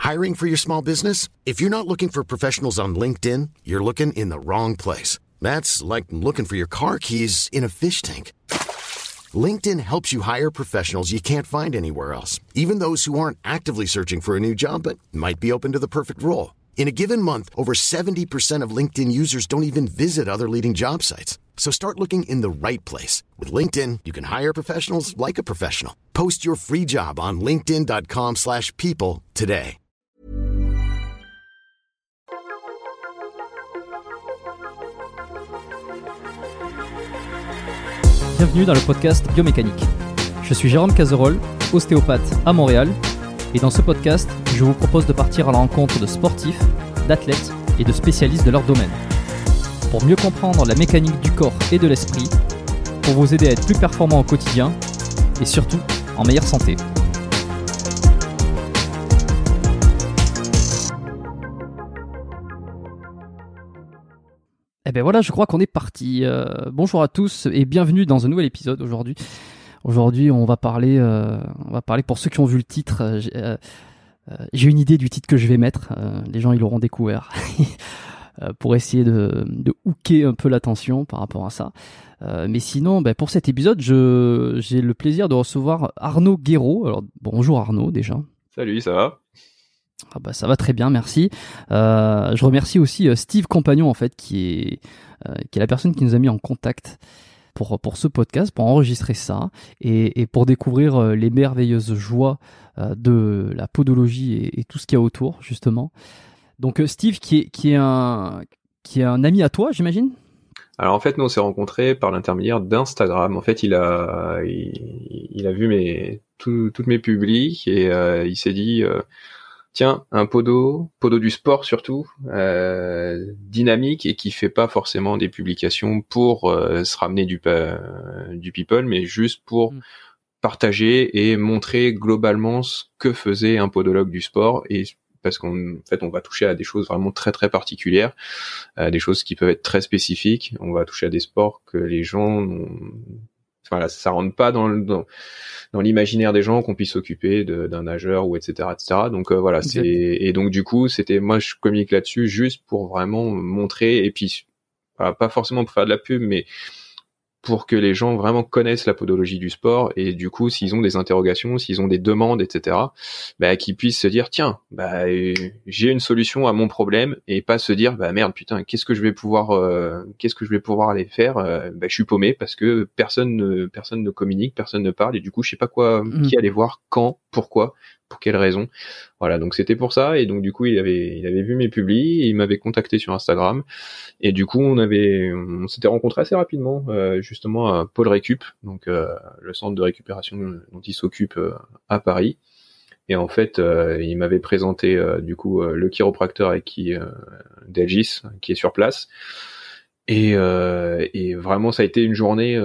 Hiring for your small business? If you're not looking for professionals on LinkedIn, you're looking in the wrong place. That's like looking for your car keys in a fish tank. LinkedIn helps you hire professionals you can't find anywhere else, even those who aren't actively searching for a new job but might be open to the perfect role. In a given month, over 70% of LinkedIn users don't even visit other leading job sites. So start looking in the right place. With LinkedIn, you can hire professionals like a professional. Post your free job on linkedin.com/people today. Bienvenue dans le podcast Biomécanique. Je suis Jérôme Cazerolle, ostéopathe à Montréal, et dans ce podcast, je vous propose de partir à la rencontre de sportifs, d'athlètes et de spécialistes de leur domaine. Pour mieux comprendre la mécanique du corps et de l'esprit, pour vous aider à être plus performant au quotidien et surtout en meilleure santé. Et bien voilà, je crois qu'on est parti. Bonjour à tous et bienvenue dans un nouvel épisode aujourd'hui. Aujourd'hui, on va parler pour ceux qui ont vu le titre. J'ai une idée du titre que je vais mettre. Les gens, ils l'auront découvert. Pour essayer de hooker un peu l'attention par rapport à ça. Mais sinon, pour cet épisode, j'ai le plaisir de recevoir Arnaud Guéraud. Alors, bonjour Arnaud déjà. Salut, ça va ? Ça va très bien, merci. Je remercie aussi Steve Compagnon en fait, qui est la personne qui nous a mis en contact pour ce podcast, pour enregistrer ça et pour découvrir les merveilleuses joies de la podologie et tout ce qu'il y a autour justement. Donc Steve qui est un ami à toi, j'imagine. Alors en fait, nous on s'est rencontrés par l'intermédiaire d'Instagram. En fait, il a vu toutes mes publis et il s'est dit tiens, un podo du sport surtout, dynamique et qui fait pas forcément des publications pour se ramener du people, mais juste pour partager et montrer globalement ce que faisait un podologue du sport. Et parce qu'en fait, on va toucher à des choses vraiment très très particulières, des choses qui peuvent être très spécifiques. On va toucher à des sports que les gens voilà, ça rentre pas dans l'imaginaire des gens qu'on puisse s'occuper d'un nageur ou etc. Donc voilà, et donc du coup, moi je communique là-dessus juste pour vraiment montrer et puis voilà, pas forcément pour faire de la pub, mais pour que les gens vraiment connaissent la podologie du sport et du coup, s'ils ont des interrogations, s'ils ont des demandes, etc., qu'ils puissent se dire tiens, j'ai une solution à mon problème et pas se dire merde putain, qu'est-ce que je vais pouvoir aller faire, je suis paumé parce que personne ne communique, personne ne parle et du coup, je sais pas qui aller voir, quand, pourquoi, pour quelle raison. Voilà, donc c'était pour ça et donc du coup, il avait vu mes publis, et il m'avait contacté sur Instagram et du coup, on s'était rencontrés assez rapidement justement à Pôle Récup, donc le centre de récupération dont il s'occupe à Paris. Et en fait, il m'avait présenté du coup le chiropracteur avec qui Delgis, qui est sur place. Et vraiment, ça a été une journée,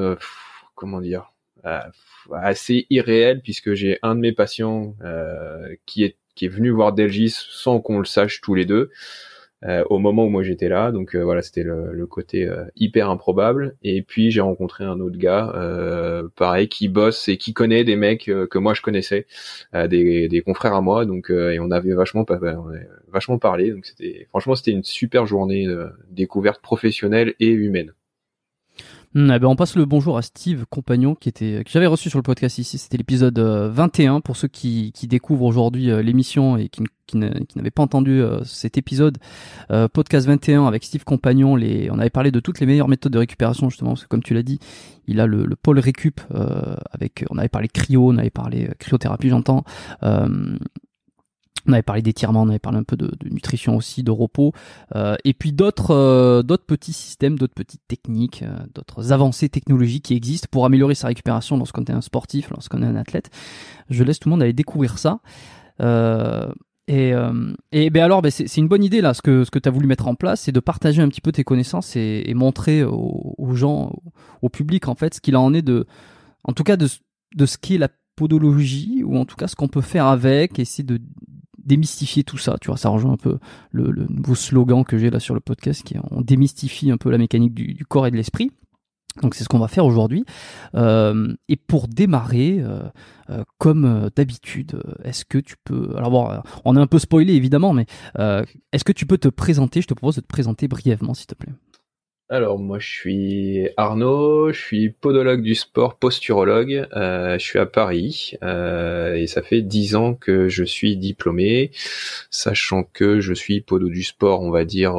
assez irréelle puisque j'ai un de mes patients qui est venu voir Delgis sans qu'on le sache tous les deux. Au moment où moi j'étais là, donc voilà, c'était le côté hyper improbable. Et puis j'ai rencontré un autre gars, pareil, qui bosse et qui connaît des mecs que moi je connaissais, des confrères à moi, donc et on avait vachement parlé. Donc c'était une super journée découverte professionnelle et humaine. On passe le bonjour à Steve Compagnon que j'avais reçu sur le podcast ici. C'était l'épisode 21 pour ceux qui découvrent aujourd'hui l'émission et qui n'avaient pas entendu cet épisode. Podcast 21 avec Steve Compagnon. On avait parlé de toutes les meilleures méthodes de récupération justement parce que comme tu l'as dit, il a le pôle récup on avait parlé cryo, on avait parlé cryothérapie, j'entends. On avait parlé d'étirement, on avait parlé un peu de nutrition aussi, de repos, et puis d'autres petits systèmes, d'autres petites techniques, d'autres avancées technologiques qui existent pour améliorer sa récupération lorsqu'on est un sportif, lorsqu'on est un athlète. Je laisse tout le monde aller découvrir ça. C'est une bonne idée là, ce que tu as voulu mettre en place, c'est de partager un petit peu tes connaissances et montrer aux gens, au public en fait, ce qu'il en est en tout cas de ce qu'est la podologie, ou en tout cas ce qu'on peut faire avec, essayer de démystifier tout ça, tu vois, ça rejoint un peu le nouveau slogan que j'ai là sur le podcast, qui est on démystifie un peu la mécanique du corps et de l'esprit. Donc c'est ce qu'on va faire aujourd'hui. Et pour démarrer, comme d'habitude, est-ce que tu peux... Alors bon, on a un peu spoilé évidemment, mais est-ce que tu peux te présenter? Je te propose de te présenter brièvement, s'il te plaît. Alors moi je suis Arnaud, je suis podologue du sport, posturologue, je suis à Paris et ça fait 10 ans que je suis diplômé, sachant que je suis podo du sport, on va dire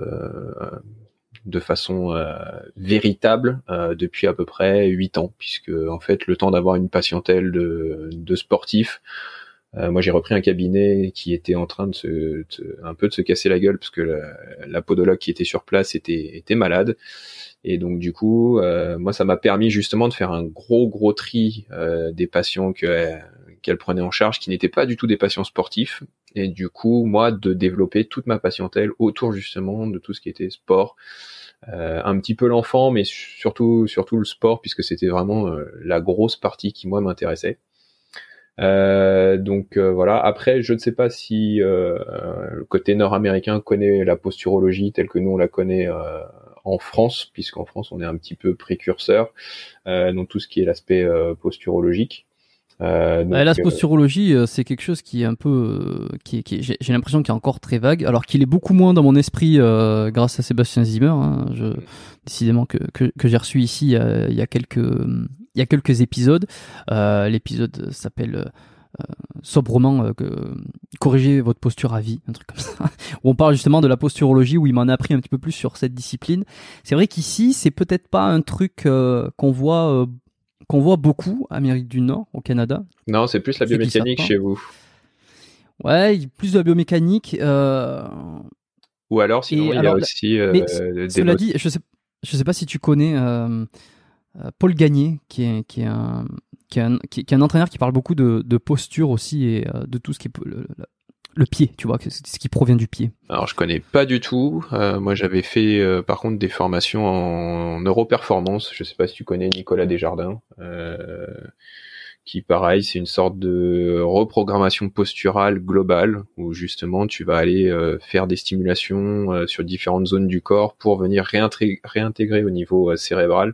de façon véritable depuis à peu près 8 ans, puisque en fait le temps d'avoir une patientèle de sportifs, moi j'ai repris un cabinet qui était en train de un peu de se casser la gueule parce que la podologue qui était sur place était malade, et donc du coup moi ça m'a permis justement de faire un gros tri des patients qu'elle prenait en charge, qui n'étaient pas du tout des patients sportifs, et du coup moi de développer toute ma patientèle autour justement de tout ce qui était sport, un petit peu l'enfant, mais surtout le sport, puisque c'était vraiment la grosse partie qui moi m'intéressait. Donc voilà. Après, je ne sais pas si le côté nord-américain connaît la posturologie telle que nous on la connaît en France, puisqu'en France on est un petit peu précurseur dans tout ce qui est l'aspect posturologique. La posturologie, c'est quelque chose qui est un peu, j'ai l'impression qu'il est encore très vague, alors qu'il est beaucoup moins dans mon esprit grâce à Sébastien Zimmer. Hein, décidément que j'ai reçu ici il y a quelques épisodes. L'épisode s'appelle sobrement corriger votre posture à vie, un truc comme ça, où on parle justement de la posturologie, où il m'en a appris un petit peu plus sur cette discipline. C'est vrai qu'ici, c'est peut-être pas un truc qu'on voit beaucoup, Amérique du Nord, au Canada. Non, c'est plus la biomécanique chez vous. Ouais, plus de la biomécanique. Ou alors, sinon, il y a aussi... cela dit, je sais pas si tu connais Paul Gagné, qui est un entraîneur qui parle beaucoup de posture aussi, et de tout ce qui est le pied, tu vois, ce qui provient du pied. Alors je connais pas du tout. Moi j'avais fait par contre des formations en neuroperformance. Je sais pas si tu connais Nicolas Desjardins, qui pareil, c'est une sorte de reprogrammation posturale globale où justement tu vas aller faire des stimulations sur différentes zones du corps pour venir réintégrer au niveau cérébral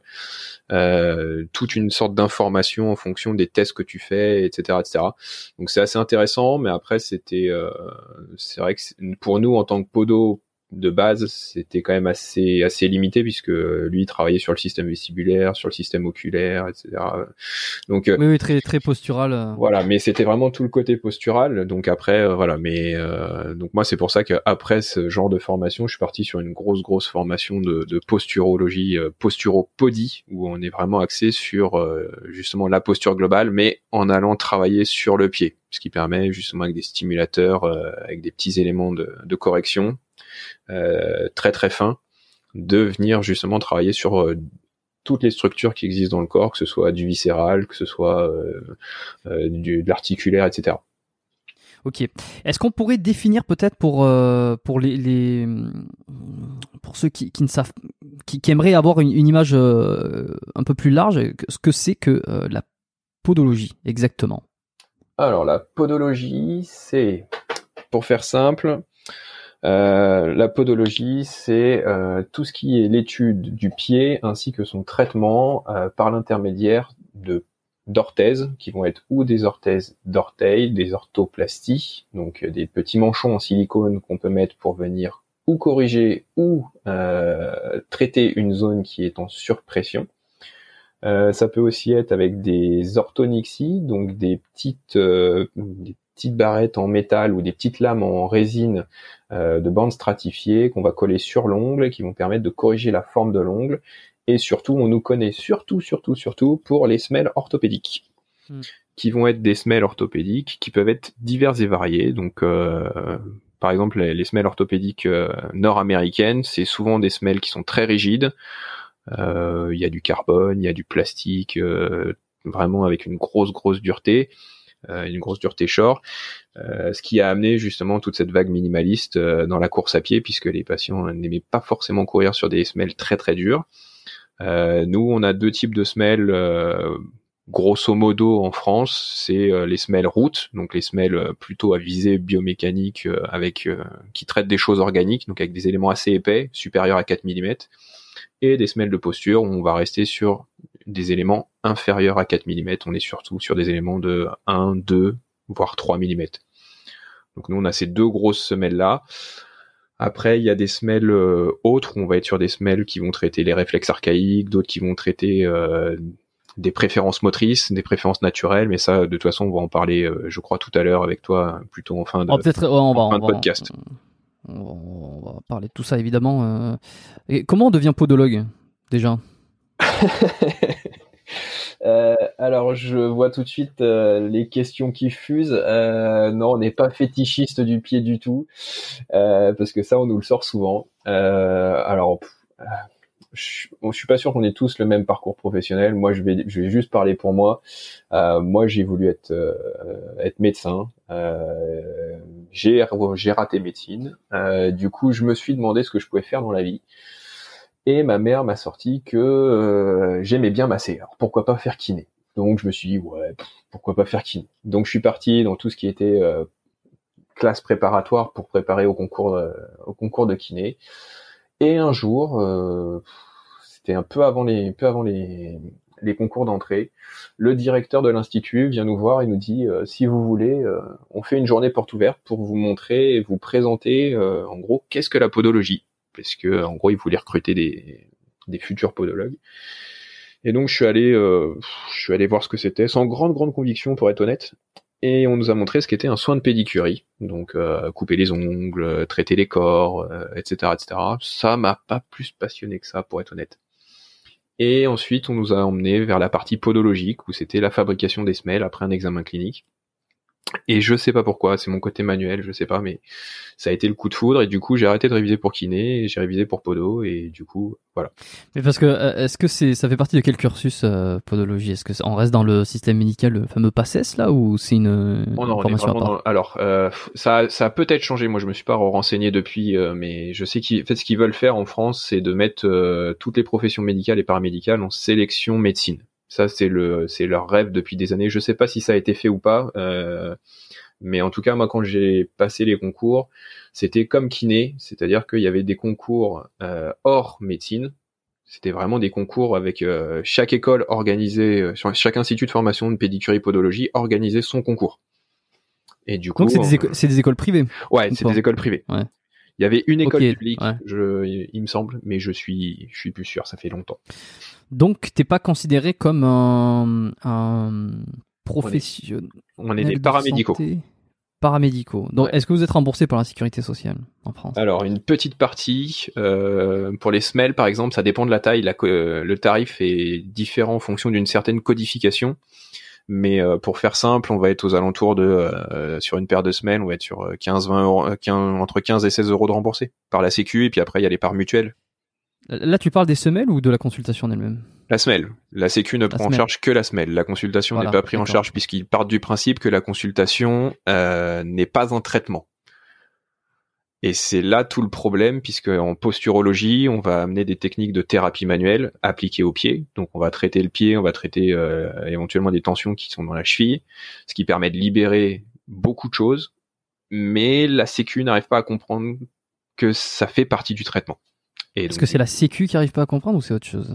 toute une sorte d'information en fonction des tests que tu fais, etc., etc. Donc c'est assez intéressant, mais après c'est vrai que pour nous en tant que podo de base, c'était quand même assez limité, puisque lui il travaillait sur le système vestibulaire, sur le système oculaire, etc. Donc oui, très très postural. Voilà, mais c'était vraiment tout le côté postural. Donc après voilà, mais donc moi c'est pour ça qu'après ce genre de formation, je suis parti sur une grosse formation de posturologie, posturopodie, où on est vraiment axé sur justement la posture globale, mais en allant travailler sur le pied, ce qui permet justement avec des stimulateurs, avec des petits éléments de correction très très fin, de venir justement travailler sur toutes les structures qui existent dans le corps, que ce soit du viscéral, que ce soit de l'articulaire, etc. Ok. Est-ce qu'on pourrait définir peut-être pour ceux qui ne savent, qui aimeraient avoir une image un peu plus large, ce que c'est que la podologie exactement? Alors la podologie, c'est, pour faire simple, la podologie, c'est tout ce qui est l'étude du pied ainsi que son traitement par l'intermédiaire d'orthèses, qui vont être ou des orthèses d'orteil, des orthoplasties, donc des petits manchons en silicone qu'on peut mettre pour venir ou corriger ou traiter une zone qui est en surpression. Ça peut aussi être avec des orthonixies, donc des petites barrettes en métal ou des petites lames en résine de bandes stratifiées qu'on va coller sur l'ongle et qui vont permettre de corriger la forme de l'ongle. Et surtout, on nous connaît surtout pour les semelles orthopédiques, qui vont être des semelles orthopédiques qui peuvent être diverses et variées. Donc, par exemple, les semelles orthopédiques nord-américaines, c'est souvent des semelles qui sont très rigides. Il y a du carbone, il y a du plastique, vraiment avec une grosse dureté. Une grosse dureté short, ce qui a amené justement toute cette vague minimaliste dans la course à pied, puisque les patients n'aimaient pas forcément courir sur des semelles très dures. Nous, on a deux types de semelles, grosso modo en France, c'est les semelles route, donc les semelles plutôt à visée biomécanique, qui traitent des choses organiques, donc avec des éléments assez épais, supérieurs à 4 mm, et des semelles de posture où on va rester sur des éléments inférieurs à 4 mm. On est surtout sur des éléments de 1, 2, voire 3 mm. Donc nous, on a ces 2 grosses semelles-là. Après, il y a des semelles autres, où on va être sur des semelles qui vont traiter les réflexes archaïques, d'autres qui vont traiter des préférences motrices, des préférences naturelles, mais ça, de toute façon, on va en parler, je crois, tout à l'heure avec toi, plutôt en fin de, podcast. On va parler de tout ça, évidemment. Et comment on devient podologue, déjà? Alors, je vois tout de suite les questions qui fusent. Non, on n'est pas fétichiste du pied du tout, parce que ça, on nous le sort souvent. Je suis pas sûr qu'on ait tous le même parcours professionnel. Moi, je vais juste parler pour moi. Moi, j'ai voulu être médecin. J'ai raté médecine. Du coup, je me suis demandé ce que je pouvais faire dans la vie. Et ma mère m'a sorti que j'aimais bien masser. Alors pourquoi pas faire kiné? Donc je me suis dit pourquoi pas faire kiné. Donc je suis parti dans tout ce qui était classe préparatoire pour préparer au concours de kiné. Et un jour, c'était un peu avant les concours d'entrée, le directeur de l'institut vient nous voir et nous dit si vous voulez, on fait une journée porte ouverte pour vous montrer et vous présenter en gros qu'est-ce que la podologie. Parce que en gros ils voulaient recruter des futurs podologues. Et donc je suis allé voir ce que c'était sans grande conviction pour être honnête. Et on nous a montré ce qu'était un soin de pédicurie, donc couper les ongles, traiter les corps, etc. Ça m'a pas plus passionné que ça pour être honnête. Et ensuite on nous a emmenés vers la partie podologique où c'était la fabrication des semelles après un examen clinique. Et je sais pas pourquoi, c'est mon côté manuel, je sais pas, mais ça a été le coup de foudre et du coup j'ai arrêté de réviser pour kiné, et j'ai révisé pour podo et du coup voilà. Mais parce que est-ce que ça fait partie de quel cursus podologie? Est-ce que on reste dans le système médical, le fameux PACES là, ou c'est une formation à part? Alors ça a peut-être changé. Moi je me suis pas renseigné depuis, mais je sais ce qu'ils veulent faire en France, c'est de mettre toutes les professions médicales et paramédicales en sélection médecine. Ça, c'est leur rêve depuis des années. Je sais pas si ça a été fait ou pas, mais en tout cas, moi, quand j'ai passé les concours, c'était comme kiné, c'est-à-dire qu'il y avait des concours hors médecine. C'était vraiment des concours avec chaque école organisée, chaque institut de formation de pédicurie podologie organisait son concours. Et du coup, donc c'est des écoles privées. Ouais, c'est des écoles privées. Ouais. Il y avait une école publique, ouais. il me semble, mais je suis plus sûr, ça fait longtemps. Donc, t'es pas considéré comme un professionnel. On est des paramédicaux. Paramédicaux. Donc, ouais. Est-ce que vous êtes remboursé par la sécurité sociale en France? Alors, une petite partie. Pour les semelles, par exemple, ça dépend de la taille. Le tarif est différent en fonction d'une certaine codification. Mais pour faire simple, on va être aux alentours de sur une paire de semelles, on va être sur 15-20 euros, entre 15 et 16 euros de remboursé par la Sécu, et puis après il y a les parts mutuelles. Là, tu parles des semelles ou de la consultation en elle-même? La semelle. La Sécu ne prend en charge que la semelle. La consultation n'est pas prise en charge puisqu'ils partent du principe que la consultation n'est pas un traitement. Et c'est là tout le problème, puisque en posturologie, on va amener des techniques de thérapie manuelle appliquées au pied. Donc on va traiter le pied, on va traiter éventuellement des tensions qui sont dans la cheville, ce qui permet de libérer beaucoup de choses. Mais la Sécu n'arrive pas à comprendre que ça fait partie du traitement. Est-ce que c'est la Sécu qui arrive pas à comprendre ou c'est autre chose?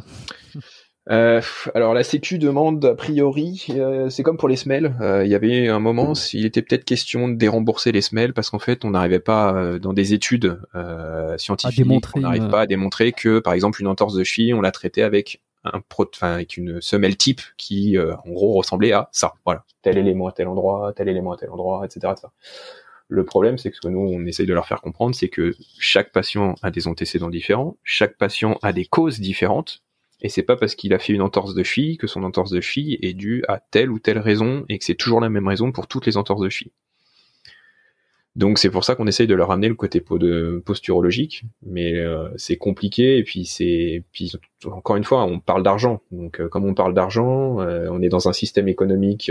Alors la Sécu demande a priori, c'est comme pour les semelles, il y avait un moment, il était peut-être question de dérembourser les semelles parce qu'en fait on n'arrivait pas dans des études scientifiques, on n'arrive pas à démontrer que par exemple une entorse de cheville on l'a traitée avec avec une semelle type qui en gros ressemblait à ça, voilà, tel élément à tel endroit, tel élément à tel endroit, etc. Le problème, c'est que ce que nous, on essaye de leur faire comprendre, c'est que chaque patient a des antécédents différents, chaque patient a des causes différentes, et c'est pas parce qu'il a fait une entorse de cheville que son entorse de cheville est due à telle ou telle raison, et que c'est toujours la même raison pour toutes les entorses de cheville. Donc c'est pour ça qu'on essaye de leur amener le côté posturologique, mais c'est compliqué, et puis encore une fois, on parle d'argent. Donc comme on parle d'argent, on est dans un système économique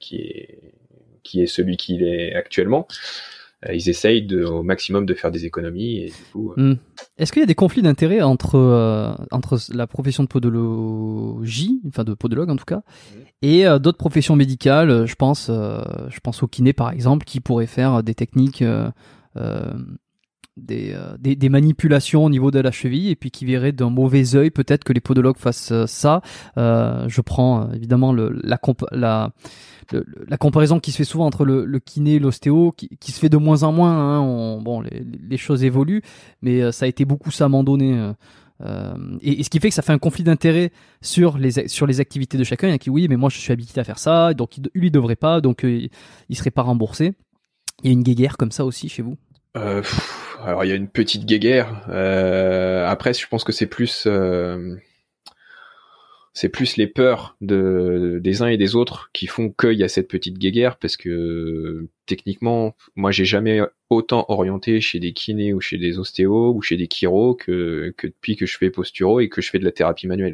qui est celui qu'il est actuellement. Ils essayent au maximum de faire des économies et du coup. Est-ce qu'il y a des conflits d'intérêts entre la profession de podologie, enfin de podologue en tout cas, et d'autres professions médicales? Je pense au kiné par exemple, qui pourrait faire des techniques des manipulations au niveau de la cheville et puis qui verraient d'un mauvais œil peut-être que les podologues fassent ça. Je prends évidemment la comparaison qui se fait souvent entre le kiné et l'ostéo, qui se fait de moins en moins. Hein. Les choses évoluent, mais ça a été beaucoup ça à un moment donné. Et ce qui fait que ça fait un conflit d'intérêts sur les activités de chacun. Il y en a qui oui, mais moi je suis habilité à faire ça, donc lui devrait pas, donc il serait pas remboursé. Il y a une guéguerre comme ça aussi chez vous? Alors il y a une petite guéguerre. Après, je pense que c'est plus les peurs des uns et des autres qui font qu'il y a cette petite guéguerre, parce que techniquement, moi j'ai jamais autant orienté chez des kinés ou chez des ostéos ou chez des chiros que depuis que je fais posturo et que je fais de la thérapie manuelle.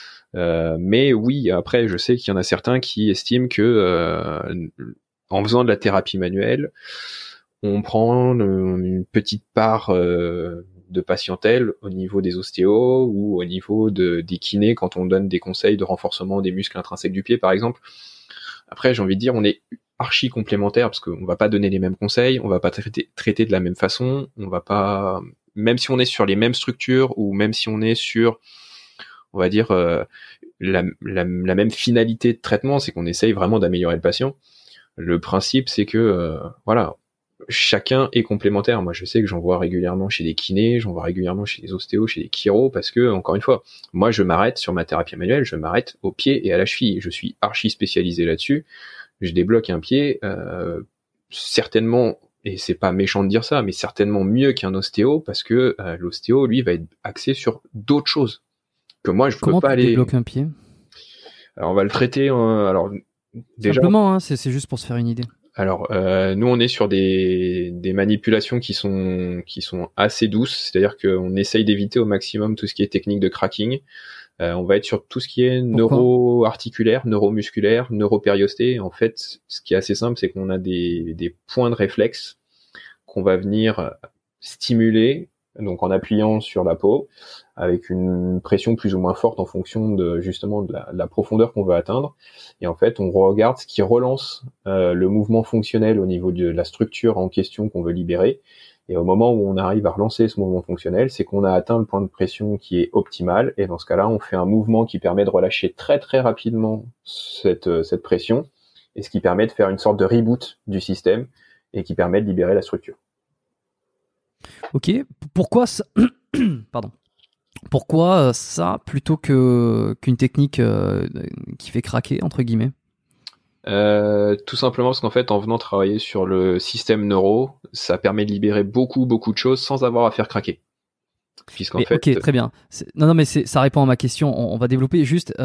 Mais oui, après je sais qu'il y en a certains qui estiment que en faisant de la thérapie manuelle, on prend une petite part de patientèle au niveau des ostéos ou au niveau des kinés quand on donne des conseils de renforcement des muscles intrinsèques du pied, par exemple. Après, j'ai envie de dire, on est archi complémentaires parce qu'on va pas donner les mêmes conseils, on va pas traiter de la même façon, on va pas, même si on est sur les mêmes structures ou même si on est sur, on va dire, la même finalité de traitement, c'est qu'on essaye vraiment d'améliorer le patient. Le principe, c'est que, voilà, chacun est complémentaire. Moi, je sais que j'en vois régulièrement chez des kinés, j'en vois régulièrement chez des ostéos, chez des chiros, parce que, encore une fois, moi, je m'arrête sur ma thérapie manuelle, je m'arrête au pied et à la cheville. Je suis archi spécialisé là-dessus. Je débloque un pied, certainement, et c'est pas méchant de dire ça, mais certainement mieux qu'un ostéo, parce que l'ostéo, lui, va être axé sur d'autres choses que moi, je peux pas aller. Comment tu débloques un pied? Alors, on va le traiter. Alors, déjà. Simplement, hein, c'est juste pour se faire une idée. Alors, nous, on est sur des manipulations qui sont assez douces, c'est-à-dire qu'on essaye d'éviter au maximum tout ce qui est technique de cracking. On va être sur tout ce qui est neuro-articulaire, neuromusculaire, neuropériosté. En fait, ce qui est assez simple, c'est qu'on a des points de réflexe qu'on va venir stimuler, donc en appuyant sur la peau, avec une pression plus ou moins forte en fonction de justement de la profondeur qu'on veut atteindre. Et en fait, on regarde ce qui relance le mouvement fonctionnel au niveau de la structure en question qu'on veut libérer. Et au moment où on arrive à relancer ce mouvement fonctionnel, c'est qu'on a atteint le point de pression qui est optimal. Et dans ce cas-là, on fait un mouvement qui permet de relâcher très très rapidement cette pression, et ce qui permet de faire une sorte de reboot du système et qui permet de libérer la structure. Ok, pourquoi ça Pardon. Pourquoi ça plutôt qu'une technique qui fait craquer, entre guillemets? Tout simplement parce qu'en fait, en venant travailler sur le système neuro, ça permet de libérer beaucoup de choses sans avoir à faire craquer. Puisqu'en fait. Ok, très bien. Non, mais ça répond à ma question. On va développer juste.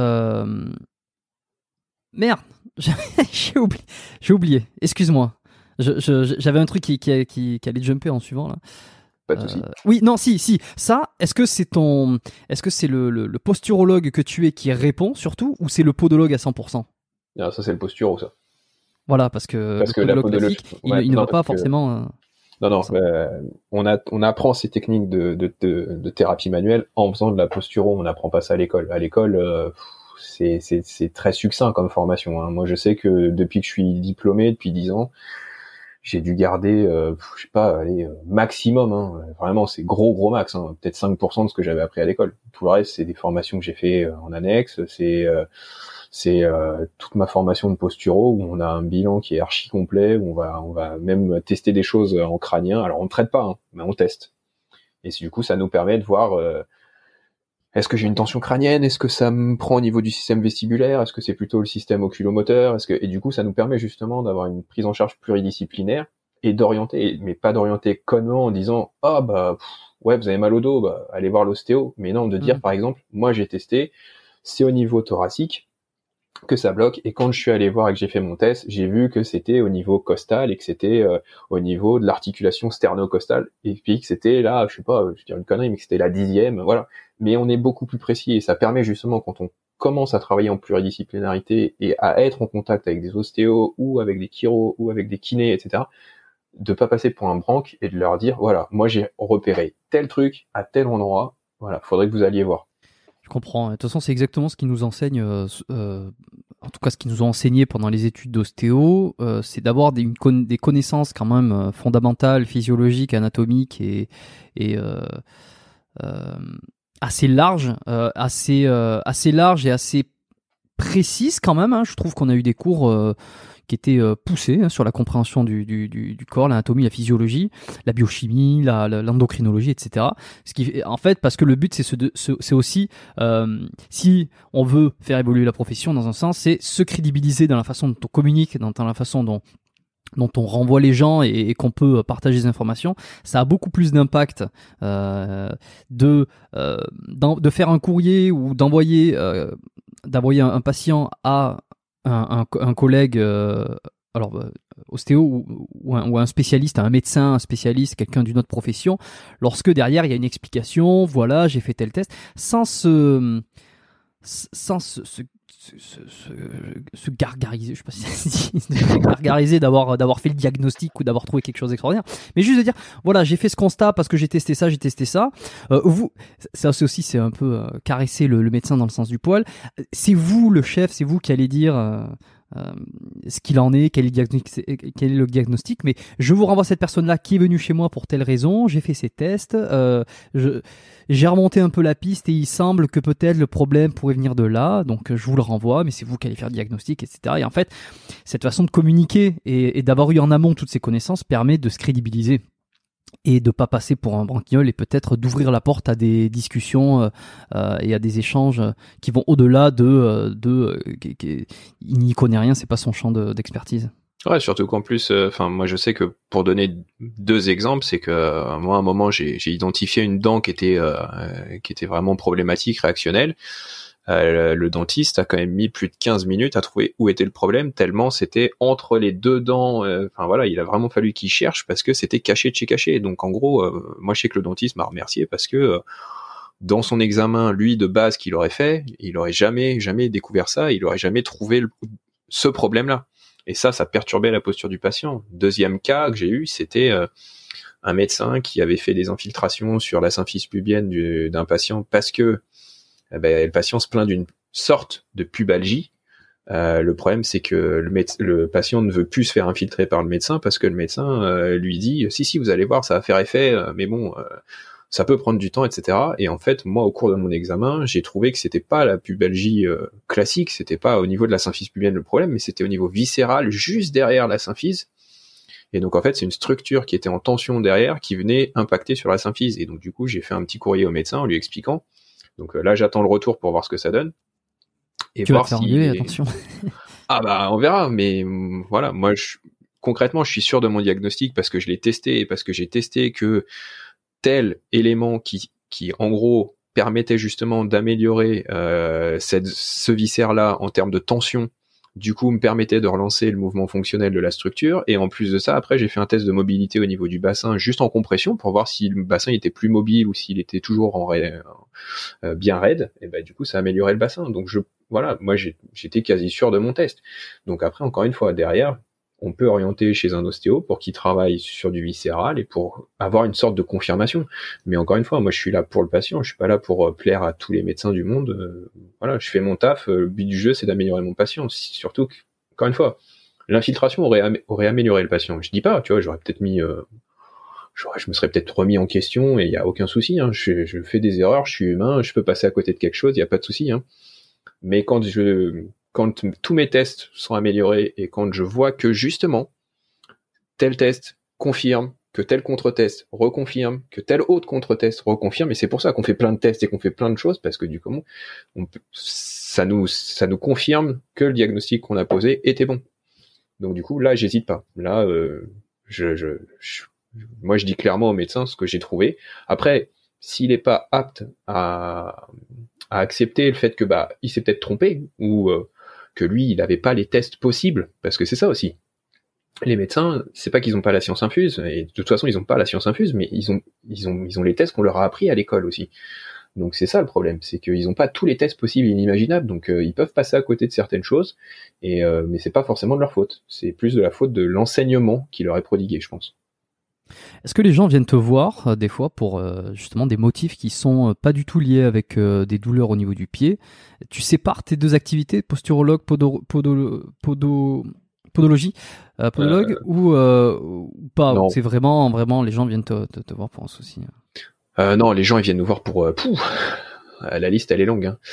Merde, j'ai oublié. Excuse-moi. J'avais un truc qui allait jumper en suivant là. Pas de souci. Oui, non, si. Ça, est-ce que c'est le posturologue que tu es qui répond surtout, ou c'est le podologue à 100%? Ah, ça c'est le posturo, ça. Voilà, parce que le podologue classique, il ne va pas forcément. Non, on apprend ces techniques de thérapie manuelle en faisant de la posturo. On n'apprend pas ça à l'école. À l'école, c'est très succinct comme formation. Hein. Moi, je sais que depuis que je suis diplômé, depuis 10 ans, j'ai dû garder, je sais pas, maximum. Hein. Vraiment, c'est gros max. Hein. Peut-être 5% de ce que j'avais appris à l'école. Tout le reste, c'est des formations que j'ai fait en annexe. C'est toute ma formation de posturo où on a un bilan qui est archi complet, où on va même tester des choses en crânien. Alors on ne traite pas, hein, mais on teste. Et du coup, ça nous permet de voir est-ce que j'ai une tension crânienne, est-ce que ça me prend au niveau du système vestibulaire, est-ce que c'est plutôt le système oculomoteur, et du coup, ça nous permet justement d'avoir une prise en charge pluridisciplinaire et d'orienter, mais pas d'orienter connement en disant ouais, vous avez mal au dos, allez voir l'ostéo. Mais non, de dire par exemple, moi j'ai testé, c'est au niveau thoracique que ça bloque, et quand je suis allé voir et que j'ai fait mon test, j'ai vu que c'était au niveau costal et que c'était au niveau de l'articulation sternocostale, et puis que c'était là, je sais pas, je vais dire une connerie, mais que c'était la 10e, voilà. Mais on est beaucoup plus précis, et ça permet justement, quand on commence à travailler en pluridisciplinarité et à être en contact avec des ostéos ou avec des chiros ou avec des kinés, etc., de pas passer pour un branque et de leur dire, voilà, moi j'ai repéré tel truc à tel endroit, voilà, faudrait que vous alliez voir. Je comprends. De toute façon, c'est exactement ce qui nous enseigne en tout cas ce qu'ils nous ont enseigné pendant les études d'ostéo, c'est d'avoir des connaissances quand même fondamentales, physiologiques, anatomiques et assez larges, assez larges et assez précises quand même. Hein. Je trouve qu'on a eu des cours qui étaient poussés sur la compréhension du corps, l'anatomie, la physiologie, la biochimie, l'endocrinologie, etc. Ce qui, en fait, parce que le but, c'est aussi, si on veut faire évoluer la profession dans un sens, c'est se crédibiliser dans la façon dont on communique, dans la façon dont on renvoie les gens et qu'on peut partager des informations. Ça a beaucoup plus d'impact de faire un courrier ou d'envoyer un patient à un collègue ostéo ou un spécialiste, un médecin, un spécialiste, quelqu'un d'une autre profession, lorsque derrière il y a une explication, voilà, j'ai fait tel test, sans se gargariser, je sais pas si ça se dit, se gargariser d'avoir fait le diagnostic ou d'avoir trouvé quelque chose d'extraordinaire, mais juste de dire voilà, j'ai fait ce constat parce que j'ai testé ça. Vous, ça aussi c'est un peu caresser le médecin dans le sens du poil. C'est vous le chef, c'est vous qui allez dire ce qu'il en est, quel est le diagnostic, mais je vous renvoie cette personne-là qui est venue chez moi pour telle raison, j'ai fait ces tests, j'ai remonté un peu la piste et il semble que peut-être le problème pourrait venir de là, donc je vous le renvoie, mais c'est vous qui allez faire le diagnostic, etc. Et en fait, cette façon de communiquer et d'avoir eu en amont toutes ces connaissances permet de se crédibiliser et de pas passer pour un branquignol et peut-être d'ouvrir la porte à des discussions et à des échanges qui vont au-delà il n'y connaît rien, c'est pas son champ d'expertise. Ouais, surtout qu'en plus, moi je sais que pour donner 2 exemples, c'est que moi à un moment j'ai identifié une dent qui était vraiment problématique, réactionnelle. Le dentiste a quand même mis plus de 15 minutes à trouver où était le problème, tellement c'était entre les 2 dents. Il a vraiment fallu qu'il cherche parce que c'était caché de chez caché. Donc en gros, moi je sais que le dentiste m'a remercié parce que dans son examen, lui de base qu'il aurait fait, il aurait jamais découvert ça, il aurait jamais trouvé ce problème-là. Et ça perturbait la posture du patient. Deuxième cas que j'ai eu, c'était un médecin qui avait fait des infiltrations sur la symphyse pubienne d'un patient parce que le patient se plaint d'une sorte de pubalgie. Le problème, c'est que le patient ne veut plus se faire infiltrer par le médecin parce que le médecin lui dit si vous allez voir, ça va faire effet, mais bon, ça peut prendre du temps, etc. Et en fait, moi, au cours de mon examen, j'ai trouvé que c'était pas la pubalgie classique, c'était pas au niveau de la symphyse pubienne le problème, mais c'était au niveau viscéral, juste derrière la symphyse. Et donc en fait, c'est une structure qui était en tension derrière, qui venait impacter sur la symphyse. Et donc du coup, j'ai fait un petit courrier au médecin en lui expliquant. Donc là, j'attends le retour pour voir ce que ça donne. Et tu voir vas te faire engueuler, attention. On verra. Mais voilà, moi, concrètement, je suis sûr de mon diagnostic parce que je l'ai testé et parce que j'ai testé que tel élément qui en gros permettait justement d'améliorer ce viscère-là en termes de tension, du coup me permettait de relancer le mouvement fonctionnel de la structure. Et en plus de ça, après j'ai fait un test de mobilité au niveau du bassin juste en compression pour voir si le bassin était plus mobile ou s'il était toujours bien raide. Et du coup ça améliorait le bassin. Donc moi j'étais quasi sûr de mon test. Donc après encore une fois derrière, on peut orienter chez un ostéo pour qu'il travaille sur du viscéral et pour avoir une sorte de confirmation. Mais encore une fois, moi je suis là pour le patient, je suis pas là pour plaire à tous les médecins du monde. Je fais mon taf, le but du jeu c'est d'améliorer mon patient. Surtout que, encore une fois, l'infiltration aurait amélioré le patient. Je dis pas, tu vois, j'aurais peut-être mis... je me serais peut-être remis en question et il y a aucun souci. Hein. Je fais des erreurs, je suis humain, je peux passer à côté de quelque chose, il y a pas de souci. Hein. Mais quand tous mes tests sont améliorés et quand je vois que justement tel test confirme, que tel contre-test reconfirme, que tel autre contre-test reconfirme, et c'est pour ça qu'on fait plein de tests et qu'on fait plein de choses, parce que du coup, ça nous confirme que le diagnostic qu'on a posé était bon. Donc du coup, là, j'hésite pas. Là, moi, je dis clairement au médecin ce que j'ai trouvé. Après, s'il n'est pas apte à accepter le fait que il s'est peut-être trompé ou que lui, il n'avait pas les tests possibles, parce que c'est ça aussi. Les médecins, c'est pas qu'ils n'ont pas la science infuse, et de toute façon, ils n'ont pas la science infuse, mais ils ont les tests qu'on leur a appris à l'école aussi. Donc c'est ça le problème, c'est qu'ils n'ont pas tous les tests possibles et inimaginables, donc ils peuvent passer à côté de certaines choses, mais c'est pas forcément de leur faute. C'est plus de la faute de l'enseignement qui leur est prodigué, je pense. Est-ce que les gens viennent te voir des fois pour justement des motifs qui sont pas du tout liés avec des douleurs au niveau du pied? Tu sépares tes deux activités, posturologue, podologie, podologue ou pas? Non. C'est vraiment les gens viennent te voir pour un souci. Non, les gens ils viennent nous voir pour la liste elle est longue. Hein.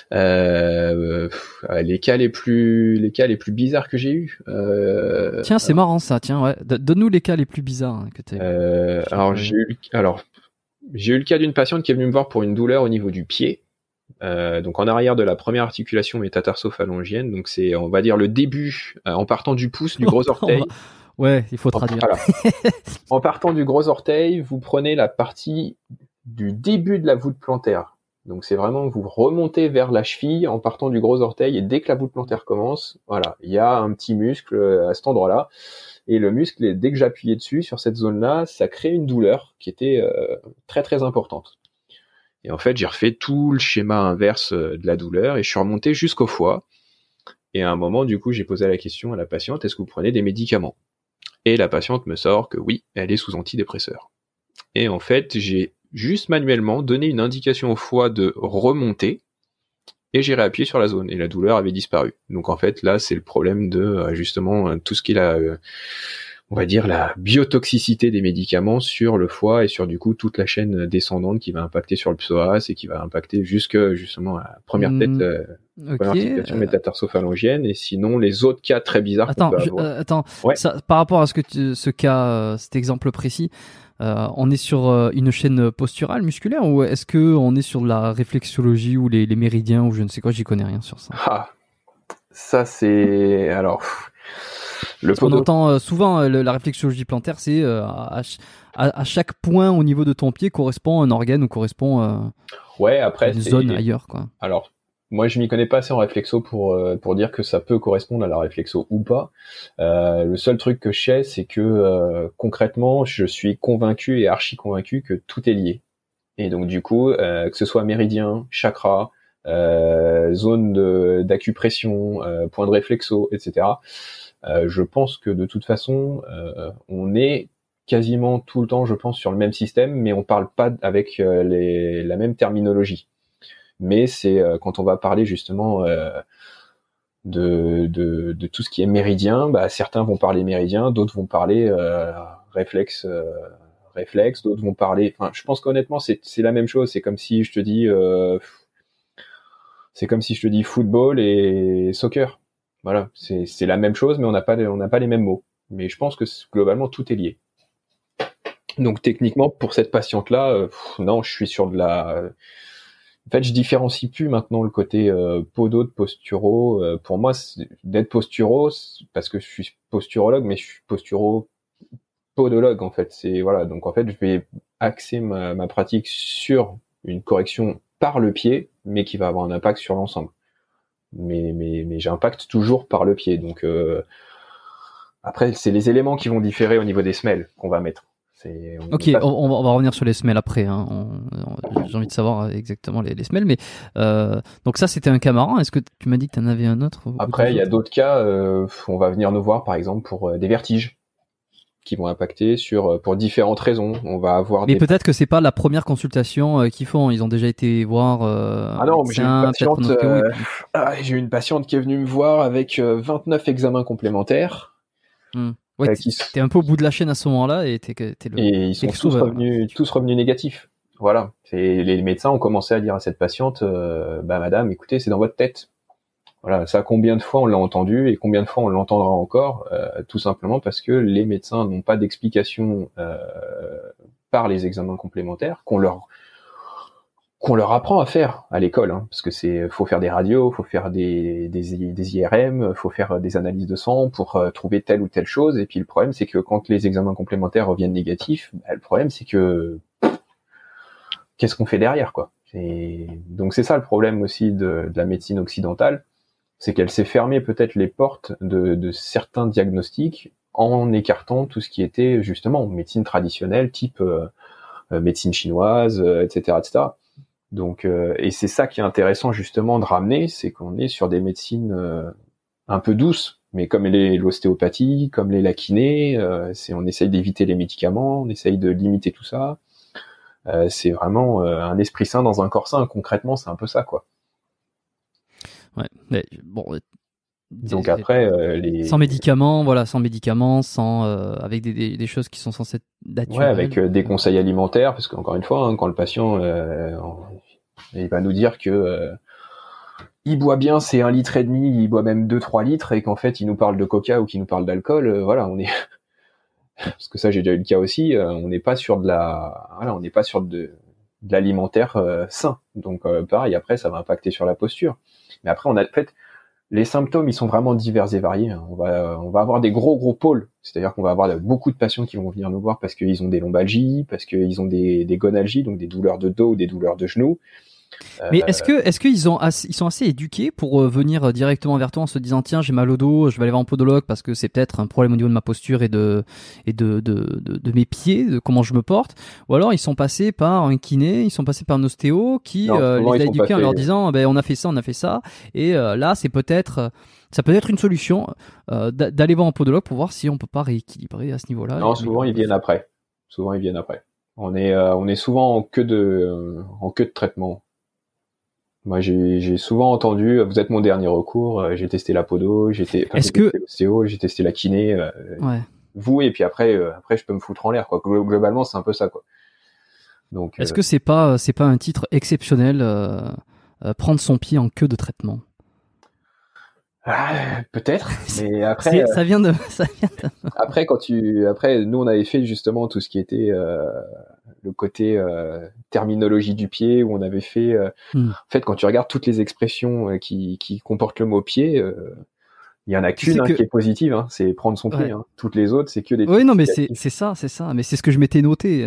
Les cas les plus bizarres que j'ai eu. Tiens, c'est marrant ça. Tiens, ouais. Donne-nous les cas les plus bizarres que tu as. Alors j'ai eu le cas d'une patiente qui est venue me voir pour une douleur au niveau du pied. Donc en arrière de la première articulation métatarso-phalangienne. Donc c'est, on va dire, le début en partant du pouce du gros orteil. Ouais, il faut traduire. Voilà. En partant du gros orteil, vous prenez la partie du début de la voûte plantaire. Donc c'est vraiment, vous remontez vers la cheville en partant du gros orteil, et dès que la voûte plantaire commence, voilà, il y a un petit muscle à cet endroit-là. Et le muscle, dès que j'appuyais dessus, sur cette zone-là, ça crée une douleur qui était très très importante. Et en fait, j'ai refait tout le schéma inverse de la douleur et je suis remonté jusqu'au foie. Et à un moment, du coup, j'ai posé la question à la patiente, est-ce que vous prenez des médicaments? Et la patiente me sort que oui, elle est sous antidépresseur. Et en fait, j'ai juste manuellement donné une indication au foie de remonter et j'ai réappuyé sur la zone et la douleur avait disparu. Donc en fait, là, c'est le problème de justement tout ce qui est la, on va dire, la biotoxicité des médicaments sur le foie et sur du coup toute la chaîne descendante qui va impacter sur le psoas et qui va impacter jusque justement à la première première articulation métatarso-phalangienne, et sinon les autres cas très bizarres qu'on peut avoir. Attends, ça, par rapport à cet exemple précis, on est sur une chaîne posturale musculaire ou est-ce que on est sur de la réflexologie ou les méridiens ou je ne sais quoi, j'y connais rien sur ça. Ah, ça c'est alors. On entend souvent la réflexologie plantaire, c'est à chaque point au niveau de ton pied correspond un organe ou correspond après une zone ailleurs, quoi. Alors moi je m'y connais pas assez en réflexo pour dire que ça peut correspondre à la réflexo ou pas. Le seul truc que je sais, c'est que concrètement je suis convaincu et archi convaincu que tout est lié. Et donc du coup que ce soit méridien, chakra, zone d'acupression, point de réflexo, etc. Je pense que de toute façon, on est quasiment tout le temps, je pense, sur le même système, mais on parle pas avec la même terminologie. Mais c'est quand on va parler justement de tout ce qui est méridien, bah, certains vont parler méridien, d'autres vont parler réflexe, d'autres vont parler. Enfin, je pense qu'honnêtement, c'est la même chose. C'est comme si je te dis football et soccer. Voilà, c'est la même chose, mais on n'a pas les mêmes mots. Mais je pense que globalement tout est lié. Donc techniquement pour cette patiente-là, non, je suis sur de la. En fait, je différencie plus maintenant le côté podo de posturo. Pour moi, d'être posturo, parce que je suis posturologue, mais je suis posturo-podologue en fait. C'est voilà. Donc en fait, je vais axer ma pratique sur une correction par le pied, mais qui va avoir un impact sur l'ensemble. Mais j'impacte toujours par le pied. Donc après, c'est les éléments qui vont différer au niveau des semelles qu'on va mettre. On va revenir sur les semelles après. Hein. J'ai envie de savoir exactement les semelles. Mais donc ça, c'était un cas marrant. Est-ce que tu m'as dit que tu en avais un autre? Après, il y a d'autres cas. On va venir nous voir, par exemple, pour des vertiges qui vont impacter pour différentes raisons. On va avoir. Mais peut-être que c'est pas la première consultation qu'ils font. Ils ont déjà été voir. Non, mais j'ai eu une patiente qui est venue me voir avec 29 examens complémentaires. Ouais, t'es un peu au bout de la chaîne à ce moment-là et ils sont tous revenus négatifs. Voilà. Les médecins ont commencé à dire à cette patiente, madame, écoutez, c'est dans votre tête. Voilà. Ça, combien de fois on l'a entendu et combien de fois on l'entendra encore, tout simplement parce que les médecins n'ont pas d'explication par les examens complémentaires qu'on leur apprend à faire à l'école, hein, parce que faut faire des radios, faut faire des IRM, faut faire des analyses de sang pour trouver telle ou telle chose. Et puis le problème, c'est que quand les examens complémentaires reviennent négatifs, le problème, c'est que qu'est-ce qu'on fait derrière, quoi. Donc c'est ça le problème aussi de la médecine occidentale, c'est qu'elle s'est fermée peut-être les portes de certains diagnostics en écartant tout ce qui était justement médecine traditionnelle, type médecine chinoise, etc., etc. Donc, et c'est ça qui est intéressant justement de ramener, c'est qu'on est sur des médecines un peu douces, Mais comme l'ostéopathie, comme la kinés, on essaye d'éviter les médicaments, on essaye de limiter tout ça. C'est vraiment un esprit sain dans un corps sain. Concrètement, c'est un peu ça, quoi. Ouais, mais bon. Donc après, sans médicaments, sans avec des choses qui sont censées être naturelles. Ouais, avec des conseils alimentaires, parce qu'encore une fois, hein, quand le patient, il va nous dire que il boit bien, c'est 1,5 litre, il boit même 2-3 litres, et qu'en fait, il nous parle de coca ou qu'il nous parle d'alcool, voilà, on est, parce que ça, j'ai déjà eu le cas aussi, on n'est pas sur on n'est pas sur de l'alimentaire sain. Donc pareil, après, ça va impacter sur la posture. Mais après, en fait, les symptômes, ils sont vraiment divers et variés. On va avoir des gros pôles. C'est-à-dire qu'on va avoir beaucoup de patients qui vont venir nous voir parce qu'ils ont des lombalgies, parce qu'ils ont des gonalgies, donc des douleurs de dos ou des douleurs de genoux. Mais est-ce qu'ils sont assez éduqués pour venir directement vers toi en se disant tiens, j'ai mal au dos, je vais aller voir un podologue parce que c'est peut-être un problème au niveau de ma posture et de mes pieds, de comment je me porte, ou alors ils sont passés par un kiné, ils sont passés par un ostéo qui les a éduqués en leur disant on a fait ça, et là ça peut être une solution d'aller voir un podologue pour voir si on peut pas rééquilibrer à ce niveau-là. Non, souvent ils viennent après. On est souvent en queue de traitement. Moi, j'ai souvent entendu, vous êtes mon dernier recours, j'ai testé la podo, j'ai testé l'ostéo, j'ai testé la kiné, ouais. Vous, et puis après, je peux me foutre en l'air, quoi. Globalement, c'est un peu ça, quoi. Donc, est-ce que c'est pas un titre exceptionnel, prendre son pied en queue de traitement? Peut-être, mais après, ça vient de. Après, nous, on avait fait justement tout ce qui était le côté terminologie du pied, où on avait fait. En fait, quand tu regardes toutes les expressions qui comportent le mot pied, il y en a qu'une qui est positive, hein, c'est prendre son pied. Hein. Toutes les autres, c'est que des. Oui, non, mais c'est ça. Mais c'est ce que je m'étais noté.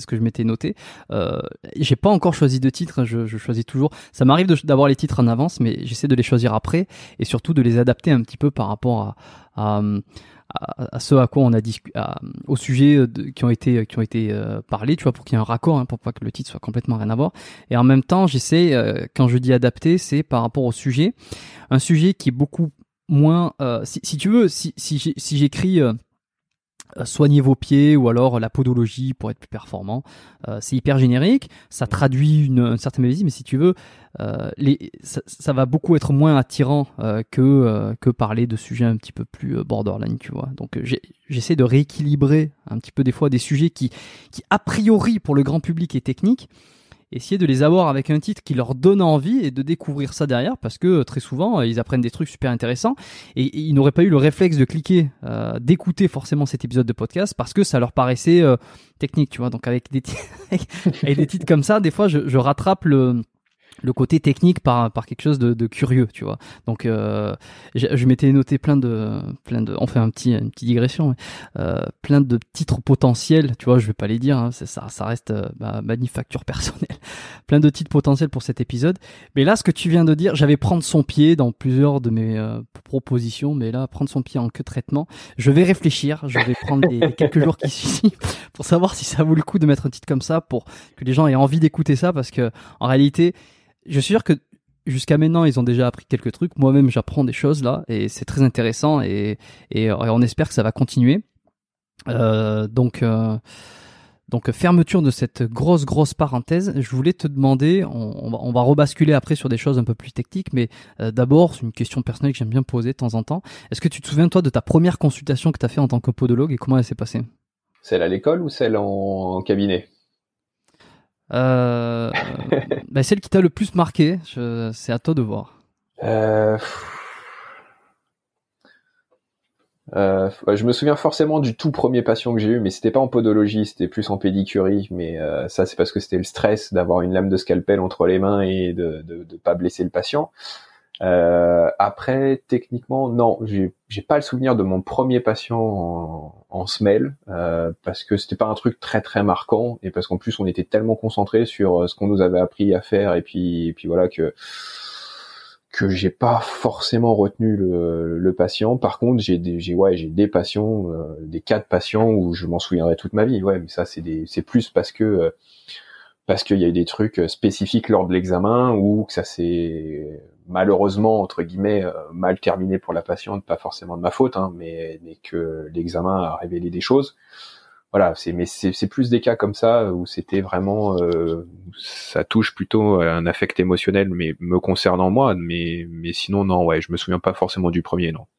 J'ai pas encore choisi de titre. Je choisis toujours. Ça m'arrive d'avoir les titres en avance, mais j'essaie de les choisir après et surtout de les adapter un petit peu par rapport à ce à quoi on a discuté, aux sujets qui ont été parlés, tu vois, pour qu'il y ait un raccord, hein, pour pas que le titre soit complètement rien à voir. Et en même temps, j'essaie, quand je dis adapter, c'est par rapport au sujet, un sujet qui est beaucoup moins, si tu veux, si j'écris soignez vos pieds ou alors la podologie pour être plus performant, c'est hyper générique, ça traduit une certaine maladie, mais si tu veux, ça va beaucoup être moins attirant que parler de sujets un petit peu plus borderline, tu vois. Donc j'essaie de rééquilibrer un petit peu des fois des sujets qui a priori pour le grand public est technique, essayer de les avoir avec un titre qui leur donne envie et de découvrir ça derrière, parce que très souvent ils apprennent des trucs super intéressants et ils n'auraient pas eu le réflexe de cliquer, d'écouter forcément cet épisode de podcast parce que ça leur paraissait technique, tu vois. Donc avec des titres comme ça, des fois je rattrape le côté technique par quelque chose de curieux, tu vois. Donc je m'étais noté plein de on fait une petite digression, plein de titres potentiels, tu vois, je vais pas les dire, hein, ça reste manufacture personnelle. Plein de titres potentiels pour cet épisode. Mais là, ce que tu viens de dire, j'avais prendre son pied dans plusieurs de mes propositions, mais là, prendre son pied en queue de traitement, je vais réfléchir, je vais prendre les quelques jours qui suivent pour savoir si ça vaut le coup de mettre un titre comme ça pour que les gens aient envie d'écouter ça, parce que en réalité, je suis sûr que jusqu'à maintenant, ils ont déjà appris quelques trucs. Moi-même, j'apprends des choses là et c'est très intéressant et on espère que ça va continuer. Donc, fermeture de cette grosse parenthèse. Je voulais te demander, on va rebasculer après sur des choses un peu plus techniques, mais d'abord, c'est une question personnelle que j'aime bien poser de temps en temps. Est-ce que tu te souviens, toi, de ta première consultation que tu as fait en tant que podologue et comment elle s'est passée? Celle à l'école ou celle en cabinet? Celle qui t'a le plus marqué, c'est à toi de voir. Je me souviens forcément du tout premier patient que j'ai eu, mais c'était pas en podologie, c'était plus en pédicurie, mais ça c'est parce que c'était le stress d'avoir une lame de scalpel entre les mains et de pas blesser le patient. Après, techniquement, non, j'ai pas le souvenir de mon premier patient en semelle, parce que c'était pas un truc très très marquant, et parce qu'en plus on était tellement concentré sur ce qu'on nous avait appris à faire, et puis voilà que j'ai pas forcément retenu le patient. Par contre, j'ai des patients, des cas de patients où je m'en souviendrai toute ma vie. Ouais, mais ça c'est plus parce que parce qu'il y a eu des trucs spécifiques lors de l'examen ou que ça s'est malheureusement entre guillemets mal terminé pour la patiente, pas forcément de ma faute, hein, mais que l'examen a révélé des choses. Voilà, c'est plus des cas comme ça où c'était vraiment ça touche plutôt à un affect émotionnel, mais me concernant moi, mais sinon non, ouais, je me souviens pas forcément du premier, non.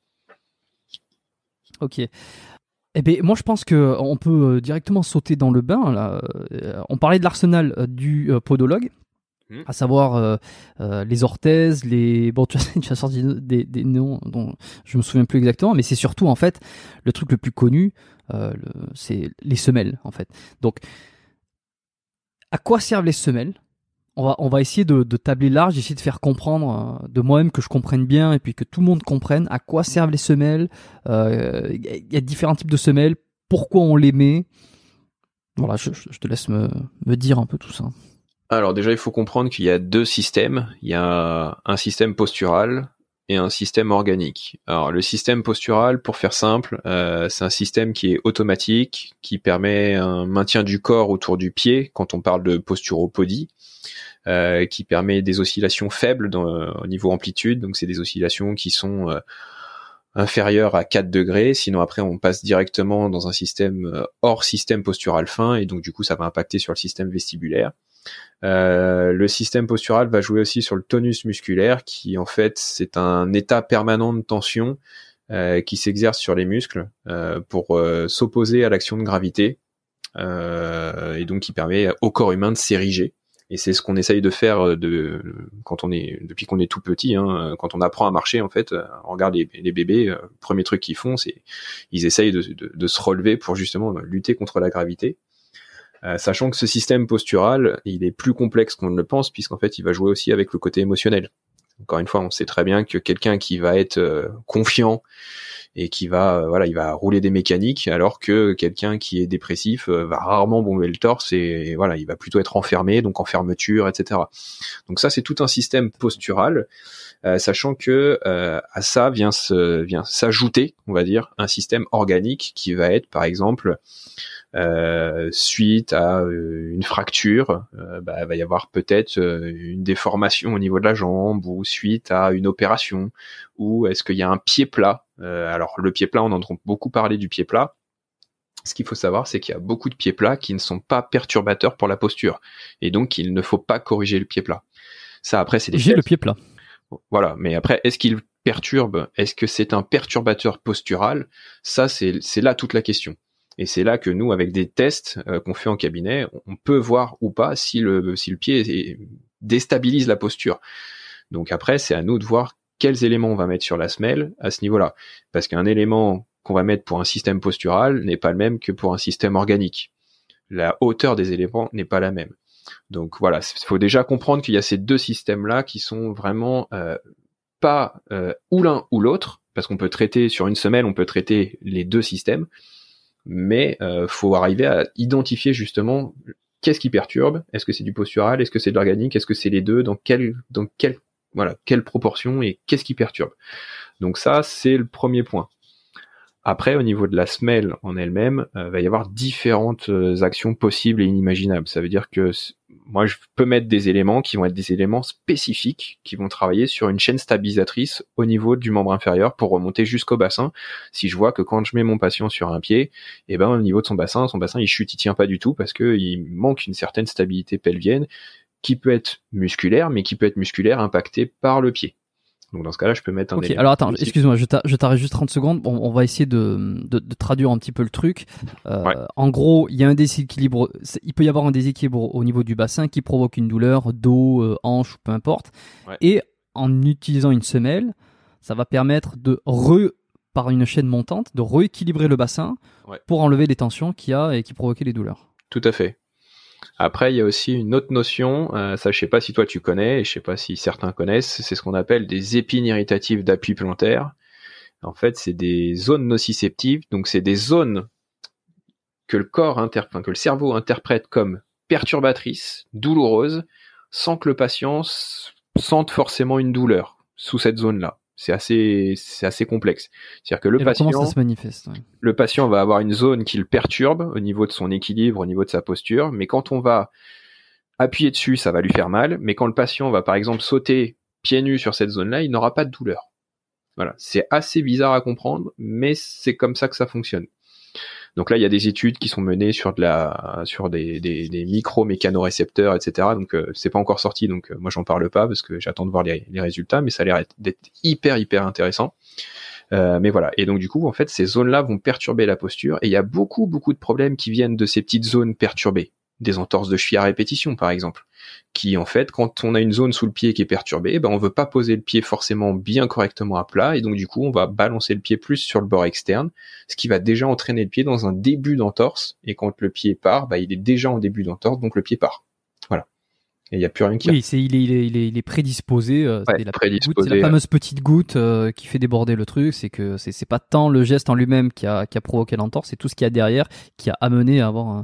Ok. Eh ben, moi, je pense que on peut directement sauter dans le bain. Là. On parlait de l'arsenal du podologue, à savoir les orthèses, les. Bon, tu as sorti des noms dont je me souviens plus exactement, mais c'est surtout en fait le truc le plus connu, c'est les semelles en fait. Donc, à quoi servent les semelles ? On va essayer de tabler large, essayer de faire comprendre de moi-même, que je comprenne bien et puis que tout le monde comprenne à quoi servent les semelles. Il y a différents types de semelles, pourquoi on les met. Voilà, je te laisse me dire un peu tout ça. Alors déjà, il faut comprendre qu'il y a deux systèmes. Il y a un système postural et un système organique. Alors le système postural, pour faire simple, c'est un système qui est automatique, qui permet un maintien du corps autour du pied quand on parle de posturopodie. Qui permet des oscillations faibles au niveau amplitude, donc c'est des oscillations qui sont inférieures à 4 degrés, sinon après on passe directement dans un système hors système postural fin, et donc du coup ça va impacter sur le système vestibulaire. Le système postural va jouer aussi sur le tonus musculaire, qui en fait c'est un état permanent de tension qui s'exerce sur les muscles pour s'opposer à l'action de gravité, et donc qui permet au corps humain de s'ériger. Et c'est ce qu'on essaye de faire depuis qu'on est tout petit, hein, quand on apprend à marcher, en fait, on regarde les bébés, le premier truc qu'ils font, c'est ils essayent de se relever pour justement lutter contre la gravité. Sachant que ce système postural, il est plus complexe qu'on ne le pense, puisqu'en fait, il va jouer aussi avec le côté émotionnel. Encore une fois, on sait très bien que quelqu'un qui va être confiant et qui va il va rouler des mécaniques, alors que quelqu'un qui est dépressif va rarement bomber le torse et voilà, il va plutôt être enfermé, donc en fermeture, etc. Donc ça, c'est tout un système postural, sachant que à ça vient s'ajouter, on va dire, un système organique qui va être, par exemple, suite à une fracture, va y avoir peut-être une déformation au niveau de la jambe, ou suite à une opération, ou est-ce qu'il y a un pied plat. Alors le pied plat, on entend beaucoup parler du pied plat. Ce qu'il faut savoir, c'est qu'il y a beaucoup de pieds plats qui ne sont pas perturbateurs pour la posture, et donc il ne faut pas corriger le pied plat. Ça, après, c'est des tests. Le pied plat. Voilà, mais après, est-ce qu'il perturbe ? Est-ce que c'est un perturbateur postural ? Ça, c'est là toute la question. Et c'est là que nous, avec des tests qu'on fait en cabinet, on peut voir ou pas si le pied déstabilise la posture. Donc après, c'est à nous de voir quels éléments on va mettre sur la semelle à ce niveau-là. Parce qu'un élément qu'on va mettre pour un système postural n'est pas le même que pour un système organique. La hauteur des éléments n'est pas la même. Donc voilà, il faut déjà comprendre qu'il y a ces deux systèmes-là qui sont vraiment pas ou l'un ou l'autre, parce qu'on peut traiter sur une semelle, on peut traiter les deux systèmes, mais faut arriver à identifier justement qu'est-ce qui perturbe. Est-ce que c'est du postural, est-ce que c'est de l'organique, est-ce que c'est les deux, dans quelle proportion, et qu'est-ce qui perturbe. Donc ça, c'est le premier point. Après, au niveau de la semelle en elle-même, va y avoir différentes actions possibles et inimaginables. Ça veut dire que moi, je peux mettre des éléments qui vont être des éléments spécifiques, qui vont travailler sur une chaîne stabilisatrice au niveau du membre inférieur pour remonter jusqu'au bassin. Si je vois que quand je mets mon patient sur un pied, au niveau de son bassin il chute, il tient pas du tout parce que il manque une certaine stabilité pelvienne qui peut être musculaire, mais qui peut être musculaire impactée par le pied. Donc dans ce cas-là, je peux mettre un élément. Alors attends, excuse-moi, je t'arrête juste 30 secondes. On va essayer de traduire un petit peu le truc. Ouais. En gros, il y a un déséquilibre. Il peut y avoir un déséquilibre au niveau du bassin qui provoque une douleur, dos, hanche, peu importe. Ouais. Et en utilisant une semelle, ça va permettre par une chaîne montante, de rééquilibrer le bassin pour enlever les tensions qu'il y a et qui provoquaient les douleurs. Tout à fait. Après, il y a aussi une autre notion, ça je sais pas si toi tu connais, et je sais pas si certains connaissent, c'est ce qu'on appelle des épines irritatives d'appui plantaire. En fait, c'est des zones nociceptives, donc c'est des zones que que le cerveau interprète comme perturbatrices, douloureuses, sans que le patient sente forcément une douleur sous cette zone-là. C'est assez complexe. C'est-à-dire que comment ça se manifeste ? Le patient va avoir une zone qui le perturbe au niveau de son équilibre, au niveau de sa posture, mais quand on va appuyer dessus, ça va lui faire mal, mais quand le patient va par exemple sauter pieds nus sur cette zone-là, il n'aura pas de douleur. Voilà, c'est assez bizarre à comprendre, mais c'est comme ça que ça fonctionne. Donc là, il y a des études qui sont menées sur des micro-mécanorécepteurs, etc. Donc c'est pas encore sorti, donc moi j'en parle pas parce que j'attends de voir les résultats, mais ça a l'air d'être hyper intéressant. Mais voilà, et donc du coup, en fait, ces zones-là vont perturber la posture, et il y a beaucoup de problèmes qui viennent de ces petites zones perturbées. Des entorses de cheville à répétition, par exemple, qui en fait, quand on a une zone sous le pied qui est perturbée, ben on veut pas poser le pied forcément bien correctement à plat, et donc du coup on va balancer le pied plus sur le bord externe, ce qui va déjà entraîner le pied dans un début d'entorse, et quand le pied part, ben il est déjà en début d'entorse, donc le pied part. Voilà. Et il y a plus rien qui. Oui, il est prédisposé. C'est la fameuse petite goutte qui fait déborder le truc. C'est que c'est pas tant le geste en lui-même qui a provoqué l'entorse, c'est tout ce qu'il y a derrière qui a amené à avoir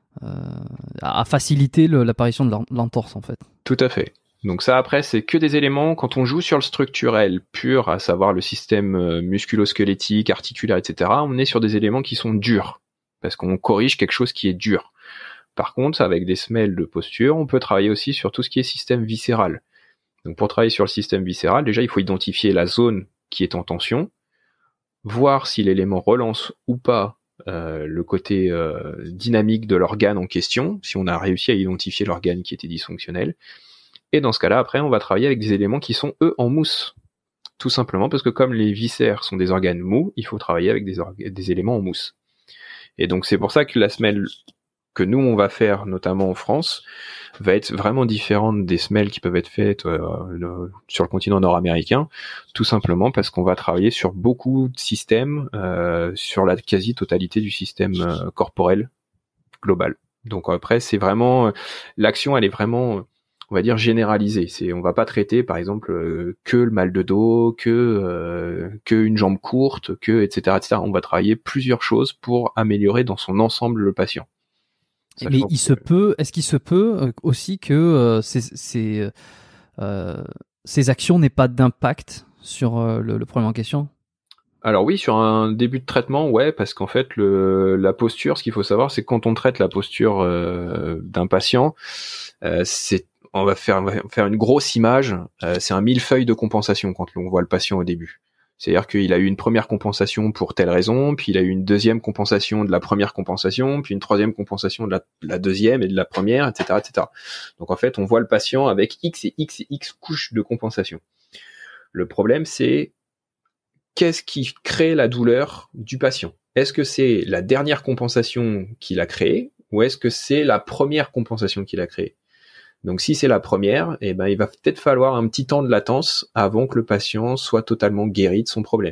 à faciliter l'apparition de l'entorse en fait. Tout à fait. Donc ça après c'est que des éléments quand on joue sur le structurel pur, à savoir le système musculo-squelettique, articulaire, etc. On est sur des éléments qui sont durs parce qu'on corrige quelque chose qui est dur. Par contre, avec des semelles de posture, on peut travailler aussi sur tout ce qui est système viscéral. Donc pour travailler sur le système viscéral, déjà il faut identifier la zone qui est en tension, voir si l'élément relance ou pas le côté dynamique de l'organe en question, si on a réussi à identifier l'organe qui était dysfonctionnel. Et dans ce cas-là, après, on va travailler avec des éléments qui sont, eux, en mousse. Tout simplement parce que comme les viscères sont des organes mous, il faut travailler avec des éléments en mousse. Et donc c'est pour ça que la semelle que nous on va faire, notamment en France, va être vraiment différente des semelles qui peuvent être faites sur le continent nord-américain, tout simplement parce qu'on va travailler sur beaucoup de systèmes, sur la quasi-totalité du système corporel global. Donc après, c'est vraiment l'action, elle est vraiment, on va dire, généralisée. On va pas traiter, par exemple, que le mal de dos, que une jambe courte, etc. On va travailler plusieurs choses pour améliorer dans son ensemble le patient. Mais est-ce qu'il se peut aussi que ces actions n'aient pas d'impact sur le problème en question? Alors oui, sur un début de traitement, ouais, parce qu'en fait, la posture, ce qu'il faut savoir, c'est que quand on traite la posture d'un patient, on va faire une grosse image, c'est un millefeuille de compensation quand on voit le patient au début. C'est-à-dire qu'il a eu une première compensation pour telle raison, puis il a eu une deuxième compensation de la première compensation, puis une troisième compensation de la deuxième et de la première, etc., etc. Donc en fait, on voit le patient avec X et X et X couches de compensation. Le problème, c'est qu'est-ce qui crée la douleur du patient? Est-ce que c'est la dernière compensation qu'il a créée, ou est-ce que c'est la première compensation qu'il a créée? Donc si c'est la première, il va peut-être falloir un petit temps de latence avant que le patient soit totalement guéri de son problème.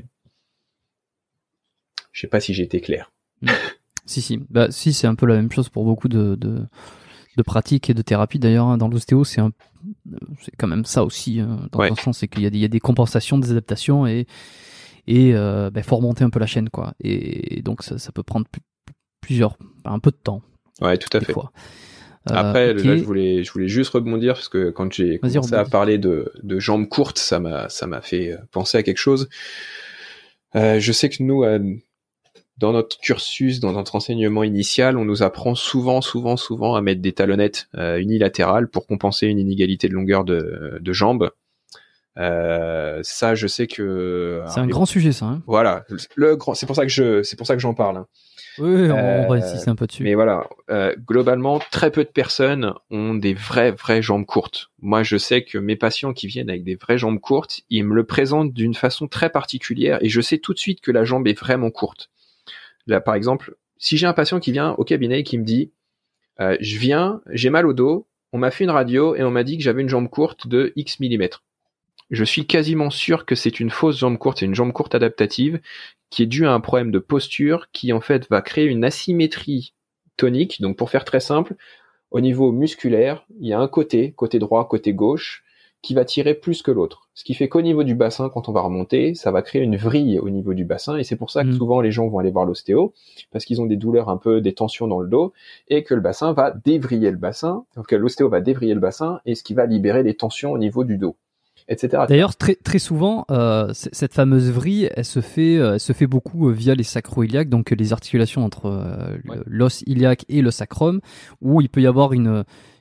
Je sais pas si j'ai été clair. Si, c'est un peu la même chose pour beaucoup de pratiques et de thérapies d'ailleurs. Hein. Dans l'ostéo, c'est quand même ça aussi. Dans un sens, c'est qu'il y a des compensations, des adaptations et faut remonter un peu la chaîne, quoi. Et donc ça peut prendre un peu de temps. Ouais, tout à fait. Fois. Après, okay. Là, je voulais juste rebondir parce que quand j'ai commencé à parler de jambes courtes, ça m'a fait penser à quelque chose. Je sais que nous, dans notre cursus, dans notre enseignement initial, on nous apprend souvent à mettre des talonnettes unilatérales pour compenser une inégalité de longueur de jambes. Ça, je sais que c'est un grand sujet, ça. Hein. Voilà, c'est pour ça que j'en parle. Hein. Oui, on va insister un peu dessus. Mais voilà, globalement, très peu de personnes ont des vraies jambes courtes. Moi, je sais que mes patients qui viennent avec des vraies jambes courtes, ils me le présentent d'une façon très particulière et je sais tout de suite que la jambe est vraiment courte. Là, par exemple, si j'ai un patient qui vient au cabinet et qui me dit j'ai mal au dos, on m'a fait une radio et on m'a dit que j'avais une jambe courte de X millimètres. Je suis quasiment sûr que c'est une fausse jambe courte, c'est une jambe courte adaptative qui est due à un problème de posture qui en fait va créer une asymétrie tonique. Donc pour faire très simple, au niveau musculaire, il y a un côté droit, côté gauche, qui va tirer plus que l'autre. Ce qui fait qu'au niveau du bassin, quand on va remonter, ça va créer une vrille au niveau du bassin et c'est pour ça que souvent les gens vont aller voir l'ostéo parce qu'ils ont des douleurs des tensions dans le dos et que le bassin va dévriller le bassin, donc l'ostéo va dévriller le bassin et ce qui va libérer les tensions au niveau du dos. Etc. D'ailleurs, très souvent, cette fameuse vrille, elle se fait beaucoup via les sacro-iliaques, donc les articulations entre l'os iliaque et le sacrum, où il peut y avoir une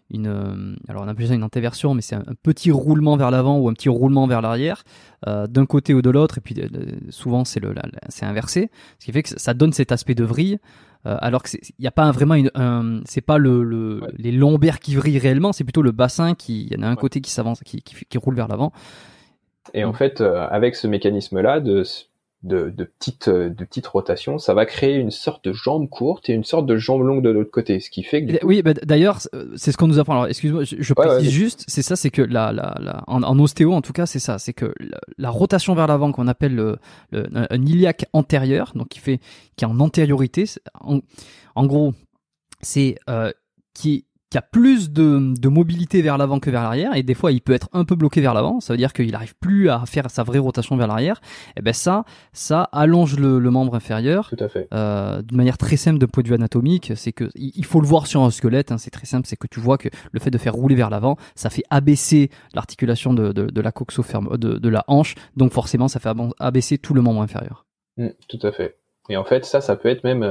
alors on appelle ça une antéversion, mais c'est un petit roulement vers l'avant ou un petit roulement vers l'arrière, d'un côté ou de l'autre, et puis souvent c'est inversé, ce qui fait que ça donne cet aspect de vrille. Alors que il y a pas vraiment c'est pas les lombaires qui vrillent réellement, c'est plutôt le bassin il y en a un côté qui s'avance, qui roule vers l'avant. Et en fait, avec ce mécanisme-là de petites rotations, ça va créer une sorte de jambe courte et une sorte de jambe longue de l'autre côté, ce qui fait que oui, d'ailleurs, c'est ce qu'on nous apprend. Alors, excuse-moi, je précise juste, c'est ça, c'est que en ostéo, en tout cas, c'est ça, c'est que la rotation vers l'avant qu'on appelle un iliaque antérieur, donc qui est en antériorité, en gros, c'est qui a plus de mobilité vers l'avant que vers l'arrière, et des fois il peut être un peu bloqué vers l'avant, ça veut dire qu'il n'arrive plus à faire sa vraie rotation vers l'arrière. Et ben ça allonge le membre inférieur. Tout à fait. De manière très simple d'un point de vue anatomique, c'est que il faut le voir sur un squelette, hein, c'est très simple, c'est que tu vois que le fait de faire rouler vers l'avant, ça fait abaisser l'articulation de la coxo-femoris, de la hanche, donc forcément ça fait abaisser tout le membre inférieur. Tout à fait. Et en fait ça peut être même,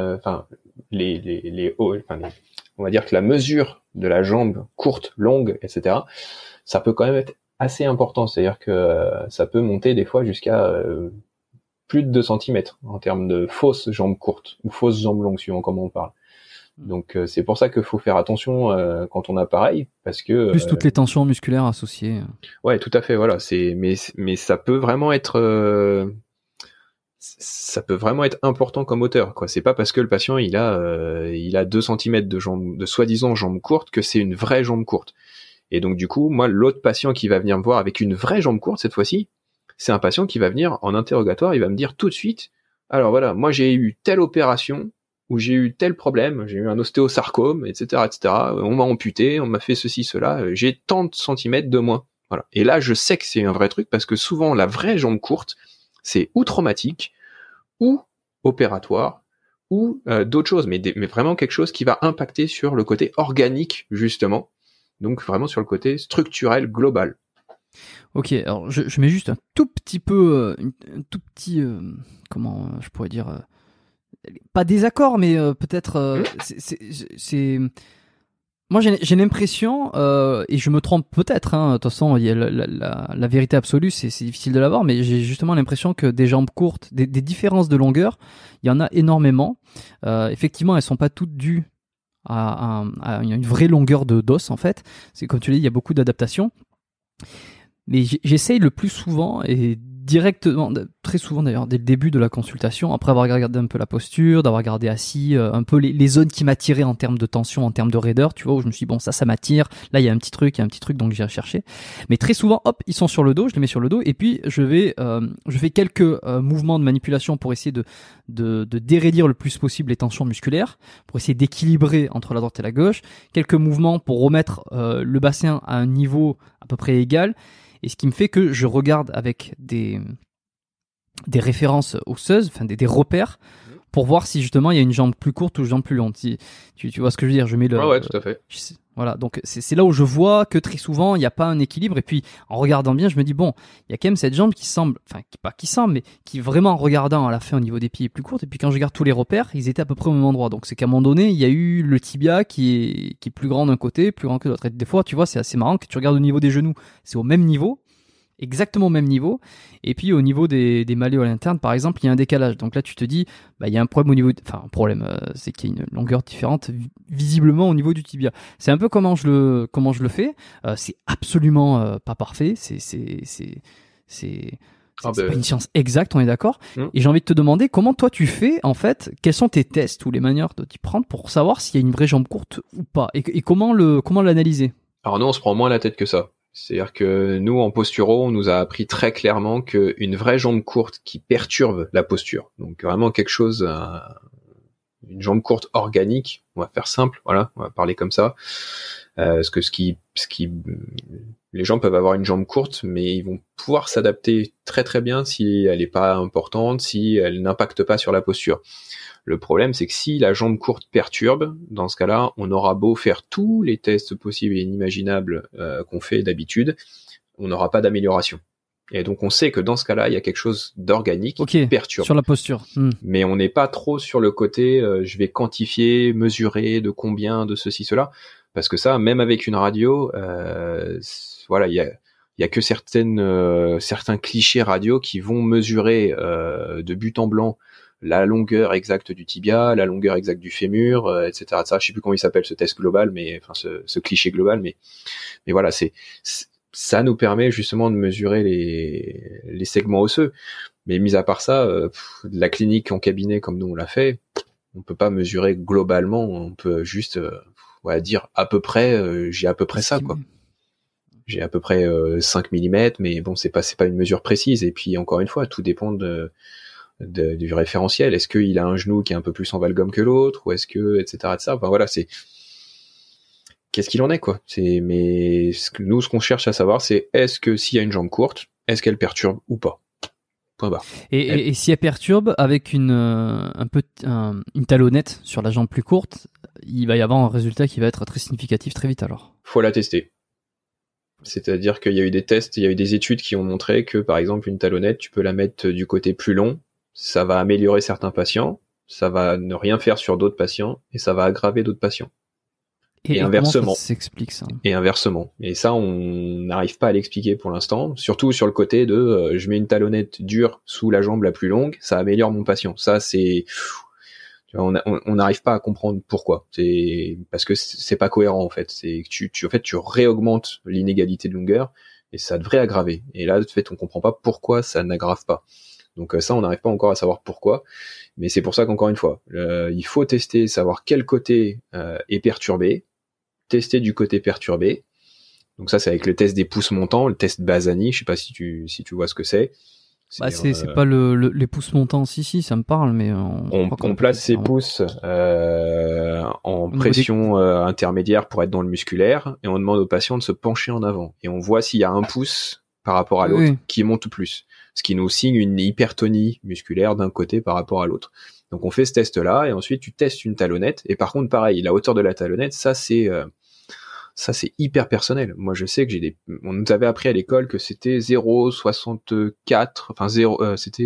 on va dire que la mesure de la jambe courte, longue, etc., ça peut quand même être assez important. C'est-à-dire que ça peut monter des fois jusqu'à plus de 2 cm en termes de fausses jambes courtes ou fausses jambes longues, suivant comment on parle. Donc c'est pour ça qu'il faut faire attention quand on a pareil, parce que plus toutes les tensions musculaires associées. Ouais, tout à fait. Voilà. Mais ça peut vraiment être important comme hauteur, quoi. C'est pas parce que le patient il a 2 cm de soi-disant jambes courtes que c'est une vraie jambe courte. Et donc du coup, moi, l'autre patient qui va venir me voir avec une vraie jambe courte cette fois-ci, c'est un patient qui va venir en interrogatoire, il va me dire tout de suite, alors voilà, moi j'ai eu telle opération ou j'ai eu tel problème, j'ai eu un ostéosarcome, etc., etc. On m'a amputé, on m'a fait ceci, cela, j'ai tant de centimètres de moins. Voilà. Et là, je sais que c'est un vrai truc parce que souvent la vraie jambe courte, c'est ou traumatique, ou opératoire, ou d'autres choses, mais vraiment quelque chose qui va impacter sur le côté organique, justement, donc vraiment sur le côté structurel global. Ok, alors je mets juste un tout petit peu, comment je pourrais dire, pas désaccord, mais peut-être, c'est moi j'ai l'impression, et je me trompe peut-être, hein, de toute façon il y a la vérité absolue, c'est difficile de l'avoir, mais j'ai justement l'impression que des jambes courtes, des différences de longueur, il y en a énormément. Effectivement, elles sont pas toutes dues à une vraie longueur d'os en fait. C'est comme tu l'as dit, il y a beaucoup d'adaptations. Mais j'essaye le plus souvent et directement, très souvent d'ailleurs, dès le début de la consultation, après avoir regardé un peu la posture, d'avoir regardé assis, un peu les zones qui m'attiraient en termes de tension, en termes de raideur, tu vois, où je me suis dit, bon, ça m'attire, là il y a un petit truc, donc j'ai cherché. Mais très souvent, hop, ils sont sur le dos, je les mets sur le dos, et puis je fais quelques mouvements de manipulation pour essayer de déréduire le plus possible les tensions musculaires, pour essayer d'équilibrer entre la droite et la gauche, quelques mouvements pour remettre le bassin à un niveau à peu près égal. Et ce qui me fait que je regarde avec des références osseuses, enfin des repères, pour voir si justement il y a une jambe plus courte ou une jambe plus longue. Si, tu vois ce que je veux dire, je mets le. Ouais, tout à fait. Voilà, donc c'est là où je vois que très souvent il n'y a pas un équilibre. Et puis en regardant bien, je me dis bon, il y a quand même cette jambe qui semble, enfin qui semble, mais qui vraiment en regardant à la fin au niveau des pieds est plus courte. Et puis quand je regarde tous les repères, ils étaient à peu près au même endroit. Donc c'est qu'à un moment donné, il y a eu le tibia qui est plus grand d'un côté, plus grand que de l'autre. Et des fois, tu vois, c'est assez marrant que tu regardes au niveau des genoux, c'est au même niveau. Exactement au même niveau, et puis au niveau des malléoles internes par exemple il y a un décalage, donc là tu te dis il y a un problème au niveau c'est qu'il y a une longueur différente visiblement au niveau du tibia. C'est un peu comment je le fais, c'est absolument pas parfait, c'est pas une science exacte, on est d'accord. Et j'ai envie de te demander comment toi tu fais en fait, quels sont tes tests ou les manières de t'y prendre pour savoir s'il y a une vraie jambe courte ou pas, et comment l'analyser. Alors nous on se prend moins la tête que ça. C'est-à-dire que nous, en posturo, on nous a appris très clairement qu'une vraie jambe courte qui perturbe la posture, donc vraiment quelque chose, une jambe courte organique, on va faire simple, voilà, on va parler comme ça, parce que les gens peuvent avoir une jambe courte, mais ils vont pouvoir s'adapter très très bien si elle n'est pas importante, si elle n'impacte pas sur la posture. Le problème, c'est que si la jambe courte perturbe, dans ce cas-là, on aura beau faire tous les tests possibles et inimaginables qu'on fait d'habitude, on n'aura pas d'amélioration. Et donc on sait que dans ce cas-là, il y a quelque chose d'organique qui perturbe. Sur la posture. Mais on n'est pas trop sur le côté je vais quantifier, mesurer de combien, de ceci, cela. Parce que ça, même avec une radio, voilà, il y a que certains clichés radio qui vont mesurer de but en blanc la longueur exacte du tibia, la longueur exacte du fémur, etc. Ça, je sais plus comment il s'appelle ce test global, mais enfin ce cliché global, mais voilà, ça nous permet justement de mesurer les segments osseux. Mais mis à part ça, la clinique en cabinet comme nous on l'a fait, on peut pas mesurer globalement, on peut juste dire à peu près, j'ai à peu près ça, quoi. J'ai à peu près 5 mm, mais bon, c'est pas une mesure précise. Et puis encore une fois, tout dépend du référentiel. Est-ce qu'il a un genou qui est un peu plus en valgum que l'autre, ou est-ce que, etc., etc. Enfin voilà, qu'est-ce qu'il en est, quoi. Mais ce qu'on cherche à savoir, c'est est-ce que s'il y a une jambe courte, est-ce qu'elle perturbe ou pas. Point barre. Et si elle perturbe avec une talonnette sur la jambe plus courte, il va y avoir un résultat qui va être très significatif très vite alors. Faut la tester. C'est-à-dire qu'il y a eu des tests, il y a eu des études qui ont montré que, par exemple, une talonnette, tu peux la mettre du côté plus long, ça va améliorer certains patients, ça va ne rien faire sur d'autres patients, et ça va aggraver d'autres patients. Et inversement. Comment ça s'explique ça ? Et inversement. Et ça, on n'arrive pas à l'expliquer pour l'instant, surtout sur le côté de je mets une talonnette dure sous la jambe la plus longue, ça améliore mon patient. Ça, c'est... On n'arrive pas à comprendre pourquoi. C'est parce que c'est pas cohérent en fait. C'est que tu réaugmentes l'inégalité de longueur et ça devrait aggraver. Et là, de fait, on comprend pas pourquoi ça n'aggrave pas. Donc ça, on n'arrive pas encore à savoir pourquoi. Mais c'est pour ça qu'encore une fois, il faut tester, savoir quel côté est perturbé, tester du côté perturbé. Donc ça, c'est avec le test des pouces montants, le test Bassani. Je sais pas si tu vois ce que c'est. C'est pas les pouces montants, si, ça me parle, mais on place ses pouces en pression intermédiaire pour être dans le musculaire, et on demande au patient de se pencher en avant, et on voit s'il y a un pouce par rapport à l'autre qui monte plus, ce qui nous signe une hypertonie musculaire d'un côté par rapport à l'autre. Donc on fait ce test-là, et ensuite tu testes une talonnette, et par contre pareil, la hauteur de la talonnette, ça c'est hyper personnel. Moi, je sais que on nous avait appris à l'école que c'était 0,64, enfin c'était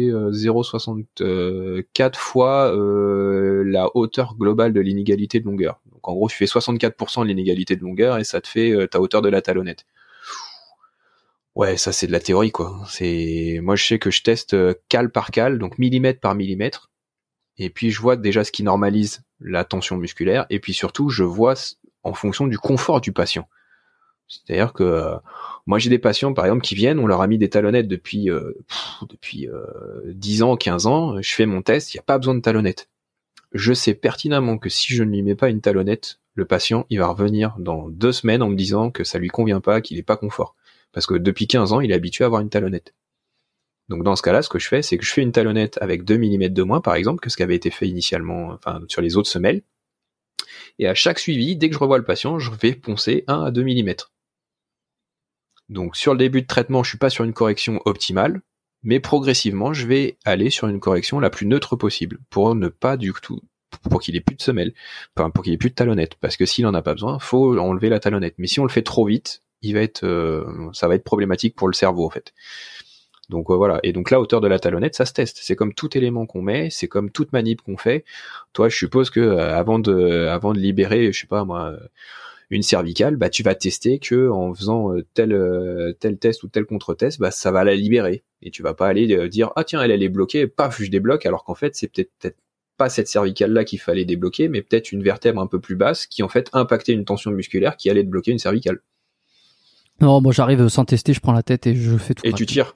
0,64 fois la hauteur globale de l'inégalité de longueur. Donc en gros, tu fais 64% de l'inégalité de longueur et ça te fait ta hauteur de la talonnette. Ouais, ça c'est de la théorie, quoi. Moi, je sais que je teste cal par cal, donc millimètre par millimètre, et puis je vois déjà ce qui normalise la tension musculaire, et puis surtout, je vois en fonction du confort du patient. C'est-à-dire que moi j'ai des patients par exemple qui viennent, on leur a mis des talonnettes depuis 10 ans, 15 ans, je fais mon test, il n'y a pas besoin de talonnettes. Je sais pertinemment que si je ne lui mets pas une talonnette, le patient il va revenir dans 2 semaines en me disant que ça lui convient pas, qu'il est pas confort. Parce que depuis 15 ans, il est habitué à avoir une talonnette. Donc dans ce cas-là, ce que je fais, c'est que je fais une talonnette avec 2 mm de moins par exemple que ce qui avait été fait initialement, enfin sur les autres semelles. Et à chaque suivi, dès que je revois le patient, je vais poncer 1 à 2 mm. Donc sur le début de traitement, je suis pas sur une correction optimale, mais progressivement, je vais aller sur une correction la plus neutre possible, pour ne pas du tout, pour qu'il ait plus de semelle, enfin pour qu'il ait plus de talonnette, parce que s'il en a pas besoin, faut enlever la talonnette. Mais si on le fait trop vite, ça va être problématique pour le cerveau en fait. Donc voilà, et donc la hauteur de la talonnette, ça se teste. C'est comme tout élément qu'on met, c'est comme toute manip qu'on fait. Toi, je suppose que avant de libérer, je sais pas moi, une cervicale, bah tu vas tester que en faisant tel test ou tel contre-test, bah ça va la libérer. Et tu vas pas aller dire ah tiens elle est bloquée, paf je débloque, alors qu'en fait c'est peut-être pas cette cervicale là qu'il fallait débloquer, mais peut-être une vertèbre un peu plus basse qui en fait impactait une tension musculaire qui allait te bloquer une cervicale. Non, moi j'arrive sans tester, je prends la tête et je fais tout. Et tu tires.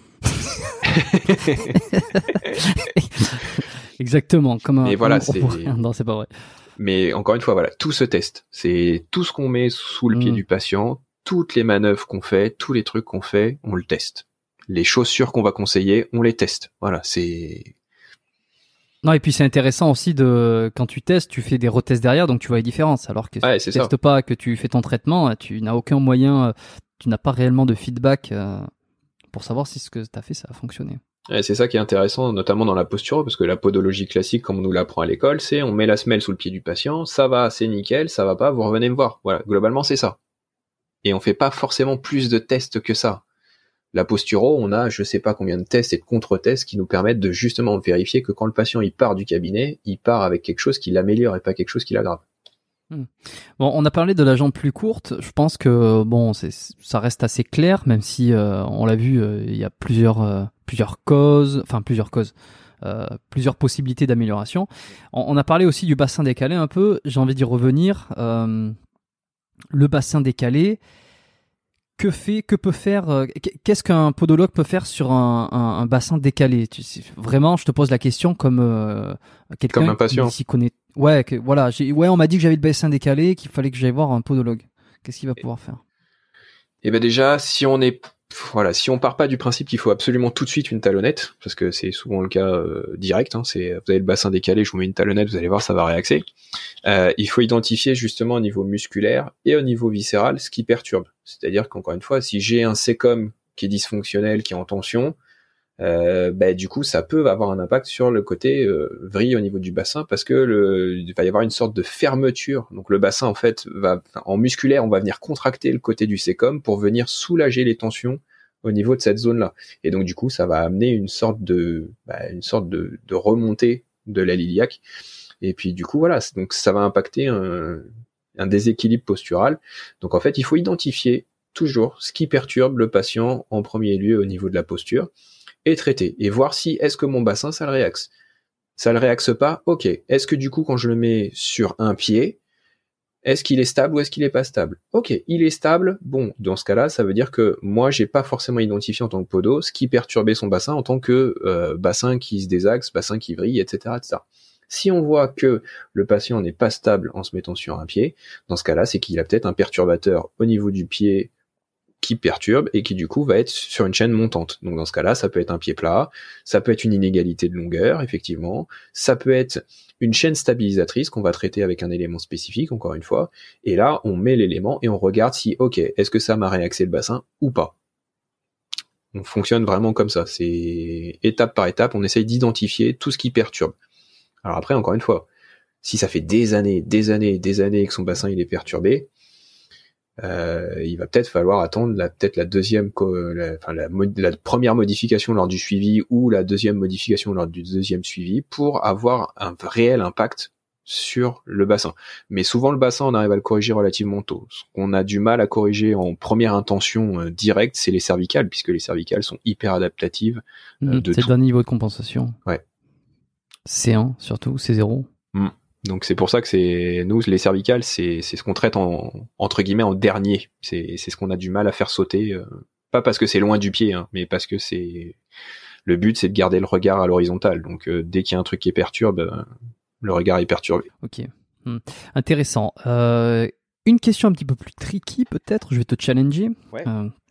Exactement, comme un. Mais voilà, Non, c'est pas vrai. Mais encore une fois, voilà, tout se teste. C'est tout ce qu'on met sous le pied du patient, toutes les manœuvres qu'on fait, tous les trucs qu'on fait, on le teste. Les chaussures qu'on va conseiller, on les teste. Voilà, c'est. Non, et puis c'est intéressant aussi quand tu testes, tu fais des retests derrière, donc tu vois les différences. Alors que si tu testes pas, que tu fais ton traitement, tu n'as aucun moyen, tu n'as pas réellement de feedback pour savoir si ce que tu as fait, ça a fonctionné. Ouais, c'est ça qui est intéressant, notamment dans la posture, parce que la podologie classique, comme on nous l'apprend à l'école, c'est on met la semelle sous le pied du patient, ça va, c'est nickel, ça va pas, vous revenez me voir. Voilà, globalement c'est ça. Et on fait pas forcément plus de tests que ça. La posturo, on a je sais pas combien de tests et de contre-tests qui nous permettent de justement vérifier que quand le patient il part du cabinet, il part avec quelque chose qui l'améliore et pas quelque chose qui l'aggrave. Bon, on a parlé de la jambe plus courte. Je pense que bon, ça reste assez clair, même si on l'a vu, il y a plusieurs possibilités d'amélioration. On a parlé aussi du bassin décalé un peu. J'ai envie d'y revenir. Le bassin décalé. Que peut faire qu'est-ce qu'un podologue peut faire sur un bassin décalé? Vraiment, je te pose la question comme quelqu'un comme un patient qui s'y connaît. Ouais, voilà, on m'a dit que j'avais le bassin décalé, qu'il fallait que j'aille voir un podologue. Qu'est-ce qu'il va pouvoir faire? Et ben déjà, si on part pas du principe qu'il faut absolument tout de suite une talonnette, parce que c'est souvent le cas direct, vous avez le bassin décalé, je vous mets une talonnette, vous allez voir, ça va réaxer. Il faut identifier justement au niveau musculaire et au niveau viscéral ce qui perturbe. C'est-à-dire qu'encore une fois, si j'ai un sécom qui est dysfonctionnel, qui est en tension, du coup, ça peut avoir un impact sur le côté vrille au niveau du bassin, parce que il va y avoir une sorte de fermeture. Donc le bassin, en fait, en musculaire, on va venir contracter le côté du sécom pour venir soulager les tensions au niveau de cette zone-là. Et donc du coup, ça va amener une sorte de remontée de l'aile iliaque. Et puis du coup, voilà, donc ça va impacter un déséquilibre postural. Donc en fait, il faut identifier toujours ce qui perturbe le patient en premier lieu au niveau de la posture et traiter et voir si est-ce que mon bassin ça le réaxe. Ça le réaxe pas, ok. Est-ce que du coup quand je le mets sur un pied, est-ce qu'il est stable ou est-ce qu'il est pas stable? Ok, il est stable. Bon, dans ce cas-là, ça veut dire que moi j'ai pas forcément identifié en tant que podo ce qui perturbait son bassin en tant que bassin qui se désaxe, bassin qui vrille, etc., etc. Si on voit que le patient n'est pas stable en se mettant sur un pied, dans ce cas-là, c'est qu'il a peut-être un perturbateur au niveau du pied qui perturbe et qui du coup va être sur une chaîne montante. Donc dans ce cas-là, ça peut être un pied plat, ça peut être une inégalité de longueur, effectivement, ça peut être une chaîne stabilisatrice qu'on va traiter avec un élément spécifique, encore une fois, et là, on met l'élément et on regarde si, ok, est-ce que ça m'a réaxé le bassin ou pas. On fonctionne vraiment comme ça, c'est étape par étape, on essaye d'identifier tout ce qui perturbe. Alors après, encore une fois, si ça fait des années que son bassin il est perturbé, il va peut-être falloir attendre la première modification lors du suivi ou la deuxième modification lors du deuxième suivi pour avoir un réel impact sur le bassin. Mais souvent le bassin, on arrive à le corriger relativement tôt. Ce qu'on a du mal à corriger en première intention directe, c'est les cervicales, puisque les cervicales sont hyper adaptatives c'est d'un niveau de compensation. Ouais. C1 surtout, C0. Donc c'est pour ça que nous les cervicales, c'est ce qu'on traite entre guillemets en dernier. C'est ce qu'on a du mal à faire sauter, pas parce que c'est loin du pied, mais parce que le but c'est de garder le regard à l'horizontale. Donc dès qu'il y a un truc qui perturbe, le regard est perturbé. Ok, intéressant. Une question un petit peu plus tricky peut-être. Je vais te challenger. Ouais.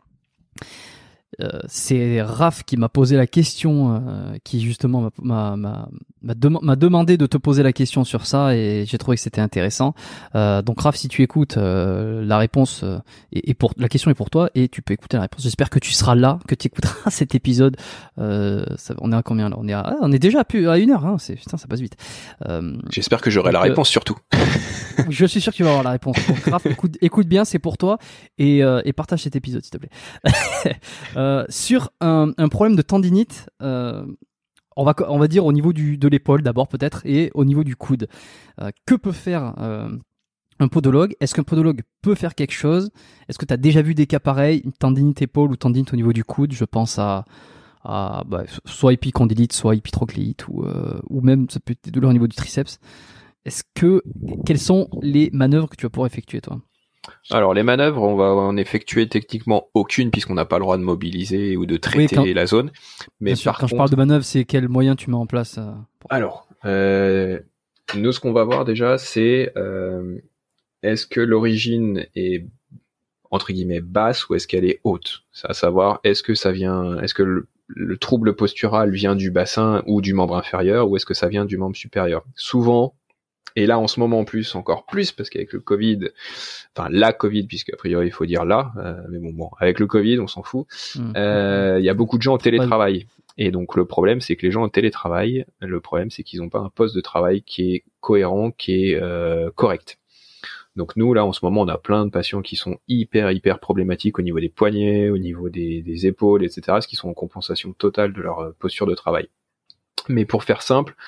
C'est Raph qui m'a posé la question, qui justement m'a demandé de te poser la question sur ça, et j'ai trouvé que c'était intéressant. Donc Raph, si tu écoutes, la réponse la question est pour toi et tu peux écouter la réponse. J'espère que tu seras là, que tu écouteras cet épisode. On est à combien là? On est déjà à 1 heure. Putain, ça passe vite. J'espère que j'aurai la réponse surtout. Je suis sûr que tu vas avoir la réponse. Donc, Raph, écoute bien, c'est pour toi, et partage cet épisode s'il te plaît. Sur un problème de tendinite, on va dire au niveau de l'épaule d'abord peut-être, et au niveau du coude. Que peut faire un podologue? Est-ce qu'un podologue peut faire quelque chose? Est-ce que tu as déjà vu des cas pareils, une tendinite épaule ou tendinite au niveau du coude? Je pense à soit épicondylite, soit épitrocléite, ou même ça peut être des douleurs au niveau du triceps. Quelles sont les manœuvres que tu vas pouvoir effectuer, toi? Alors les manœuvres, on va en effectuer techniquement aucune puisqu'on n'a pas le droit de mobiliser ou de traiter la zone. Mais bien sûr, quand je parle de manœuvre, c'est quels moyens tu mets en place Alors, nous ce qu'on va voir déjà, c'est est-ce que l'origine est entre guillemets basse ou est-ce qu'elle est haute? C'est à savoir, est-ce que le trouble postural vient du bassin ou du membre inférieur, ou est-ce que ça vient du membre supérieur? Souvent, et là en ce moment encore plus, parce qu'avec le Covid, la Covid, puisque a priori il faut dire mais bon, avec le Covid, on s'en fout, il y a beaucoup de gens au télétravail. Et donc le problème, c'est que les gens au télétravail, le problème c'est qu'ils n'ont pas un poste de travail qui est cohérent, qui est correct. Donc nous, là, en ce moment, on a plein de patients qui sont hyper problématiques au niveau des poignets, au niveau des épaules, etc., ce qui sont en compensation totale de leur posture de travail. Mais pour faire simple,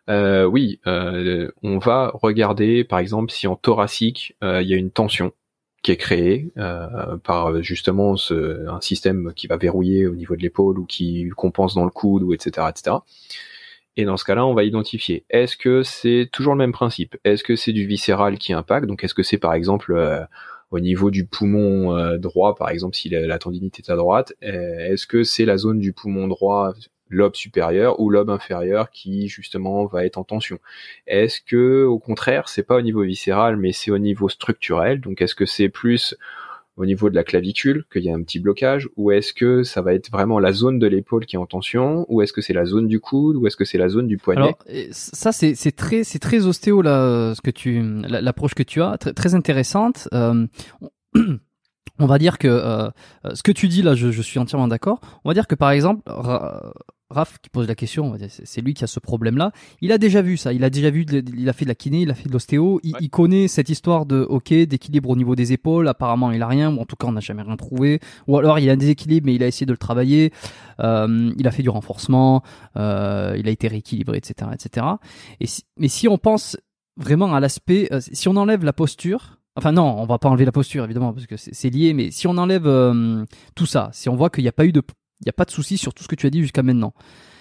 Oui, on va regarder par exemple si en thoracique il y a une tension qui est créée par justement un système qui va verrouiller au niveau de l'épaule ou qui compense dans le coude ou etc. etc. Et dans ce cas-là, on va identifier. Est-ce que c'est toujours le même principe? Est-ce que c'est du viscéral qui impacte? Donc est-ce que c'est par exemple au niveau du poumon droit, par exemple si la tendinite est à droite, est-ce que c'est la zone du poumon droit, lobe supérieur ou lobe inférieur qui justement va être en tension? Est-ce que au contraire, c'est pas au niveau viscéral mais c'est au niveau structurel? Donc est-ce que c'est plus au niveau de la clavicule qu'il y a un petit blocage, ou est-ce que ça va être vraiment la zone de l'épaule qui est en tension, ou est-ce que c'est la zone du coude, ou est-ce que c'est la zone du poignet? Alors ça c'est très ostéo là, l'approche que tu as, très intéressante. On va dire que ce que tu dis là, je suis entièrement d'accord. On va dire que par exemple, Raph qui pose la question, on va dire, c'est lui qui a ce problème-là. Il a déjà vu ça. Il a déjà vu, il a fait de la kiné, il a fait de l'ostéo. Il connaît cette histoire d'équilibre au niveau des épaules. Apparemment, il a rien, ou en tout cas, on n'a jamais rien trouvé. Ou alors, il a un déséquilibre, mais il a essayé de le travailler. Il a fait du renforcement. Il a été rééquilibré, etc., etc. Mais si on pense vraiment à l'aspect, si on enlève la posture. Enfin non, on va pas enlever la posture évidemment parce que c'est lié, mais si on enlève tout ça, si on voit qu'il n'y a pas de souci sur tout ce que tu as dit jusqu'à maintenant,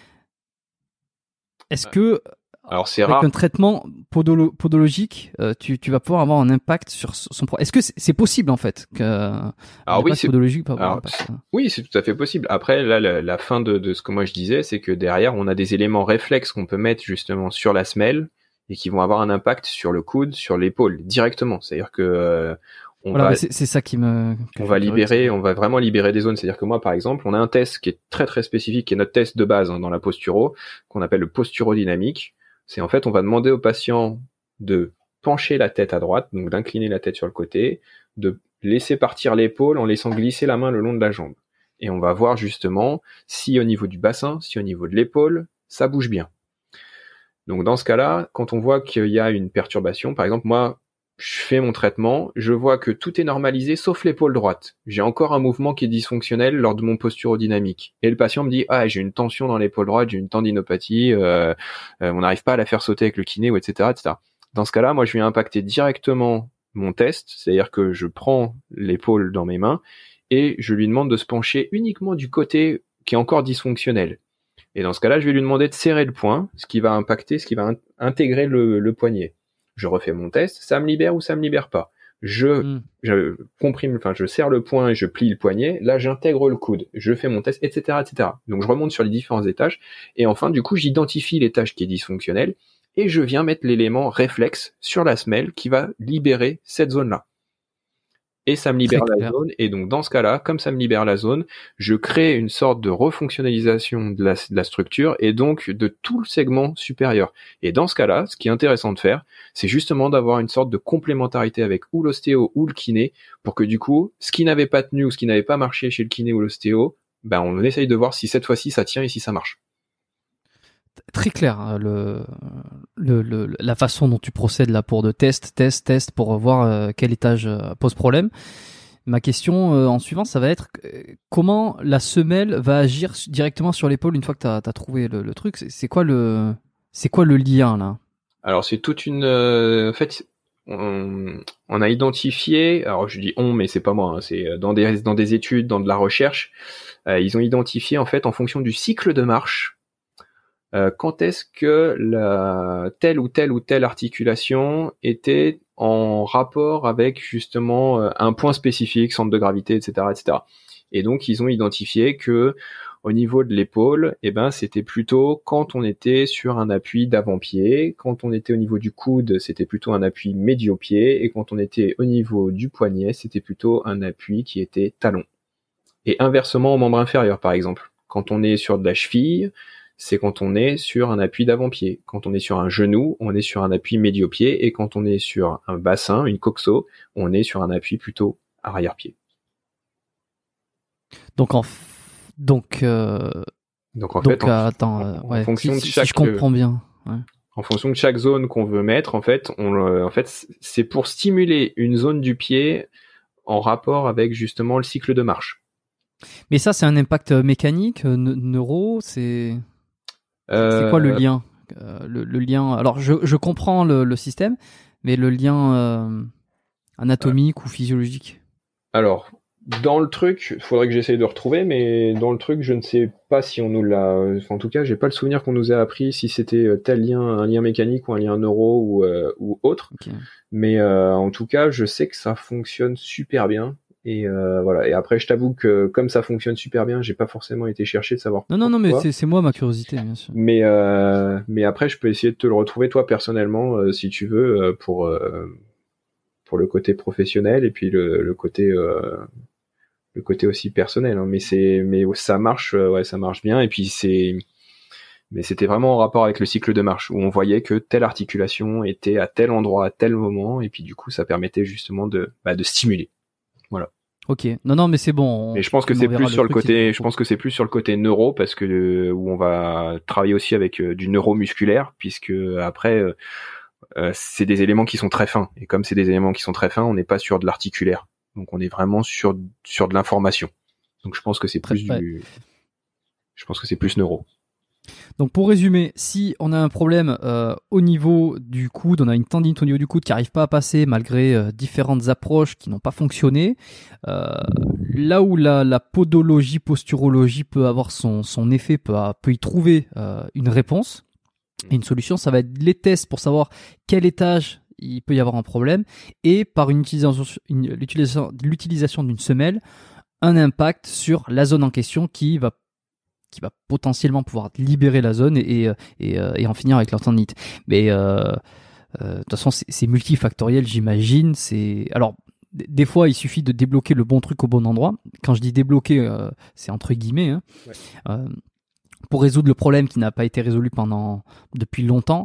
est-ce que alors c'est avec rare. un traitement podologique, tu vas pouvoir avoir un impact sur son problème? Est-ce que c'est possible en fait que Alors oui, c'est podologique peut avoir un impact? Oui, c'est tout à fait possible. Après là, la fin de ce que moi je disais, c'est que derrière on a des éléments réflexes qu'on peut mettre justement sur la semelle et qui vont avoir un impact sur le coude, sur l'épaule directement. C'est-à-dire que c'est ça qui me. On va vraiment libérer des zones. C'est-à-dire que moi, par exemple, on a un test qui est très très spécifique, qui est notre test de base dans la posturo, qu'on appelle le posturodynamique. C'est en fait, on va demander au patient de pencher la tête à droite, donc d'incliner la tête sur le côté, de laisser partir l'épaule en laissant glisser la main le long de la jambe. Et on va voir justement si au niveau du bassin, si au niveau de l'épaule, ça bouge bien. Donc dans ce cas-là, quand on voit qu'il y a une perturbation, par exemple moi, je fais mon traitement, je vois que tout est normalisé sauf l'épaule droite. J'ai encore un mouvement qui est dysfonctionnel lors de mon posturodynamique. Et le patient me dit j'ai une tension dans l'épaule droite, j'ai une tendinopathie, on n'arrive pas à la faire sauter avec le kiné, ou etc., etc. Dans ce cas-là, moi je vais impacter directement mon test, c'est-à-dire que je prends l'épaule dans mes mains et je lui demande de se pencher uniquement du côté qui est encore dysfonctionnel. Et dans ce cas-là, je vais lui demander de serrer le poing, ce qui va intégrer le poignet. Je refais mon test, ça me libère ou ça me libère pas. Je comprime, je serre le poing et je plie le poignet. Là, j'intègre le coude. Je fais mon test, etc., etc. Donc, je remonte sur les différents étages. Et enfin, du coup, j'identifie l'étage qui est dysfonctionnel et je viens mettre l'élément réflexe sur la semelle qui va libérer cette zone-là. Et ça me libère la zone, et donc dans ce cas-là, comme ça me libère la zone, je crée une sorte de refonctionnalisation de la structure, et donc de tout le segment supérieur. Et dans ce cas-là, ce qui est intéressant de faire, c'est justement d'avoir une sorte de complémentarité avec ou l'ostéo ou le kiné, pour que du coup, ce qui n'avait pas tenu ou ce qui n'avait pas marché chez le kiné ou l'ostéo, on essaye de voir si cette fois-ci ça tient et si ça marche. Très clair, la façon dont tu procèdes là pour de test pour voir quel étage pose problème. Ma question en suivant, ça va être comment la semelle va agir directement sur l'épaule une fois que tu as trouvé le truc. C'est quoi le lien là? Alors c'est toute une en fait on a identifié, alors je dis on mais c'est pas moi, c'est dans des études, dans de la recherche, ils ont identifié en fait en fonction du cycle de marche quand est-ce que telle ou telle articulation était en rapport avec justement un point spécifique, centre de gravité, etc., etc. Et donc ils ont identifié que au niveau de l'épaule, c'était plutôt quand on était sur un appui d'avant-pied, quand on était au niveau du coude, c'était plutôt un appui médio-pied, et quand on était au niveau du poignet, c'était plutôt un appui qui était talon. Et inversement au membre inférieur, par exemple. Quand on est sur de la cheville, c'est quand on est sur un appui d'avant-pied. Quand on est sur un genou, on est sur un appui médio-pied, et quand on est sur un bassin, une coxo, on est sur un appui plutôt arrière-pied. Donc en fonction de chaque, si je comprends bien. Ouais. En fonction de chaque zone qu'on veut mettre, en fait, c'est pour stimuler une zone du pied en rapport avec justement le cycle de marche. Mais ça, c'est un impact mécanique, neuro, c'est quoi le lien? le lien. Alors je comprends le système, mais le lien anatomique ou physiologique. Alors, dans le truc, faudrait que j'essaye de retrouver, mais dans le truc, je ne sais pas si on nous l'a. Enfin, en tout cas, j'ai pas le souvenir qu'on nous ait appris si c'était tel lien, un lien mécanique ou un lien neuro ou autre. Okay. Mais en tout cas, je sais que ça fonctionne super bien. Et voilà. Et après, je t'avoue que comme ça fonctionne super bien, j'ai pas forcément été chercher de savoir. Non, mais c'est moi ma curiosité, bien sûr. Mais après, je peux essayer de te le retrouver toi personnellement, si tu veux, pour le côté professionnel et puis le côté aussi personnel, hein. Mais ça marche, ouais, ça marche bien. Et puis mais c'était vraiment en rapport avec le cycle de marche où on voyait que telle articulation était à tel endroit à tel moment, et puis du coup ça permettait justement de stimuler. Voilà. Ok. Non, mais c'est bon. Mais je pense que c'est plus sur le côté, je pense que c'est plus sur le côté neuro, parce que où on va travailler aussi avec du neuromusculaire, puisque après c'est des éléments qui sont très fins, et comme c'est des éléments qui sont très fins, on n'est pas sur de l'articulaire. Donc on est vraiment sur de l'information. Donc je pense que c'est plus neuro. Donc pour résumer, si on a un problème au niveau du coude, on a une tendinite au niveau du coude qui n'arrive pas à passer malgré différentes approches qui n'ont pas fonctionné, là où la podologie, posturologie peut avoir son effet, peut y trouver une réponse et une solution, ça va être les tests pour savoir quel étage il peut y avoir un problème, et par l'utilisation d'une semelle, un impact sur la zone en question qui va potentiellement pouvoir libérer la zone et en finir avec leur tendinite. Mais de toute façon, c'est multifactoriel, j'imagine. Alors, des fois, il suffit de débloquer le bon truc au bon endroit. Quand je dis débloquer, c'est entre guillemets, hein. Ouais. Pour résoudre le problème qui n'a pas été résolu depuis longtemps.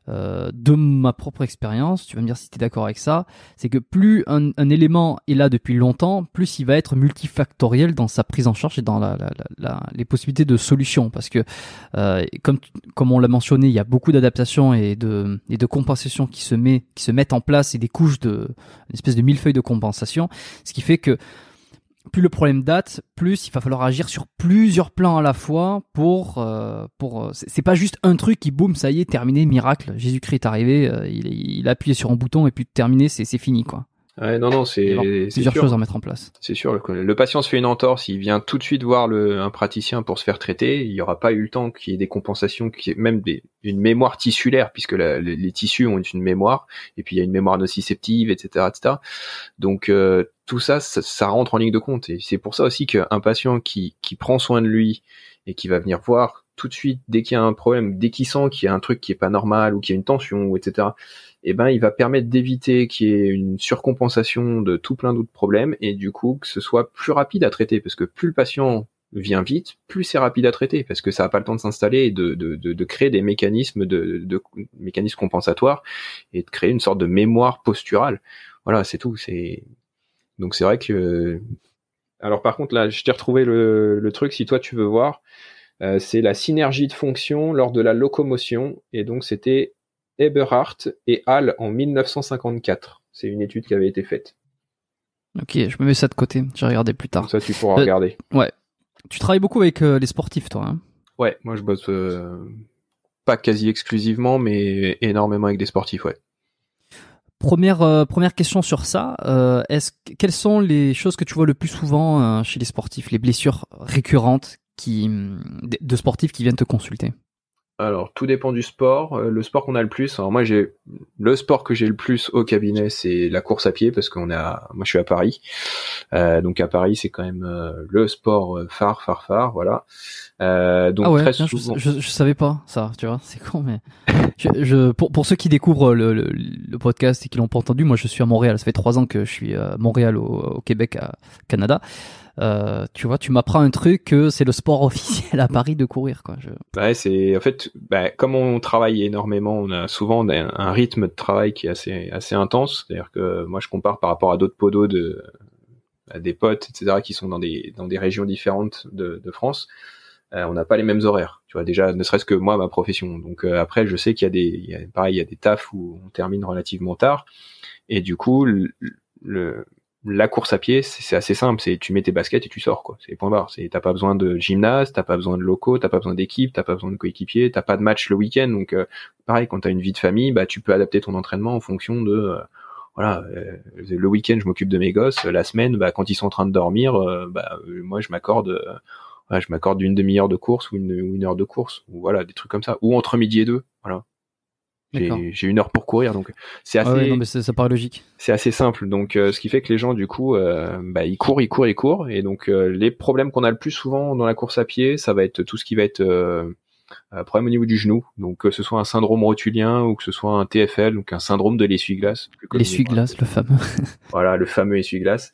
De ma propre expérience, tu vas me dire si tu es d'accord avec ça, c'est que plus un élément est là depuis longtemps, plus il va être multifactoriel dans sa prise en charge et dans les possibilités de solution, parce que comme on l'a mentionné, il y a beaucoup d'adaptations et de compensations qui se mettent en place, et des couches une espèce de millefeuille de compensation, ce qui fait que plus le problème date, plus il va falloir agir sur plusieurs plans à la fois pour c'est pas juste un truc qui boum, ça y est, terminé, miracle, Jésus-Christ est arrivé, il a appuyé sur un bouton et puis terminé, c'est fini, quoi. Ouais, non, c'est plusieurs choses à mettre en place. C'est sûr, le patient se fait une entorse, il vient tout de suite voir un praticien pour se faire traiter, il n'y aura pas eu le temps qu'il y ait des compensations, même une mémoire tissulaire, puisque les tissus ont une mémoire, et puis il y a une mémoire nociceptive, etc., etc. Donc tout ça rentre en ligne de compte, et c'est pour ça aussi qu'un patient qui prend soin de lui et qui va venir voir tout de suite dès qu'il y a un problème, dès qu'il sent qu'il y a un truc qui est pas normal ou qu'il y a une tension, ou etc., eh ben il va permettre d'éviter qu'il y ait une surcompensation de tout plein d'autres problèmes, et du coup que ce soit plus rapide à traiter, parce que plus le patient vient vite, plus c'est rapide à traiter, parce que ça n'a pas le temps de s'installer et de créer des mécanismes mécanismes compensatoires, et de créer une sorte de mémoire posturale. Voilà, c'est tout. Donc c'est vrai que... Alors par contre là, je t'ai retrouvé le truc, si toi tu veux voir, c'est la synergie de fonction lors de la locomotion, et donc c'était Eberhardt et Hall en 1954. C'est une étude qui avait été faite. Ok, je me mets ça de côté, j'ai regardé plus tard. Comme ça tu pourras regarder. Ouais. Tu travailles beaucoup avec les sportifs, toi, hein? Ouais, moi je bosse pas quasi exclusivement, mais énormément avec des sportifs, ouais. Première question sur ça, quelles sont les choses que tu vois le plus souvent chez les sportifs, les blessures récurrentes de sportifs qui viennent te consulter? Alors, tout dépend du sport. Le sport qu'on a le plus, alors moi le sport que j'ai le plus au cabinet, c'est la course à pied, parce moi je suis à Paris. Donc à Paris, c'est quand même le sport phare, voilà. Donc ah ouais, très non, souvent... je savais pas ça, tu vois, c'est con, mais pour ceux qui découvrent le podcast et qui l'ont pas entendu, moi je suis à Montréal, ça fait 3 ans que je suis à Montréal au Québec, à Canada. Tu vois, tu m'apprends un truc que c'est le sport officiel à Paris de courir, quoi. Ouais, c'est en fait, comme on travaille énormément, on a souvent un rythme de travail qui est assez intense. C'est-à-dire que moi, je compare par rapport à d'autres podos à des potes, etc., qui sont dans des régions différentes de France. On n'a pas les mêmes horaires. Tu vois, déjà, ne serait-ce que moi, ma profession. Donc après, je sais qu'il y a des tafs où on termine relativement tard, et du coup, la course à pied, c'est assez simple. C'est tu mets tes baskets et tu sors, quoi. C'est point barre. T'as pas besoin de gymnase, t'as pas besoin de locaux, t'as pas besoin d'équipe, t'as pas besoin de coéquipiers, t'as pas de match le week-end. Donc pareil, quand t'as une vie de famille, bah tu peux adapter ton entraînement en fonction de voilà. Le week-end, je m'occupe de mes gosses. La semaine, bah quand ils sont en train de dormir, moi je m'accorde une demi-heure de course ou une heure de course, ou voilà, des trucs comme ça. Ou entre midi et deux, voilà. J'ai une heure pour courir, donc c'est assez. Ouais, non, mais ça paraît logique. C'est assez simple, donc ce qui fait que les gens du coup, ils courent, et donc les problèmes qu'on a le plus souvent dans la course à pied, ça va être tout ce qui va être problème au niveau du genou, donc que ce soit un syndrome rotulien ou que ce soit un TFL, donc un syndrome de l'essuie-glace. L'essuie-glace, le fameux. Voilà, le fameux essuie-glace.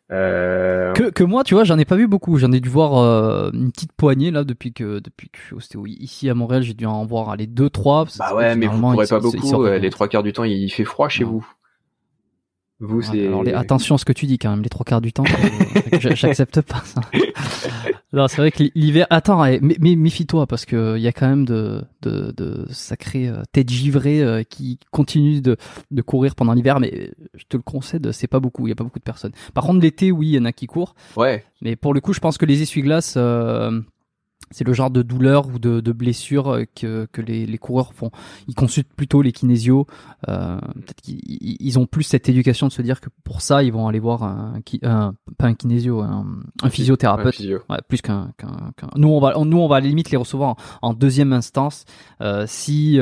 Que moi, tu vois, j'en ai pas vu beaucoup. J'en ai dû voir une petite poignée là depuis que je suis ostéo ici à Montréal. J'ai dû en voir aller 2-3. Bah ouais, mais vous courez pas beaucoup. Les 3 quarts du temps, il fait froid chez vous. Vous, c'est. Alors, attention à ce que tu dis quand même. Les 3 quarts du temps, j'accepte pas ça. Non, c'est vrai que l'hiver. Attends, mais méfie-toi parce que il y a quand même de sacrées têtes givrées qui continuent de courir pendant l'hiver. Mais je te le concède, c'est pas beaucoup. Il y a pas beaucoup de personnes. Par contre, l'été, oui, il y en a qui courent. Ouais. Mais pour le coup, je pense que les essuie-glaces. C'est le genre de douleur ou de blessure que les coureurs font. Ils consultent plutôt les kinésios. Peut-être qu'ils ont plus cette éducation de se dire que pour ça, ils vont aller voir pas un kinésio, un physiothérapeute. Physio. Ouais, plus qu'un. Nous, on va à la limite les recevoir en deuxième instance. Si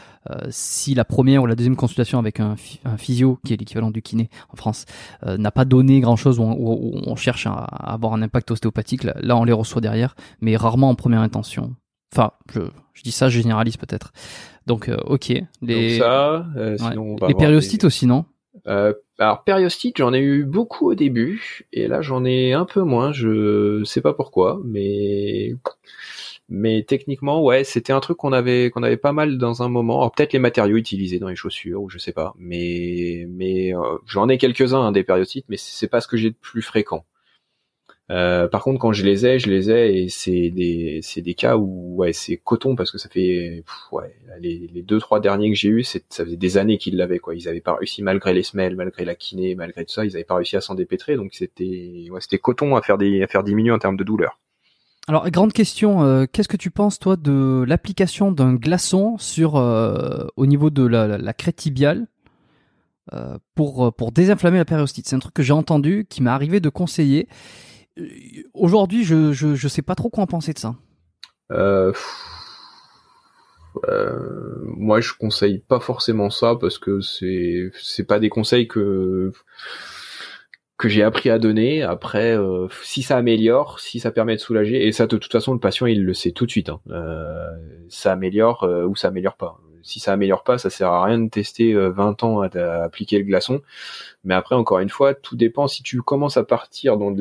la première ou la deuxième consultation avec un physio, qui est l'équivalent du kiné en France, n'a pas donné grand-chose, où on cherche à avoir un impact ostéopathique, là on les reçoit derrière, mais rarement en première intention. Enfin, je dis ça, je généralise peut-être. Donc, ok. Donc ça, sinon on va les périostites aussi, non? Alors périostite, j'en ai eu beaucoup au début, et là j'en ai un peu moins. Je sais pas pourquoi, mais techniquement, ouais, c'était un truc qu'on avait pas mal dans un moment. Alors peut-être les matériaux utilisés dans les chaussures, ou je sais pas. Mais j'en ai quelques-uns des périostites, mais c'est pas ce que j'ai de plus fréquent. Par contre, quand je les ai, et c'est des cas où ouais, c'est coton, parce que ça fait les 2-3 derniers que j'ai eu, ça faisait des années qu'ils l'avaient, quoi. Ils avaient pas réussi, malgré les semelles, malgré la kiné, malgré tout ça, ils avaient pas réussi à s'en dépêtrer, donc c'était coton à faire diminuer en termes de douleur. Alors, grande question, qu'est-ce que tu penses, toi, de l'application d'un glaçon au niveau de la crête tibiale pour désinflammer la périostite? C'est un truc que j'ai entendu, qui m'est arrivé de conseiller. Aujourd'hui, je sais pas trop quoi en penser de ça. Moi, je conseille pas forcément ça, parce que c'est pas des conseils que j'ai appris à donner. Après, si ça améliore, si ça permet de soulager, et ça, de toute façon, le patient, il le sait tout de suite, hein. Ça améliore ou ça améliore pas. Si ça améliore pas, ça sert à rien de tester 20 ans à appliquer le glaçon. Mais après, encore une fois, tout dépend. Si tu commences à partir dans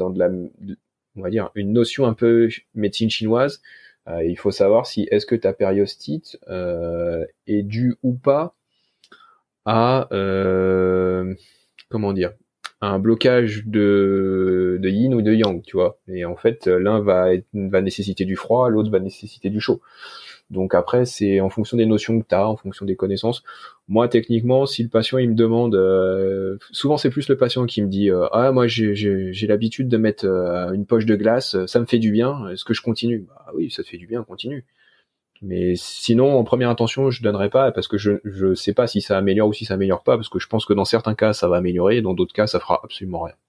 on va dire, une notion un peu médecine chinoise, il faut savoir si est-ce que ta périostite est due ou pas à comment dire, un blocage de yin ou de yang, tu vois. Et en fait, l'un va nécessiter du froid, l'autre va nécessiter du chaud. Donc après, c'est en fonction des notions que tu as, en fonction des connaissances. Moi, techniquement, si le patient il me demande, souvent c'est plus le patient qui me dit moi j'ai l'habitude de mettre une poche de glace, ça me fait du bien, est-ce que je continue? Bah oui, ça te fait du bien, continue. Mais sinon, en première intention, je donnerais pas, parce que je sais pas si ça améliore ou si ça améliore pas, parce que je pense que dans certains cas ça va améliorer, et dans d'autres cas ça fera absolument rien.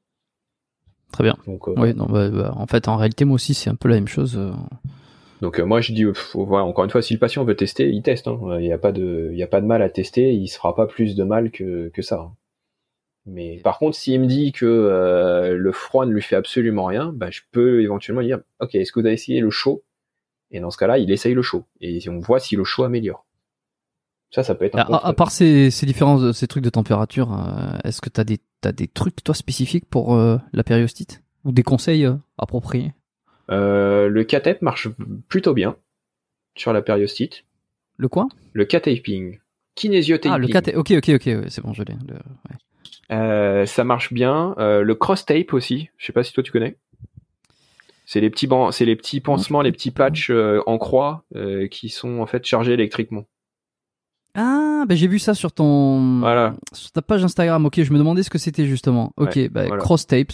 Très bien. Donc, oui, non, en fait, en réalité, moi aussi, c'est un peu la même chose. Donc moi je dis, voilà, encore une fois, si le patient veut tester, il teste, hein. Il y a pas de mal à tester, il se fera pas plus de mal que ça, hein. Mais par contre, s'il me dit que le froid ne lui fait absolument rien, bah je peux éventuellement lui dire, ok, est-ce que vous avez essayé le chaud? Et dans ce cas-là, il essaye le chaud, et on voit si le chaud améliore. Ça peut être un à part ces différences, ces trucs de température, est-ce que t'as des trucs toi spécifiques pour la périostite, ou des conseils appropriés? Le K-tape marche plutôt bien sur la périostite. Le quoi? Le K-taping. Kinésio-taping. Ah, le K-tape. Ok, ouais, c'est bon, je l'ai. Ouais. Ça marche bien. Le cross-tape aussi. Je sais pas si toi tu connais. C'est les petits pansements, les petits patchs en croix qui sont en fait chargés électriquement. Ah, j'ai vu ça sur sur ta page Instagram. Ok, je me demandais ce que c'était justement. Ok, Ouais, cross tape,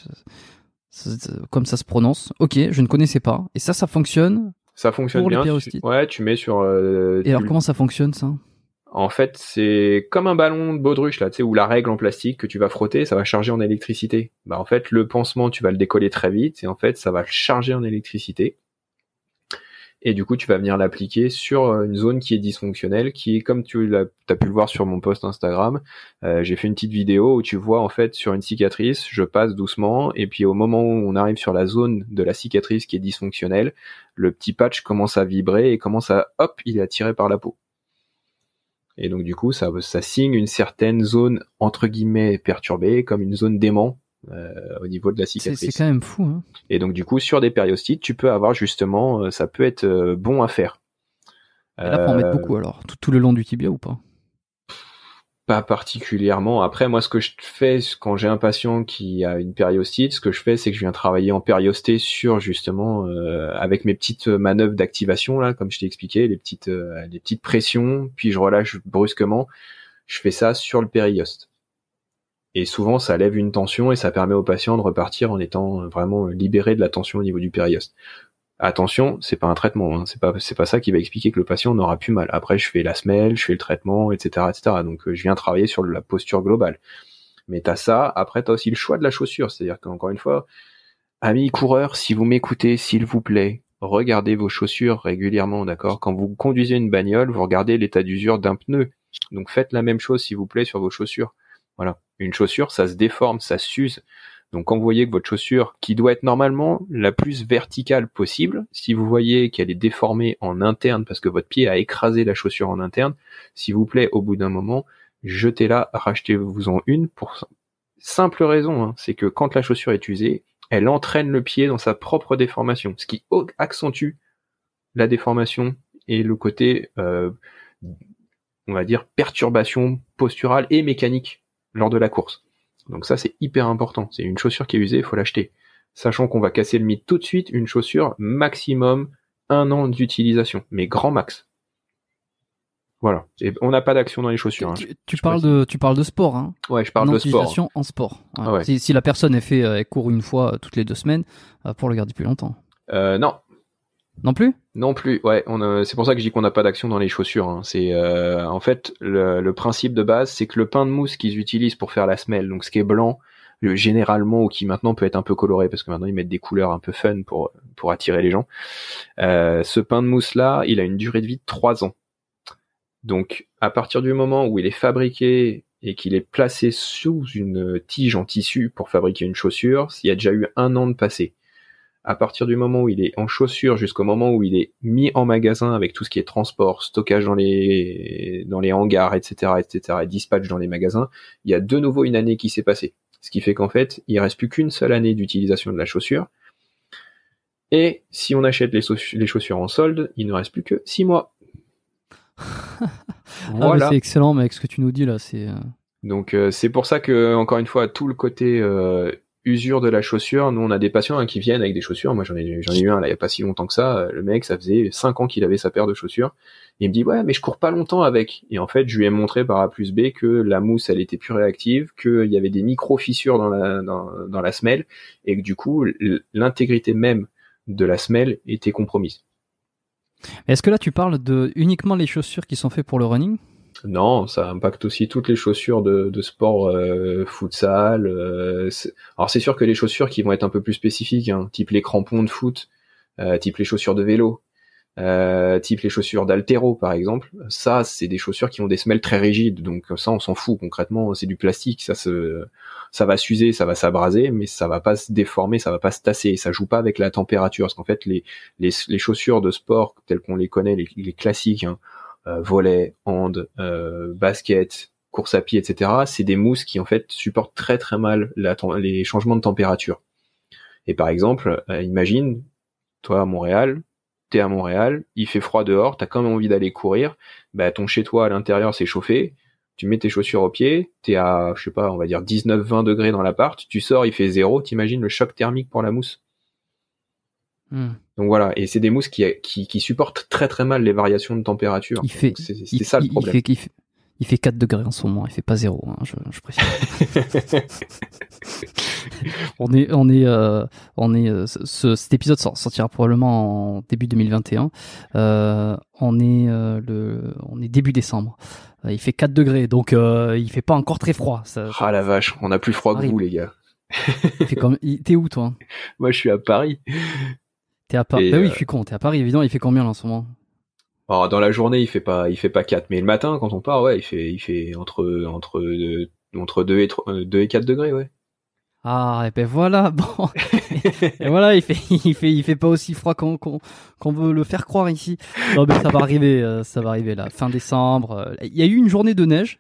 comme ça se prononce. Ok, je ne connaissais pas. Et ça fonctionne Ça fonctionne pour les bien. périostites. Tu mets sur. Et alors, comment ça fonctionne ça? En fait, c'est comme un ballon de baudruche là, tu sais, où la règle en plastique que tu vas frotter, ça va charger en électricité. En fait, le pansement, tu vas le décoller très vite et en fait, ça va le charger en électricité. Et du coup, tu vas venir l'appliquer sur une zone qui est dysfonctionnelle, qui est comme t'as pu le voir sur mon post Instagram. J'ai fait une petite vidéo où tu vois en fait sur une cicatrice, je passe doucement et puis au moment où on arrive sur la zone de la cicatrice qui est dysfonctionnelle, le petit patch commence à vibrer et il est attiré par la peau. Et donc du coup, ça signe une certaine zone entre guillemets perturbée, comme une zone d'aimant au niveau de la cicatrice. C'est quand même fou, hein. Et donc du coup, sur des périostites, tu peux avoir justement, ça peut être bon à faire. Et là, faut en mettre beaucoup alors, tout le long du tibia ou pas? Pas particulièrement. Après, moi, ce que je fais quand j'ai un patient qui a une périostite, ce que je fais, c'est que je viens travailler en périosté sur justement avec mes petites manœuvres d'activation là, comme je t'ai expliqué, les petites pressions, puis je relâche brusquement. Je fais ça sur le périoste. Et souvent, ça lève une tension et ça permet au patient de repartir en étant vraiment libéré de la tension au niveau du périoste. Attention, c'est pas un traitement, hein. C'est pas ça qui va expliquer que le patient n'aura plus mal. Après, je fais la semelle, je fais le traitement, etc., etc. Donc, je viens travailler sur la posture globale. Mais t'as ça. Après, t'as aussi le choix de la chaussure. C'est-à-dire qu'encore une fois, amis coureurs, si vous m'écoutez, s'il vous plaît, regardez vos chaussures régulièrement, d'accord? Quand vous conduisez une bagnole, vous regardez l'état d'usure d'un pneu. Donc, faites la même chose, s'il vous plaît, sur vos chaussures. Voilà. Une chaussure, ça se déforme, ça s'use. Donc quand vous voyez que votre chaussure, qui doit être normalement la plus verticale possible, si vous voyez qu'elle est déformée en interne parce que votre pied a écrasé la chaussure en interne, s'il vous plaît, au bout d'un moment, jetez-la, rachetez-vous-en une pour simple raison, hein, c'est que quand la chaussure est usée, elle entraîne le pied dans sa propre déformation, ce qui accentue la déformation et le côté, on va dire, perturbation posturale et mécanique lors de la course. Donc ça, c'est hyper important. C'est une chaussure qui est usée, il faut l'acheter. Sachant qu'on va casser le mythe tout de suite, une chaussure maximum 1 an d'utilisation, mais grand max. Voilà. Et on n'a pas d'action dans les chaussures. Hein. Tu parles de sport, hein. Ouais, je parle de sport. Utilisation en sport. Ouais. Ouais. Si la personne elle court une fois toutes les 2 semaines, pour le garder plus longtemps. Non. Non plus? Non plus. Ouais, c'est pour ça que je dis qu'on n'a pas d'action dans les chaussures. Hein. C'est en fait le principe de base, c'est que le pain de mousse qu'ils utilisent pour faire la semelle, donc ce qui est blanc, généralement ou qui maintenant peut être un peu coloré parce que maintenant ils mettent des couleurs un peu fun pour attirer les gens. Ce pain de mousse là, il a une durée de vie de 3 ans. Donc à partir du moment où il est fabriqué et qu'il est placé sous une tige en tissu pour fabriquer une chaussure, il y a déjà eu 1 an de passé. À partir du moment où il est en chaussure jusqu'au moment où il est mis en magasin avec tout ce qui est transport, stockage dans les hangars, etc., et dispatch dans les magasins, il y a de nouveau une année qui s'est passée. Ce qui fait qu'en fait, il reste plus qu'une seule année d'utilisation de la chaussure. Et si on achète les chaussures en solde, il ne reste plus que 6 mois. Voilà. C'est excellent, mec, ce que tu nous dis là, c'est. Donc c'est pour ça que, encore une fois, tout le côté usure de la chaussure, nous on a des patients qui viennent avec des chaussures. Moi j'en ai eu un là il y a pas si longtemps que ça. Le mec, ça faisait 5 ans qu'il avait sa paire de chaussures. Et il me dit ouais mais je cours pas longtemps avec. Et en fait je lui ai montré par A plus B que la mousse elle était plus réactive, qu'il y avait des micro fissures dans la semelle et que du coup l'intégrité même de la semelle était compromise. Est-ce que là tu parles de uniquement les chaussures qui sont faites pour le running? Non, ça impacte aussi toutes les chaussures de sport futsal. Alors c'est sûr que les chaussures qui vont être un peu plus spécifiques, hein, type les crampons de foot, type les chaussures de vélo, type les chaussures d'haltéro par exemple, ça c'est des chaussures qui ont des semelles très rigides, donc ça on s'en fout concrètement, c'est du plastique, ça va s'user, ça va s'abraser, mais ça va pas se déformer, ça va pas se tasser, ça joue pas avec la température, parce qu'en fait les chaussures de sport telles qu'on les connaît, les classiques, hein, volley, hand, basket, course à pied, etc. C'est des mousses qui en fait supportent très très mal les changements de température. Et par exemple, imagine, toi à Montréal, t'es à Montréal, il fait froid dehors, t'as quand même envie d'aller courir, bah ton chez toi à l'intérieur c'est chauffé, tu mets tes chaussures aux pieds, t'es à, je sais pas, on va dire 19-20 degrés dans l'appart, tu sors, il fait 0, t'imagines le choc thermique pour la mousse. Donc voilà, et c'est des mousses qui supportent très très mal les variations de température. C'est ça le problème. Il fait 4 degrés en ce moment, il fait pas 0, hein, je précise. Cet épisode sortira probablement en début 2021. On est début décembre. Il fait 4 degrés, donc il fait pas encore très froid. Ah la vache, on a plus froid que vous les gars. T'es où toi? Moi je suis à Paris. T'es à Paris. Bah oui, je suis con, t'es à Paris, évidemment, il fait combien là en ce moment? Alors, dans la journée, il fait pas 4, mais le matin, quand on part, ouais, il fait entre 2 et 4 degrés, ouais. Ah, et ben voilà, bon. Et voilà, il fait pas aussi froid qu'on veut le faire croire ici. Non, mais ça va arriver là, fin décembre. Il y a eu une journée de neige,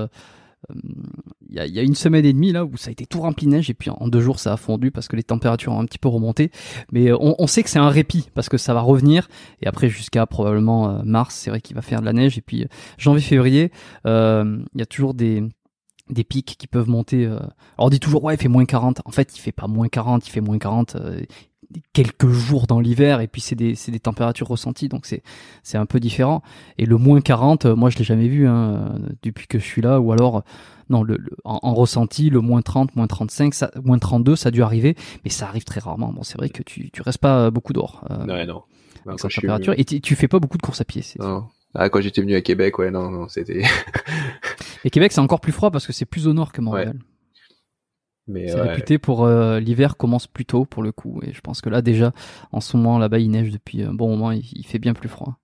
il y a une semaine et demie là où ça a été tout rempli de neige et puis en 2 jours ça a fondu parce que les températures ont un petit peu remonté, mais on sait que c'est un répit parce que ça va revenir et après jusqu'à probablement mars c'est vrai qu'il va faire de la neige et puis janvier février il y a toujours des pics qui peuvent monter. Alors on dit toujours ouais il fait moins 40, en fait il fait pas moins 40, il fait moins 40 quelques jours dans l'hiver et puis c'est des températures ressenties donc c'est un peu différent. Et le moins 40 moi je l'ai jamais vu depuis que je suis là, ou alors non en ressenti le moins 30, moins 35, moins 32 ça a dû arriver, mais ça arrive très rarement. Bon c'est vrai que tu restes pas beaucoup dehors ouais, non. Avec cette température et tu fais pas beaucoup de courses à pied. Non. Ah, quand j'étais venu à Québec, ouais, non, c'était... Et Québec c'est encore plus froid parce que c'est plus au nord que Montréal. Ouais. Mais c'est réputé pour l'hiver commence plus tôt pour le coup, et je pense que là déjà en ce moment là-bas il neige depuis un bon moment, il fait bien plus froid.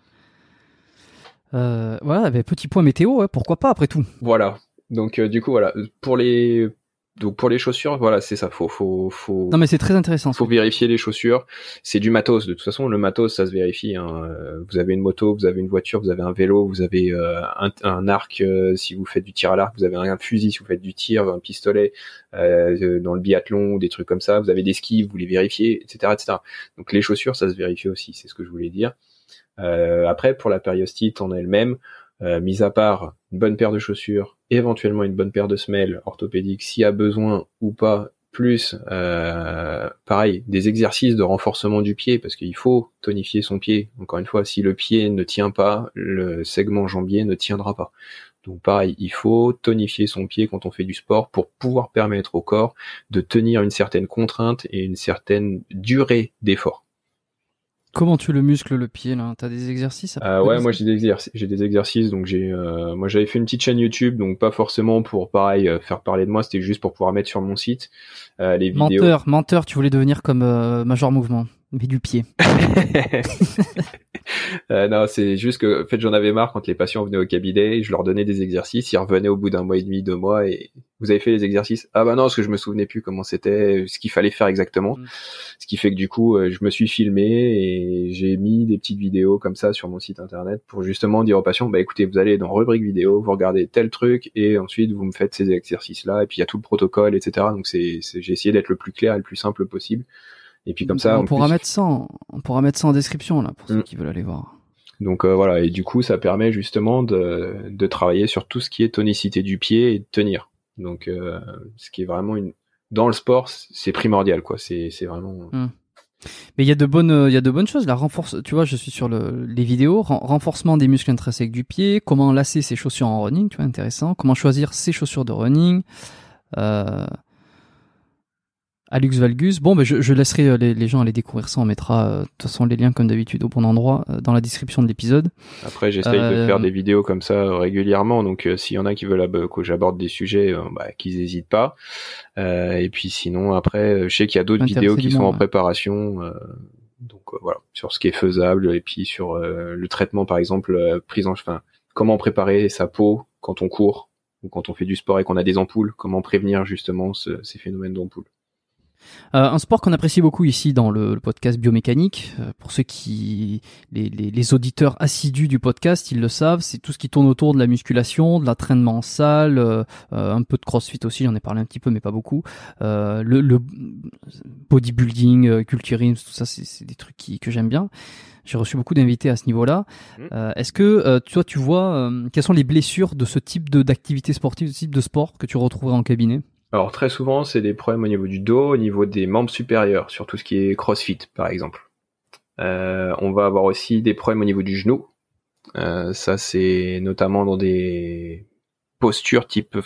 Voilà, petit point météo, ouais, pourquoi pas après tout. Voilà, donc du coup voilà, pour les chaussures, voilà, c'est ça, faut non mais c'est très intéressant. Faut vérifier les chaussures, c'est du matos, de toute façon le matos ça se vérifie, hein. Vous avez une moto, vous avez une voiture, vous avez un vélo, vous avez un arc si vous faites du tir à l'arc, vous avez un fusil si vous faites du tir, un pistolet dans le biathlon ou des trucs comme ça, vous avez des skis, vous les vérifiez, etc. Donc les chaussures ça se vérifie aussi, c'est ce que je voulais dire. Après pour la périostite en elle-même, mis à part une bonne paire de chaussures, éventuellement une bonne paire de semelles orthopédiques s'il y a besoin ou pas, plus pareil des exercices de renforcement du pied parce qu'il faut tonifier son pied. Encore une fois, si le pied ne tient pas, le segment jambier ne tiendra pas. Donc pareil, il faut tonifier son pied quand on fait du sport pour pouvoir permettre au corps de tenir une certaine contrainte et une certaine durée d'effort. Comment tu le muscles le pied là? T'as des exercices? Ouais, moi j'ai des exercices. Donc moi j'avais fait une petite chaîne YouTube, donc pas forcément pour pareil faire parler de moi, c'était juste pour pouvoir mettre sur mon site les vidéos. Menteur, tu voulais devenir comme Major Mouvement, mais du pied. Non, c'est juste que en fait j'en avais marre quand les patients venaient au cabinet, je leur donnais des exercices, ils revenaient au bout d'un mois et demi, 2 mois, et vous avez fait les exercices? Ah bah non, parce que je me souvenais plus comment c'était, ce qu'il fallait faire exactement. Ce qui fait que du coup je me suis filmé et j'ai mis des petites vidéos comme ça sur mon site internet pour justement dire aux patients, bah écoutez, vous allez dans rubrique vidéo, vous regardez tel truc et ensuite vous me faites ces exercices là, et puis il y a tout le protocole, etc. Donc j'ai essayé d'être le plus clair et le plus simple possible. Et puis comme ça, on pourra mettre ça en description là pour ceux qui veulent aller voir. Donc voilà, et du coup ça permet justement de travailler sur tout ce qui est tonicité du pied et de tenir. Donc ce qui est vraiment dans le sport, c'est primordial quoi. C'est vraiment. Mais il y a de bonnes choses. Tu vois, je suis sur les vidéos, renforcement des muscles intrinsèques du pied, comment lasser ses chaussures en running, tu vois, intéressant. Comment choisir ses chaussures de running. Alux Valgus. Bon, je laisserai les gens aller découvrir ça. On mettra de toute façon les liens comme d'habitude au bon endroit dans la description de l'épisode. Après, j'essaye de faire des vidéos comme ça régulièrement. Donc, s'il y en a qui veulent que j'aborde des sujets, qu'ils hésitent pas. Et puis, sinon, après, je sais qu'il y a d'autres vidéos qui sont en préparation. Donc voilà, sur ce qui est faisable et puis sur le traitement, par exemple, comment préparer sa peau quand on court ou quand on fait du sport et qu'on a des ampoules. Comment prévenir justement ces phénomènes d'ampoules. Un sport qu'on apprécie beaucoup ici dans le podcast biomécanique, pour ceux les auditeurs assidus du podcast, ils le savent, c'est tout ce qui tourne autour de la musculation, de l'entraînement en salle, un peu de crossfit aussi, j'en ai parlé un petit peu mais pas beaucoup, le bodybuilding, culturisme, tout ça c'est des trucs que j'aime bien. J'ai reçu beaucoup d'invités à ce niveau-là. Est-ce que toi tu vois quelles sont les blessures de ce type d'activité sportive, de ce type de sport que tu retrouverais en cabinet? Alors très souvent, c'est des problèmes au niveau du dos, au niveau des membres supérieurs, sur tout ce qui est CrossFit par exemple. On va avoir aussi des problèmes au niveau du genou. Ça c'est notamment dans des postures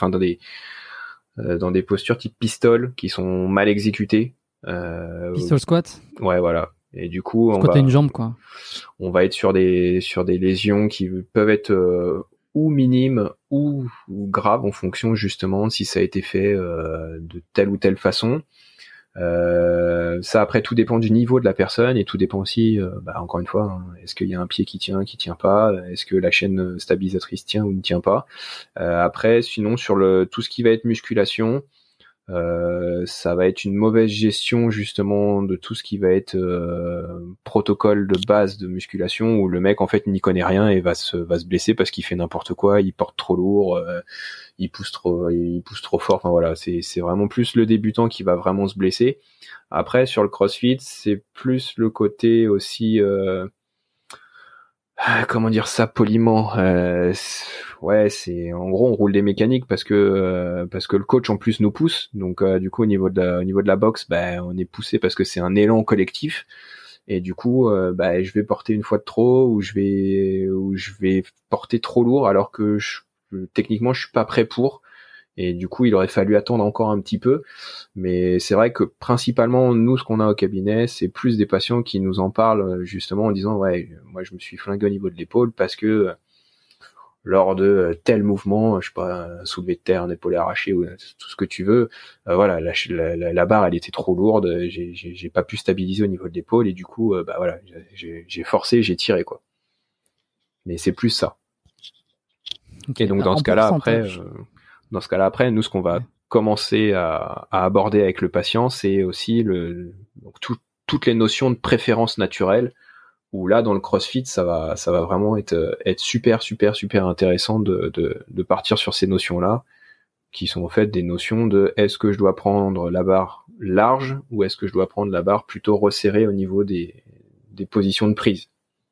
dans des postures type pistol qui sont mal exécutées. Pistol squat. Ouais, voilà. Et du coup, squat à une jambe, quoi. On va être sur des lésions qui peuvent être ou minimes ou graves en fonction justement si ça a été fait de telle ou telle façon. Ça après tout dépend du niveau de la personne et tout dépend aussi encore une fois, hein, est-ce qu'il y a un pied qui tient pas, est-ce que la chaîne stabilisatrice tient ou ne tient pas. Après sinon sur tout ce qui va être musculation, ça va être une mauvaise gestion justement de tout ce qui va être protocole de base de musculation où le mec en fait n'y connaît rien et va se blesser parce qu'il fait n'importe quoi, il porte trop lourd, il pousse trop fort. Enfin voilà, c'est vraiment plus le débutant qui va vraiment se blesser. Après sur le CrossFit, c'est plus le côté aussi comment dire ça poliment, ouais, c'est en gros on roule des mécaniques parce que le coach en plus nous pousse, donc du coup au niveau de la boxe, on est poussé parce que c'est un élan collectif et du coup je vais porter une fois de trop ou je vais porter trop lourd alors que techniquement je suis pas prêt pour. Et du coup, il aurait fallu attendre encore un petit peu. Mais c'est vrai que principalement, nous, ce qu'on a au cabinet, c'est plus des patients qui nous en parlent justement en disant « Ouais, moi, je me suis flingué au niveau de l'épaule parce que lors de tel mouvement, je sais pas, un soulevé de terre, un épaulé arraché ou tout ce que tu veux, voilà, la barre, elle était trop lourde, j'ai pas pu stabiliser au niveau de l'épaule et du coup, voilà, j'ai forcé, j'ai tiré, quoi. Mais c'est plus ça. Okay. Et donc, dans ce cas-là, après, nous, ce qu'on va commencer à aborder avec le patient, c'est aussi toutes les notions de préférence naturelle, où là, dans le CrossFit, ça va vraiment être super, super, super intéressant de partir sur ces notions-là, qui sont en fait des notions de est-ce que je dois prendre la barre large ou est-ce que je dois prendre la barre plutôt resserrée au niveau des positions de prise.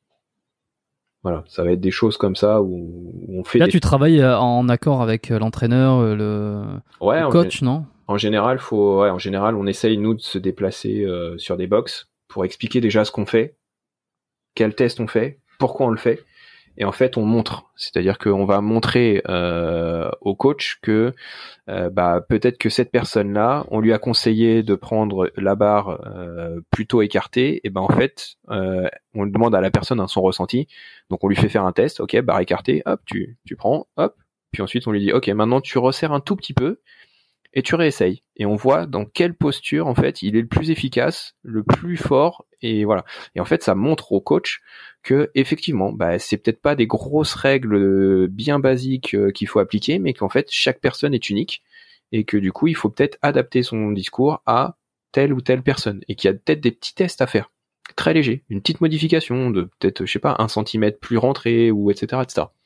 Voilà, ça va être des choses comme ça où on fait. Là, tu travailles en accord avec l'entraîneur, le coach, non ? En général, on essaye nous de se déplacer sur des box pour expliquer déjà ce qu'on fait, quel test on fait, pourquoi on le fait, et en fait on montre. C'est-à-dire qu'on va montrer au coach que peut-être que cette personne-là, on lui a conseillé de prendre la barre plutôt écartée, et en fait on demande à la personne son ressenti, donc on lui fait faire un test, ok, barre écartée, hop, tu prends, hop, puis ensuite on lui dit ok, maintenant tu resserres un tout petit peu et tu réessayes, et on voit dans quelle posture en fait il est le plus efficace, le plus fort, et voilà. Et en fait ça montre au coach que effectivement c'est peut-être pas des grosses règles bien basiques qu'il faut appliquer, mais qu'en fait chaque personne est unique et que du coup il faut peut-être adapter son discours à telle ou telle personne, et qu'il y a peut-être des petits tests à faire très légers, une petite modification de peut-être, je sais pas, 1 centimètre plus rentré, ou etc.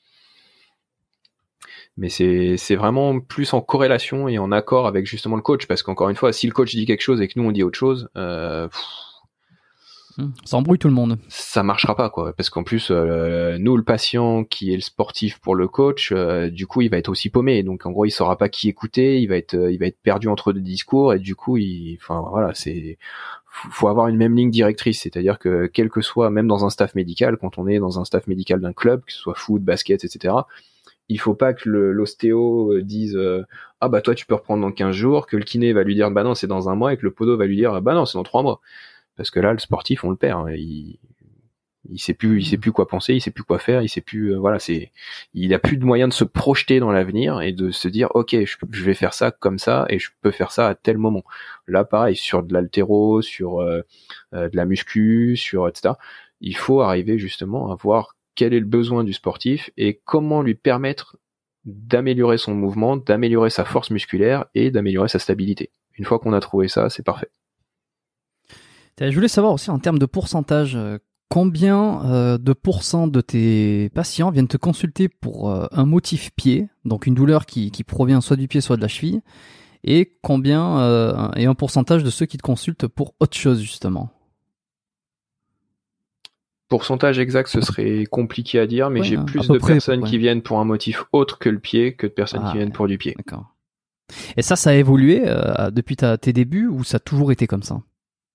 Mais c'est vraiment plus en corrélation et en accord avec justement le coach, parce qu'encore une fois, si le coach dit quelque chose et que nous on dit autre chose, ça embrouille tout le monde. Ça marchera pas, quoi, parce qu'en plus nous, le patient qui est le sportif pour le coach, du coup il va être aussi paumé, donc en gros il saura pas qui écouter, il va être perdu entre deux discours, et du coup faut avoir une même ligne directrice, c'est-à-dire que quel que soit, même dans un staff médical, quand on est dans un staff médical d'un club, que ce soit foot, basket, etc., il faut pas que l'ostéo dise toi tu peux reprendre dans 15 jours, que le kiné va lui dire non c'est dans 1 mois, et que le podo va lui dire non c'est dans 3 mois, parce que là le sportif on le perd, hein. Il sait plus quoi penser, il sait plus quoi faire, il sait plus il a plus de moyens de se projeter dans l'avenir et de se dire ok, je vais faire ça comme ça et je peux faire ça à tel moment. Là pareil, sur de l'haltéro, sur de la muscu, sur etc., il faut arriver justement à voir quel est le besoin du sportif et comment lui permettre d'améliorer son mouvement, d'améliorer sa force musculaire et d'améliorer sa stabilité. Une fois qu'on a trouvé ça, c'est parfait. Je voulais savoir aussi en termes de pourcentage, combien de pourcents de tes patients viennent te consulter pour un motif pied, donc une douleur qui provient soit du pied soit de la cheville, et combien et un pourcentage de ceux qui te consultent pour autre chose justement? Pourcentage exact, ce serait compliqué à dire, mais j'ai plus de personnes qui viennent pour un motif autre que le pied que de personnes qui viennent pour du pied. D'accord. Et ça a évolué depuis tes débuts ou ça a toujours été comme ça?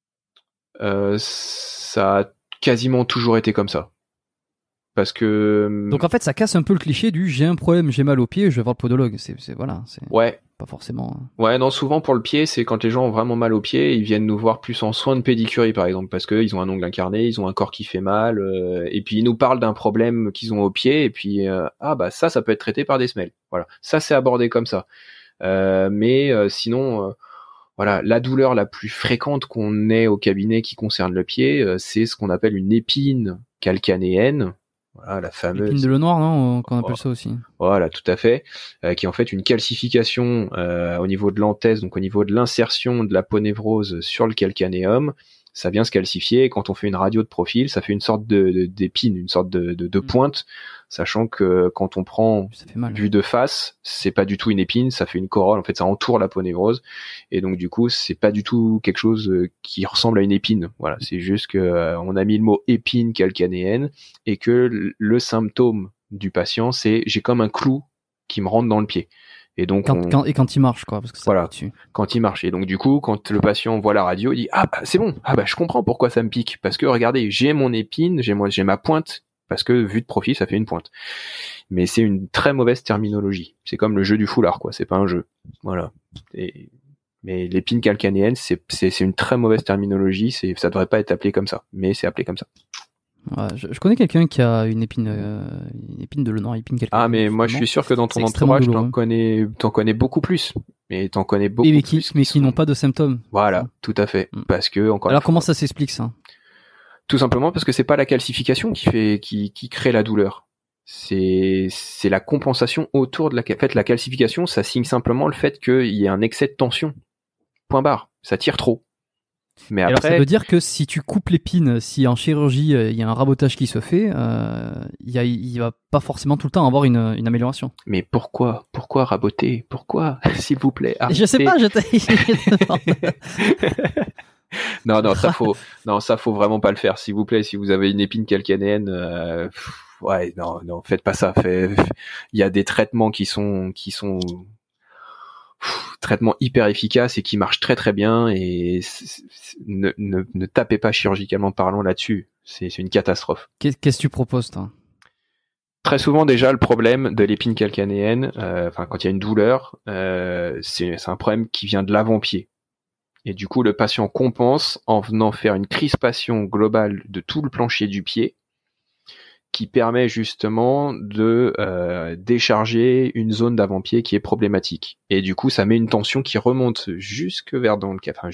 Ça a quasiment toujours été comme ça. Parce que... Donc en fait, ça casse un peu le cliché du j'ai un problème, j'ai mal au pied, je vais voir le podologue. C'est Ouais. Pas forcément. Ouais, non, souvent pour le pied, c'est quand les gens ont vraiment mal au pied, ils viennent nous voir plus en soins de pédicurie par exemple, parce qu'ils ont un ongle incarné, ils ont un corps qui fait mal, et puis ils nous parlent d'un problème qu'ils ont au pied, et puis ça peut être traité par des semelles. Voilà, ça c'est abordé comme ça. Mais sinon, voilà, la douleur la plus fréquente qu'on ait au cabinet qui concerne le pied, c'est ce qu'on appelle une épine calcanéenne. Voilà, la fameuse. L'épine de Lenoir, non, qu'on appelle ça aussi. Voilà, tout à fait, qui est en fait une calcification au niveau de l'anthèse, donc au niveau de l'insertion de l'aponévrose sur le calcanéum. Ça vient se calcifier, et quand on fait une radio de profil, ça fait une sorte d'épine, une sorte de pointe, sachant que quand on prend vue de face, c'est pas du tout une épine, ça fait une corolle, en fait ça entoure l'aponévrose, et donc du coup c'est pas du tout quelque chose qui ressemble à une épine. Voilà, c'est juste que on a mis le mot épine calcanéenne, et que le symptôme du patient c'est j'ai comme un clou qui me rentre dans le pied. Et donc quand il marche, quoi, parce que ça voilà, quand il marche. Et donc du coup, quand le patient voit la radio, il dit c'est bon, je comprends pourquoi ça me pique, parce que regardez, j'ai mon épine, j'ai ma pointe, parce que vue de profil, ça fait une pointe. Mais c'est une très mauvaise terminologie. C'est comme le jeu du foulard, quoi. C'est pas un jeu. Voilà. Mais l'épine calcanéenne, c'est une très mauvaise terminologie. Ça devrait pas être appelé comme ça, mais c'est appelé comme ça. Ouais, je connais quelqu'un qui a une épine de Lenoir, épine calcanéenne. Ah, mais moi je suis sûr que dans ton entourage, t'en connais beaucoup plus. Mais t'en connais beaucoup plus. Mais qui n'ont pas de symptômes. Voilà, tout à fait. Parce que Alors comment ça s'explique ça? Tout simplement parce que c'est pas la calcification qui crée la douleur. C'est la compensation autour de la calcification, ça signe simplement le fait qu'il y ait un excès de tension. Point barre. Ça tire trop. Mais après, alors ça veut dire que si tu coupes l'épine, si en chirurgie il y a un rabotage qui se fait, il va pas forcément tout le temps avoir une amélioration. Mais pourquoi raboter? Pourquoi, s'il vous plaît, arrêtez. Je sais pas, Non, ça faut vraiment pas le faire, s'il vous plaît. Si vous avez une épine calcanéenne, non, faites pas ça. Il y a des traitements qui sont traitements hyper efficaces et qui marchent très très bien, et ne tapez pas chirurgicalement parlant là-dessus. C'est une catastrophe. Qu'est-ce que tu proposes, toi? Très souvent déjà, le problème de l'épine calcanéenne, quand il y a une douleur, c'est un problème qui vient de l'avant-pied. Et du coup, le patient compense en venant faire une crispation globale de tout le plancher du pied, qui permet justement de décharger une zone d'avant-pied qui est problématique. Et du coup, ça met une tension qui remonte jusque dans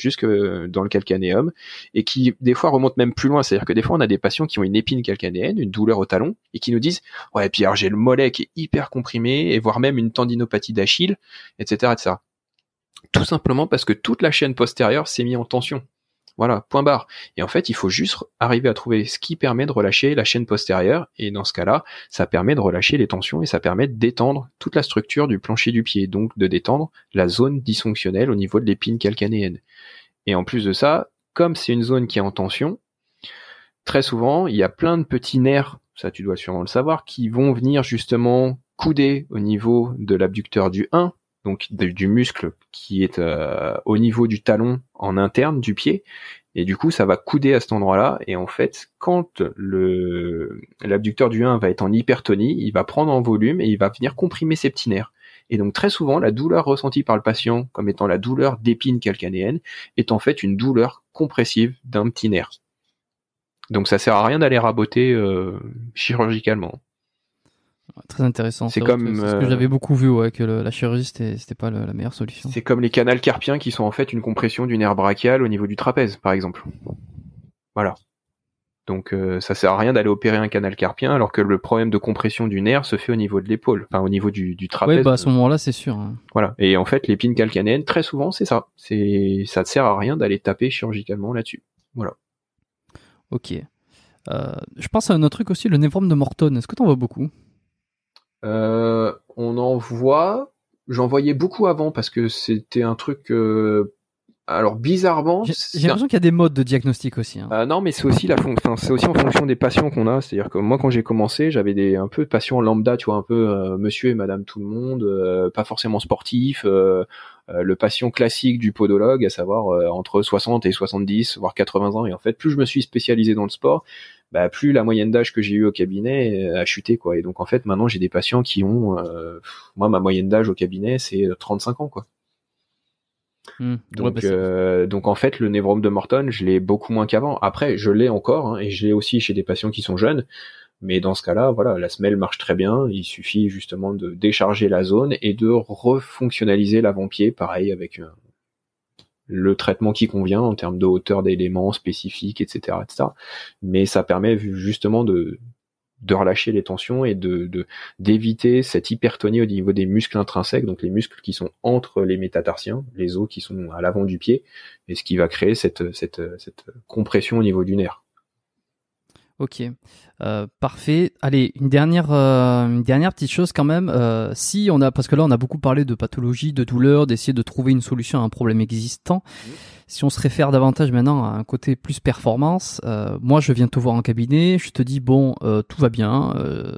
le calcanéum, et qui des fois remonte même plus loin. C'est-à-dire que des fois, on a des patients qui ont une épine calcanéenne, une douleur au talon, et qui nous disent « Ouais, puis alors j'ai le mollet qui est hyper comprimé, et voire même une tendinopathie d'Achille, etc. etc. » Tout simplement parce que toute la chaîne postérieure s'est mise en tension. Voilà, point barre. Et en fait, il faut juste arriver à trouver ce qui permet de relâcher la chaîne postérieure, et dans ce cas-là, ça permet de relâcher les tensions, et ça permet de détendre toute la structure du plancher du pied, donc de détendre la zone dysfonctionnelle au niveau de l'épine calcanéenne. Et en plus de ça, comme c'est une zone qui est en tension, très souvent, il y a plein de petits nerfs, ça tu dois sûrement le savoir, qui vont venir justement couder au niveau de l'abducteur du 1, donc du muscle qui est au niveau du talon en interne du pied, et du coup ça va couder à cet endroit-là, et en fait quand l'abducteur du 1 va être en hypertonie, il va prendre en volume et il va venir comprimer ses petits nerfs. Et donc très souvent la douleur ressentie par le patient comme étant la douleur d'épine calcanéenne est en fait une douleur compressive d'un petit nerf. Donc ça sert à rien d'aller raboter chirurgicalement. Très intéressant. C'est comme c'est ce que j'avais beaucoup vu, ouais, que la chirurgie c'était pas la meilleure solution. C'est comme les canals carpiens qui sont en fait une compression du nerf brachial au niveau du trapèze, par exemple. Voilà. Donc ça sert à rien d'aller opérer un canal carpien alors que le problème de compression du nerf se fait au niveau de l'épaule, enfin au niveau du trapèze. Oui, bah à ce moment-là, c'est sûr. Hein. Voilà. Et en fait, l'épine calcanéenne, très souvent, c'est ça. Ça ne sert à rien d'aller taper chirurgicalement là-dessus. Voilà. Ok. Je pense à un autre truc aussi, le névrome de Morton. Est-ce que t'en vois beaucoup? On en voit. J'en voyais beaucoup avant parce que c'était un truc Alors bizarrement, j'ai l'impression qu'il y a des modes de diagnostic aussi. Hein. Non, mais c'est aussi c'est aussi en fonction des patients qu'on a. C'est-à-dire que moi, quand j'ai commencé, j'avais un peu de patients lambda, tu vois, un peu monsieur et madame tout le monde, pas forcément sportifs, le patient classique du podologue, à savoir entre 60 et 70, voire 80 ans. Et en fait, plus je me suis spécialisé dans le sport, bah, plus la moyenne d'âge que j'ai eue au cabinet a chuté, quoi. Et donc, en fait, maintenant, j'ai des patients qui ont, moi, ma moyenne d'âge au cabinet, c'est 35 ans, quoi. Donc en fait, le névrome de Morton, je l'ai beaucoup moins qu'avant. Après, je l'ai encore, hein, et je l'ai aussi chez des patients qui sont jeunes. Mais dans ce cas-là, voilà, la semelle marche très bien. Il suffit justement de décharger la zone et de refonctionnaliser l'avant-pied, pareil, avec le traitement qui convient en termes de hauteur d'éléments spécifiques, etc., etc. Mais ça permet justement de relâcher les tensions et d'éviter cette hypertonie au niveau des muscles intrinsèques, donc les muscles qui sont entre les métatarsiens, les os qui sont à l'avant du pied, et ce qui va créer cette compression au niveau du nerf. Ok, parfait. Allez, une dernière petite chose quand même. Si on a, parce que là on a beaucoup parlé de pathologie, de douleur, d'essayer de trouver une solution à un problème existant. Si on se réfère davantage maintenant à un côté plus performance, moi je viens te voir en cabinet, je te dis bon, tout va bien.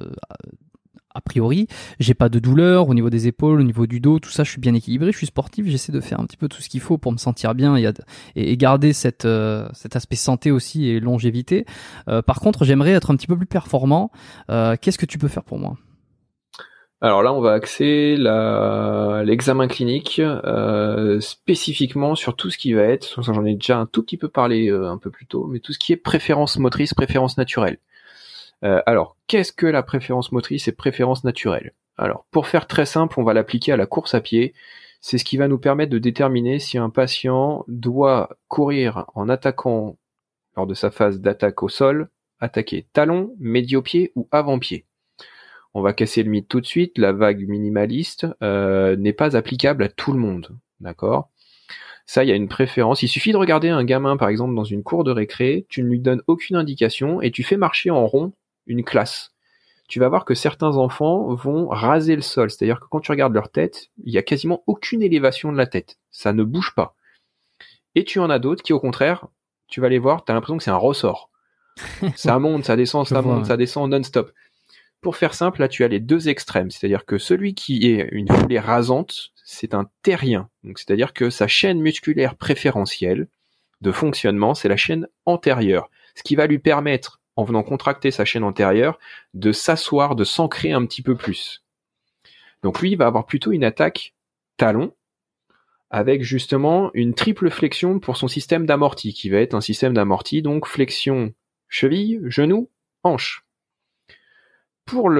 A priori, j'ai pas de douleur au niveau des épaules, au niveau du dos, tout ça, je suis bien équilibré, je suis sportif, j'essaie de faire un petit peu tout ce qu'il faut pour me sentir bien et garder cet aspect santé aussi et longévité. Par contre, j'aimerais être un petit peu plus performant. Qu'est-ce que tu peux faire pour moi ? Alors là, on va axer l'examen clinique spécifiquement sur tout ce qui va être, j'en ai déjà un tout petit peu parlé un peu plus tôt, mais tout ce qui est préférence motrice, préférence naturelle. Alors, qu'est-ce que la préférence motrice et préférence naturelle ? Alors, pour faire très simple, on va l'appliquer à la course à pied. C'est ce qui va nous permettre de déterminer si un patient doit courir en attaquant, lors de sa phase d'attaque au sol, attaquer talon, médio-pied ou avant-pied. On va casser le mythe tout de suite, la vague minimaliste n'est pas applicable à tout le monde, d'accord ? Ça, il y a une préférence. Il suffit de regarder un gamin, par exemple, dans une cour de récré, tu ne lui donnes aucune indication et tu fais marcher en rond une classe. Tu vas voir que certains enfants vont raser le sol, c'est-à-dire que quand tu regardes leur tête, il y a quasiment aucune élévation de la tête. Ça ne bouge pas. Et tu en as d'autres qui, au contraire, tu vas les voir, tu as l'impression que c'est un ressort. Ça monte, ça descend, ça monte, ça descend non-stop. Pour faire simple, là, tu as les deux extrêmes. C'est-à-dire que celui qui est une foulée rasante, c'est un terrien. Donc, c'est-à-dire que sa chaîne musculaire préférentielle de fonctionnement, c'est la chaîne antérieure. Ce qui va lui permettre, en venant contracter sa chaîne antérieure, de s'asseoir, de s'ancrer un petit peu plus. Donc lui, il va avoir plutôt une attaque talon, avec justement une triple flexion pour son système d'amorti, qui va être un système d'amorti, donc flexion cheville, genou, hanche. Pour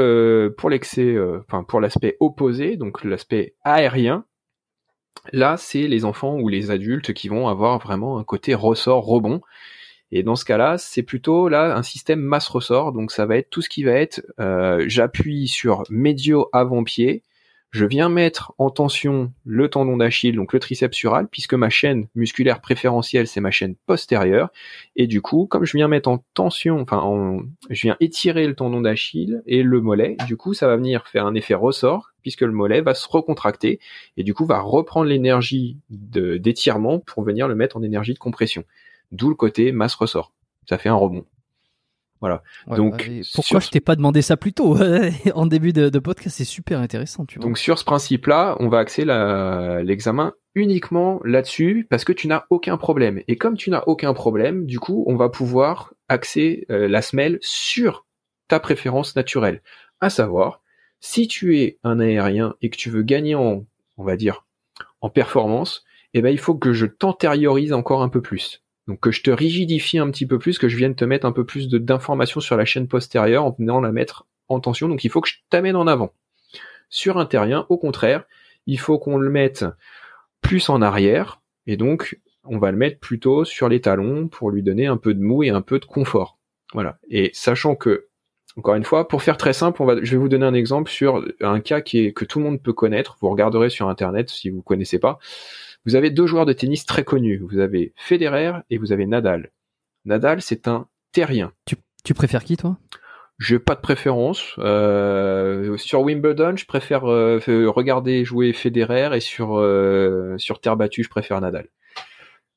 l'aspect opposé, donc l'aspect aérien, là, c'est les enfants ou les adultes qui vont avoir vraiment un côté ressort rebond. Et dans ce cas-là, c'est plutôt là un système masse-ressort. Donc ça va être tout ce qui va être, j'appuie sur médio avant-pied, je viens mettre en tension le tendon d'Achille, donc le triceps sural, puisque ma chaîne musculaire préférentielle, c'est ma chaîne postérieure. Et du coup, comme je viens mettre en tension, je viens étirer le tendon d'Achille et le mollet, du coup, ça va venir faire un effet ressort, puisque le mollet va se recontracter, et du coup, va reprendre l'énergie d'étirement pour venir le mettre en énergie de compression. D'où le côté masse-ressort. Ça fait un rebond. Voilà. Ouais, donc, pourquoi je t'ai pas demandé ça plus tôt en début de podcast, c'est super intéressant, tu vois. Donc sur ce principe-là, on va axer l'examen uniquement là-dessus parce que tu n'as aucun problème. Et comme tu n'as aucun problème, du coup, on va pouvoir axer la semelle sur ta préférence naturelle. À savoir, si tu es un aérien et que tu veux gagner on va dire, en performance, eh ben il faut que je t'antériorise encore un peu plus. Donc que je te rigidifie un petit peu plus, que je vienne te mettre un peu plus d'informations sur la chaîne postérieure en venant la mettre en tension. Donc il faut que je t'amène en avant. Sur un terrien, au contraire, il faut qu'on le mette plus en arrière, et donc on va le mettre plutôt sur les talons pour lui donner un peu de mou et un peu de confort. Voilà. Et sachant que, encore une fois, pour faire très simple, je vais vous donner un exemple sur un cas que tout le monde peut connaître. Vous regarderez sur Internet si vous connaissez pas. Vous avez deux joueurs de tennis très connus. Vous avez Federer et vous avez Nadal. Nadal, c'est un terrien. Tu préfères qui, toi ? J'ai pas de préférence. Sur Wimbledon, je préfère regarder jouer Federer, et sur terre battue, je préfère Nadal.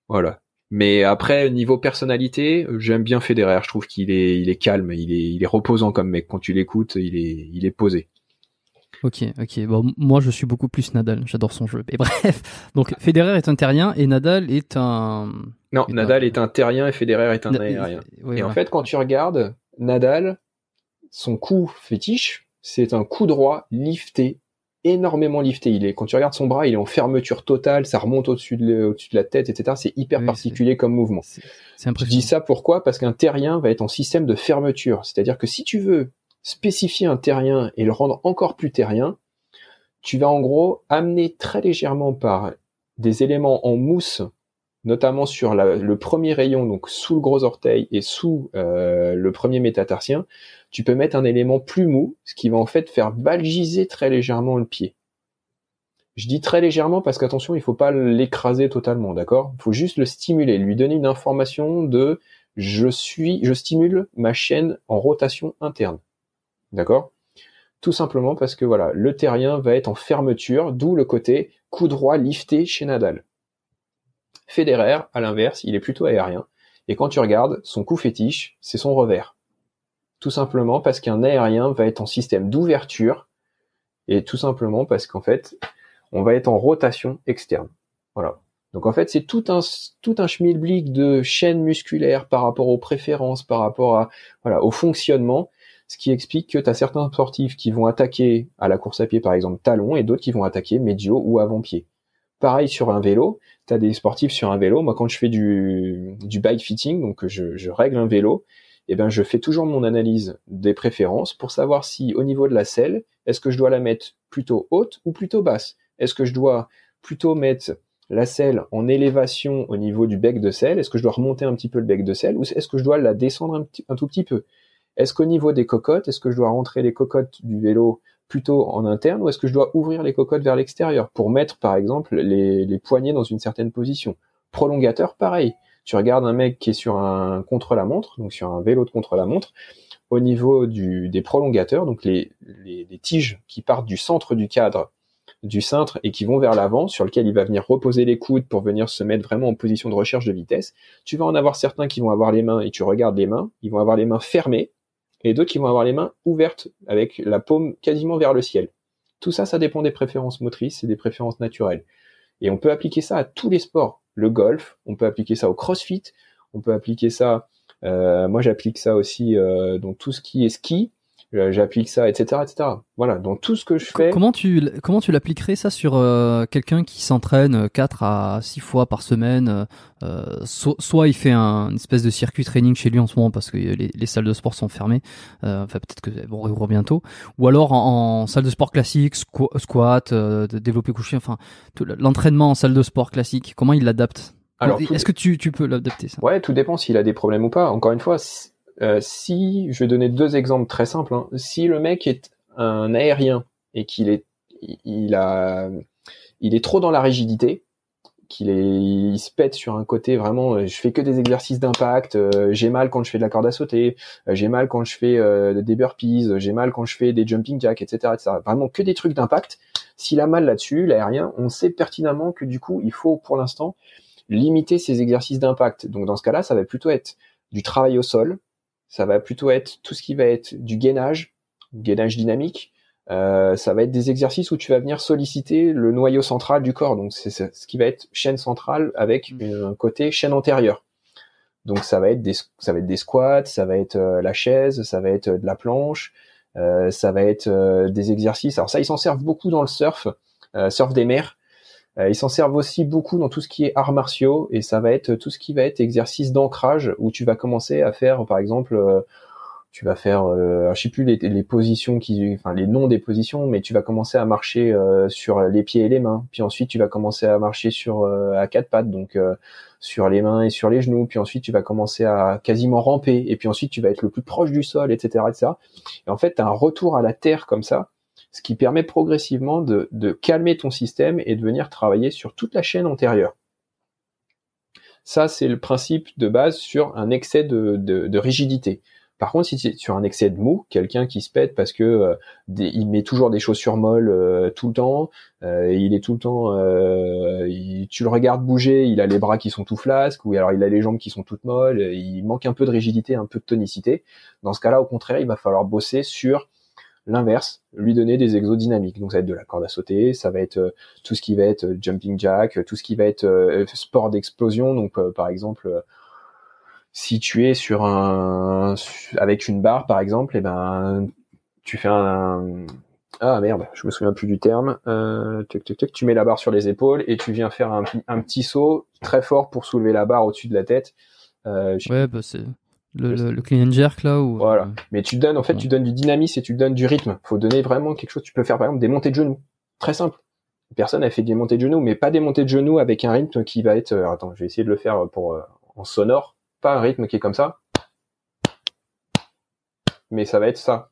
Voilà. Mais après, niveau personnalité, j'aime bien Federer. Je trouve qu'il est calme, il est reposant comme mec. Quand tu l'écoutes, il est posé. Ok. Bon, moi, je suis beaucoup plus Nadal. J'adore son jeu. Et bref, donc Federer est un terrien et Nadal est un. Non, Nadal est un terrien et Federer est un aérien. Oui, et voilà. en fait, quand tu regardes Nadal, son coup fétiche, c'est un coup droit lifté, énormément lifté. Quand tu regardes son bras, il est en fermeture totale, ça remonte au-dessus de la tête, etc. C'est hyper particulier comme mouvement. C'est impressionnant. Je dis ça pourquoi? Parce qu'un terrien va être en système de fermeture. C'est-à-dire que si tu veux spécifier un terrien et le rendre encore plus terrien, tu vas en gros amener très légèrement par des éléments en mousse, notamment sur le premier rayon, donc sous le gros orteil et sous le premier métatarsien, tu peux mettre un élément plus mou, ce qui va en fait faire balgiser très légèrement le pied. Je dis très légèrement parce qu'attention, il faut pas l'écraser totalement, d'accord? Il faut juste le stimuler, lui donner une information de je stimule ma chaîne en rotation interne. D'accord? Tout simplement parce que voilà, le terrien va être en fermeture, d'où le côté coup droit lifté chez Nadal. Federer, à l'inverse, il est plutôt aérien. Et quand tu regardes, son coup fétiche, c'est son revers. Tout simplement parce qu'un aérien va être en système d'ouverture, et tout simplement parce qu'en fait, on va être en rotation externe. Voilà. Donc en fait, c'est tout un schmilblick de chaînes musculaires par rapport aux préférences, par rapport au fonctionnement, ce qui explique que tu as certains sportifs qui vont attaquer à la course à pied, par exemple, talon, et d'autres qui vont attaquer médio ou avant-pied. Pareil sur un vélo, tu as des sportifs sur un vélo. Moi, quand je fais du bike fitting, donc je règle un vélo, je fais toujours mon analyse des préférences pour savoir si, au niveau de la selle, est-ce que je dois la mettre plutôt haute ou plutôt basse? Est-ce que je dois plutôt mettre la selle en élévation au niveau du bec de selle? Est-ce que je dois remonter un petit peu le bec de selle? Ou est-ce que je dois la descendre un tout petit peu? Est-ce qu'au niveau des cocottes, est-ce que je dois rentrer les cocottes du vélo plutôt en interne ou est-ce que je dois ouvrir les cocottes vers l'extérieur pour mettre, par exemple, les poignets dans une certaine position? Prolongateur, pareil. Tu regardes un mec qui est sur un contre-la-montre, donc sur un vélo de contre-la-montre, au niveau des prolongateurs, donc les tiges qui partent du centre du cadre, du cintre et qui vont vers l'avant, sur lequel il va venir reposer les coudes pour venir se mettre vraiment en position de recherche de vitesse, tu vas en avoir certains qui vont avoir les mains, et tu regardes les mains, ils vont avoir les mains fermées, et d'autres qui vont avoir les mains ouvertes, avec la paume quasiment vers le ciel. Tout ça, ça dépend des préférences motrices et des préférences naturelles. Et on peut appliquer ça à tous les sports. Le golf, on peut appliquer ça au crossfit, on peut appliquer ça, moi j'applique ça aussi dans tout ce qui est ski, j'applique ça, etc., etc. Voilà, dans tout ce que je fais. Comment tu l'appliquerais ça sur quelqu'un qui s'entraîne 4 à 6 fois par semaine soit il fait une espèce de circuit training chez lui en ce moment parce que les salles de sport sont fermées, enfin peut-être qu'elles vont rouvrir bientôt, ou alors en salle de sport classique, squat, développé couché, enfin l'entraînement en salle de sport classique, comment il l'adapte? Alors, est-ce que tu peux l'adapter ça? Ouais, tout dépend s'il a des problèmes ou pas. Encore une fois, si je vais donner deux exemples très simples, hein. Si le mec est un aérien et il est trop dans la rigidité, il se pète sur un côté vraiment, je fais que des exercices d'impact, j'ai mal quand je fais de la corde à sauter, j'ai mal quand je fais des burpees, j'ai mal quand je fais des jumping jacks, etc., etc. Vraiment que des trucs d'impact. S'il a mal là-dessus, l'aérien, on sait pertinemment que du coup, il faut pour l'instant limiter ces exercices d'impact. Donc dans ce cas-là, ça va plutôt être du travail au sol, ça va plutôt être tout ce qui va être du gainage dynamique, ça va être des exercices où tu vas venir solliciter le noyau central du corps, donc c'est ce qui va être chaîne centrale avec un côté chaîne antérieure. Donc ça va être des squats, ça va être la chaise, ça va être de la planche, ça va être des exercices. Alors ça, ils s'en servent beaucoup dans le surf des mers. Ils s'en servent aussi beaucoup dans tout ce qui est arts martiaux, et ça va être tout ce qui va être exercice d'ancrage, où tu vas commencer à faire, par exemple, tu vas faire, je sais plus les positions les noms des positions, mais tu vas commencer à marcher sur les pieds et les mains, puis ensuite tu vas commencer à marcher à quatre pattes, donc sur les mains et sur les genoux, puis ensuite tu vas commencer à quasiment ramper, et puis ensuite tu vas être le plus proche du sol, etc., etc. Et en fait, tu as un retour à la terre comme ça, ce qui permet progressivement de calmer ton système et de venir travailler sur toute la chaîne antérieure. Ça, c'est le principe de base sur un excès de rigidité. Par contre, si tu es sur un excès de mou, quelqu'un qui se pète parce que il met toujours des chaussures molles tout le temps, il est tout le temps, tu le regardes bouger, il a les bras qui sont tout flasques, ou alors il a les jambes qui sont toutes molles, il manque un peu de rigidité, un peu de tonicité. Dans ce cas-là, au contraire, il va falloir bosser sur l'inverse, lui donner des exos dynamiques. Donc ça va être de la corde à sauter, ça va être tout ce qui va être jumping jack, tout ce qui va être sport d'explosion. Donc par exemple, si tu es avec une barre par exemple, et ben tu fais ah merde, je me souviens plus du terme. Tu mets la barre sur les épaules et tu viens faire un petit saut très fort pour soulever la barre au-dessus de la tête. Ouais, bah c'est le clean and jerk là où. Voilà. Mais tu donnes tu donnes du dynamisme et tu donnes du rythme. Faut donner vraiment quelque chose. Tu peux faire par exemple des montées de genoux. Très simple. Personne a fait des montées de genoux, mais pas des montées de genoux avec un rythme qui va être. Attends, je vais essayer de le faire en sonore. Pas un rythme qui est comme ça. Mais ça va être ça.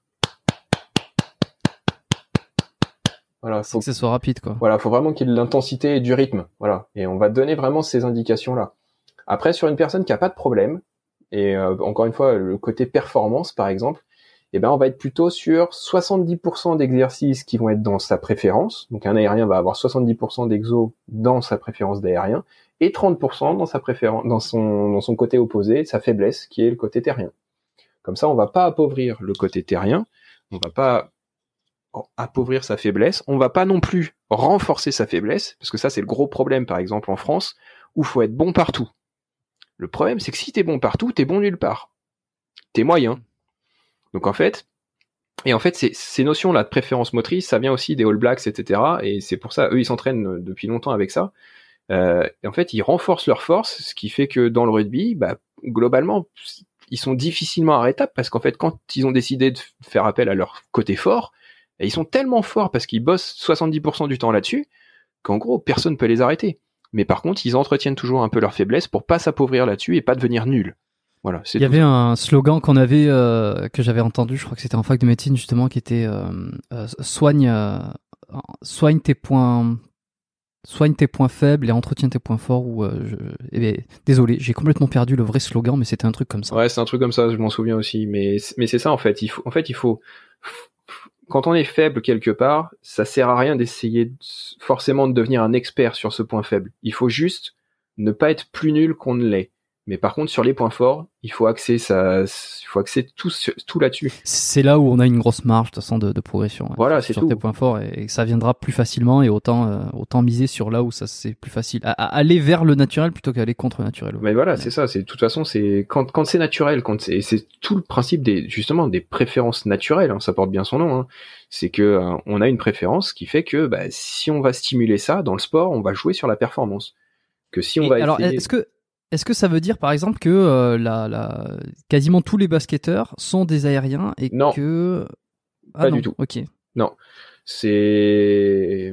Voilà, faut que ça soit rapide, quoi. Voilà, faut vraiment qu'il y ait de l'intensité et du rythme. Voilà. Et on va te donner vraiment ces indications-là. Après, sur une personne qui a pas de problème, et encore une fois, le côté performance, par exemple, eh ben, on va être plutôt sur 70% d'exercices qui vont être dans sa préférence. Donc, un aérien va avoir 70% d'exos dans sa préférence d'aérien, et 30% dans sa préférence, dans son côté opposé, sa faiblesse, qui est le côté terrien. Comme ça, on va pas appauvrir le côté terrien, on va pas appauvrir sa faiblesse, on va pas non plus renforcer sa faiblesse, parce que ça, c'est le gros problème, par exemple, en France, où faut être bon partout. Le problème, c'est que si t'es bon partout, t'es bon nulle part. T'es moyen. Donc en fait, ces notions-là de préférence motrice, ça vient aussi des All Blacks, etc. Et c'est pour ça, eux, ils s'entraînent depuis longtemps avec ça. Et en fait, ils renforcent leur force, ce qui fait que dans le rugby, bah, globalement, ils sont difficilement arrêtables parce qu'en fait, quand ils ont décidé de faire appel à leur côté fort, ils sont tellement forts parce qu'ils bossent 70% du temps là-dessus qu'en gros, personne ne peut les arrêter. Mais par contre, ils entretiennent toujours un peu leur faiblesse pour pas s'appauvrir là-dessus et pas devenir nuls. Voilà. Il y avait un slogan qu'on avait, que j'avais entendu, je crois que c'était en fac de médecine justement, qui était soigne tes points faibles et entretiens tes points forts. Désolé, j'ai complètement perdu le vrai slogan, mais c'était un truc comme ça. Ouais, c'est un truc comme ça, je m'en souviens aussi. Mais c'est ça en fait. Il faut quand on est faible quelque part, ça sert à rien d'essayer forcément de devenir un expert sur ce point faible. Il faut juste ne pas être plus nul qu'on ne l'est. Mais par contre, sur les points forts, il faut axer tout là-dessus. C'est là où on a une grosse marge de toute façon de progression. Voilà, c'est sur tout. Tes points forts et ça viendra plus facilement et autant miser sur là où ça c'est plus facile. À aller vers le naturel plutôt qu'aller contre le naturel. Mais voilà, c'est ça. C'est de toute façon, c'est quand c'est naturel, c'est tout le principe des préférences naturelles. Hein, ça porte bien son nom. Hein. C'est que on a une préférence qui fait que si on va stimuler ça dans le sport, on va jouer sur la performance. Que si on va alors, est-ce que ça veut dire par exemple que quasiment tous les basketteurs sont des aériens et non. que pas du tout. Ok. Non, c'est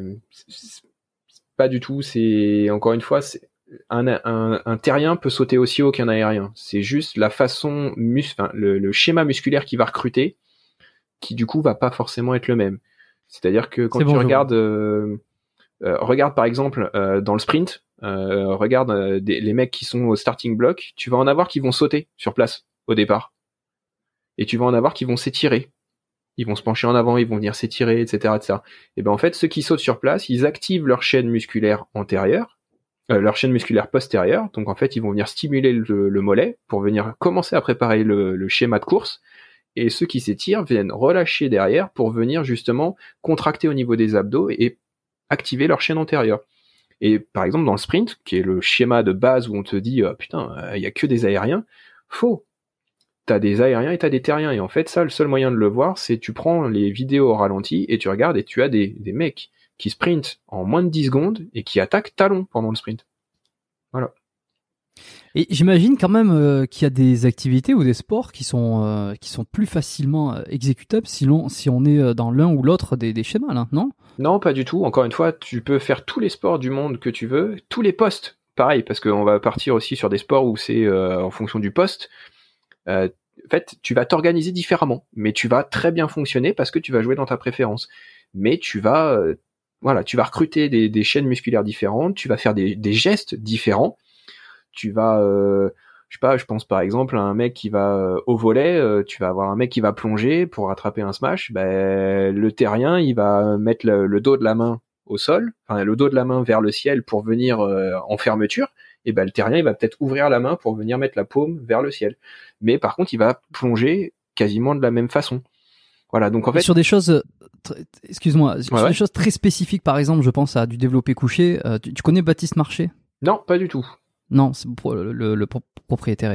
pas du tout. C'est encore une fois, un terrien peut sauter aussi haut qu'un aérien. C'est juste la façon le schéma musculaire qui va recruter, qui du coup va pas forcément être le même. C'est-à-dire que quand tu regardes, regarde par exemple dans le sprint. Regarde les mecs qui sont au starting block, tu vas en avoir qui vont sauter sur place au départ. Et tu vas en avoir qui vont s'étirer. Ils vont se pencher en avant, ils vont venir s'étirer, etc., etc. Et ben en fait, ceux qui sautent sur place, ils activent leur chaîne musculaire antérieure, leur chaîne musculaire postérieure. Donc en fait, ils vont venir stimuler le mollet pour venir commencer à préparer le schéma de course. Et ceux qui s'étirent viennent relâcher derrière pour venir justement contracter au niveau des abdos et activer leur chaîne antérieure. Et par exemple, dans le sprint, qui est le schéma de base où on te dit putain, il y a que des aériens, faux. T'as des aériens et t'as des terriens. Et en fait, ça, le seul moyen de le voir, c'est tu prends les vidéos au ralenti et tu regardes et tu as des mecs qui sprintent en moins de 10 secondes et qui attaquent talon pendant le sprint. Voilà. Et j'imagine quand même qu'il y a des activités ou des sports qui sont plus facilement exécutables si on est dans l'un ou l'autre des schémas, là, non ? Non, pas du tout. Encore une fois, tu peux faire tous les sports du monde que tu veux, tous les postes, pareil, parce qu'on va partir aussi sur des sports où c'est en fonction du poste. En fait, tu vas t'organiser différemment, mais tu vas très bien fonctionner parce que tu vas jouer dans ta préférence. Mais tu vas recruter des chaînes musculaires différentes, tu vas faire des gestes différents. Tu vas je sais pas, je pense par exemple à un mec qui va au volley, tu vas avoir un mec qui va plonger pour rattraper un smash, ben le terrien, il va mettre le dos de la main au sol, enfin le dos de la main vers le ciel pour venir en fermeture, et ben le terrien, il va peut-être ouvrir la main pour venir mettre la paume vers le ciel. Mais par contre, il va plonger quasiment de la même façon. Voilà, donc en fait sur des choses excuse-moi, sur ouais. des choses très spécifiques, par exemple, je pense à du développé couché, tu connais Baptiste Marché? Non, pas du tout. Non, c'est le propriétaire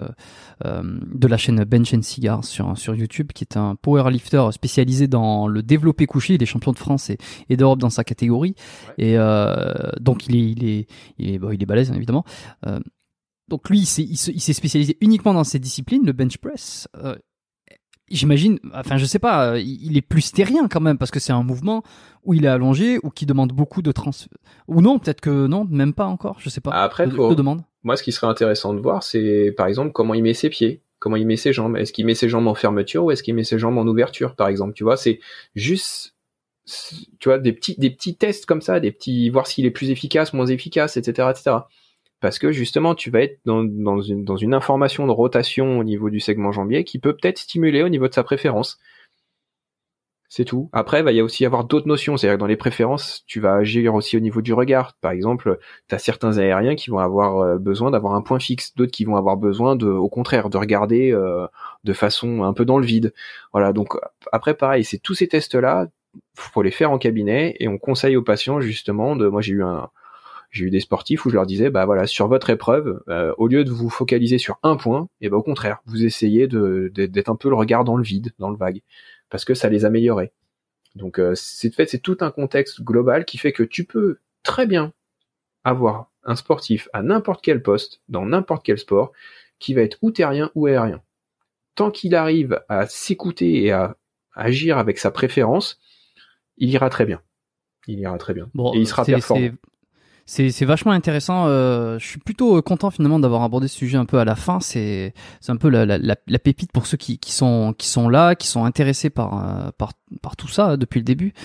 de la chaîne Bench and Cigar sur YouTube, qui est un powerlifter spécialisé dans le développé couché. Il est champion de France et d'Europe dans sa catégorie. Ouais. Et donc il est balèze, hein, évidemment. Donc lui, il s'est spécialisé uniquement dans cette discipline, le bench press. J'imagine, enfin je sais pas, il est plus terrien quand même, parce que c'est un mouvement où il est allongé, ou qui demande beaucoup de ou non, peut-être que non, même pas encore, je sais pas. Après, moi ce qui serait intéressant de voir, c'est par exemple comment il met ses pieds, comment il met ses jambes. Est-ce qu'il met ses jambes en fermeture ou est-ce qu'il met ses jambes en ouverture, par exemple, tu vois, c'est juste, tu vois, des petits tests comme ça, voir s'il est plus efficace, moins efficace, etc., etc. Parce que justement, tu vas être dans une information de rotation au niveau du segment jambier qui peut peut-être stimuler au niveau de sa préférence. C'est tout. Après, il va y aussi avoir d'autres notions. C'est-à-dire que dans les préférences, tu vas agir aussi au niveau du regard. Par exemple, tu as certains aériens qui vont avoir besoin d'avoir un point fixe, d'autres qui vont avoir besoin au contraire, de regarder de façon un peu dans le vide. Voilà. Donc après, pareil, c'est tous ces tests-là, faut les faire en cabinet, et on conseille aux patients justement moi j'ai eu des sportifs où je leur disais, bah voilà, sur votre épreuve, au lieu de vous focaliser sur un point, et ben au contraire, vous essayez d'être un peu le regard dans le vide, dans le vague, parce que ça les améliorait. Donc c'est tout un contexte global qui fait que tu peux très bien avoir un sportif à n'importe quel poste, dans n'importe quel sport, qui va être ou terrien ou aérien. Tant qu'il arrive à s'écouter et à agir avec sa préférence, il ira très bien. Bon, et il sera performant. C'est vachement intéressant. Je suis plutôt content finalement d'avoir abordé ce sujet un peu à la fin. C'est un peu la pépite pour ceux qui sont là, qui sont intéressés par tout ça depuis le début,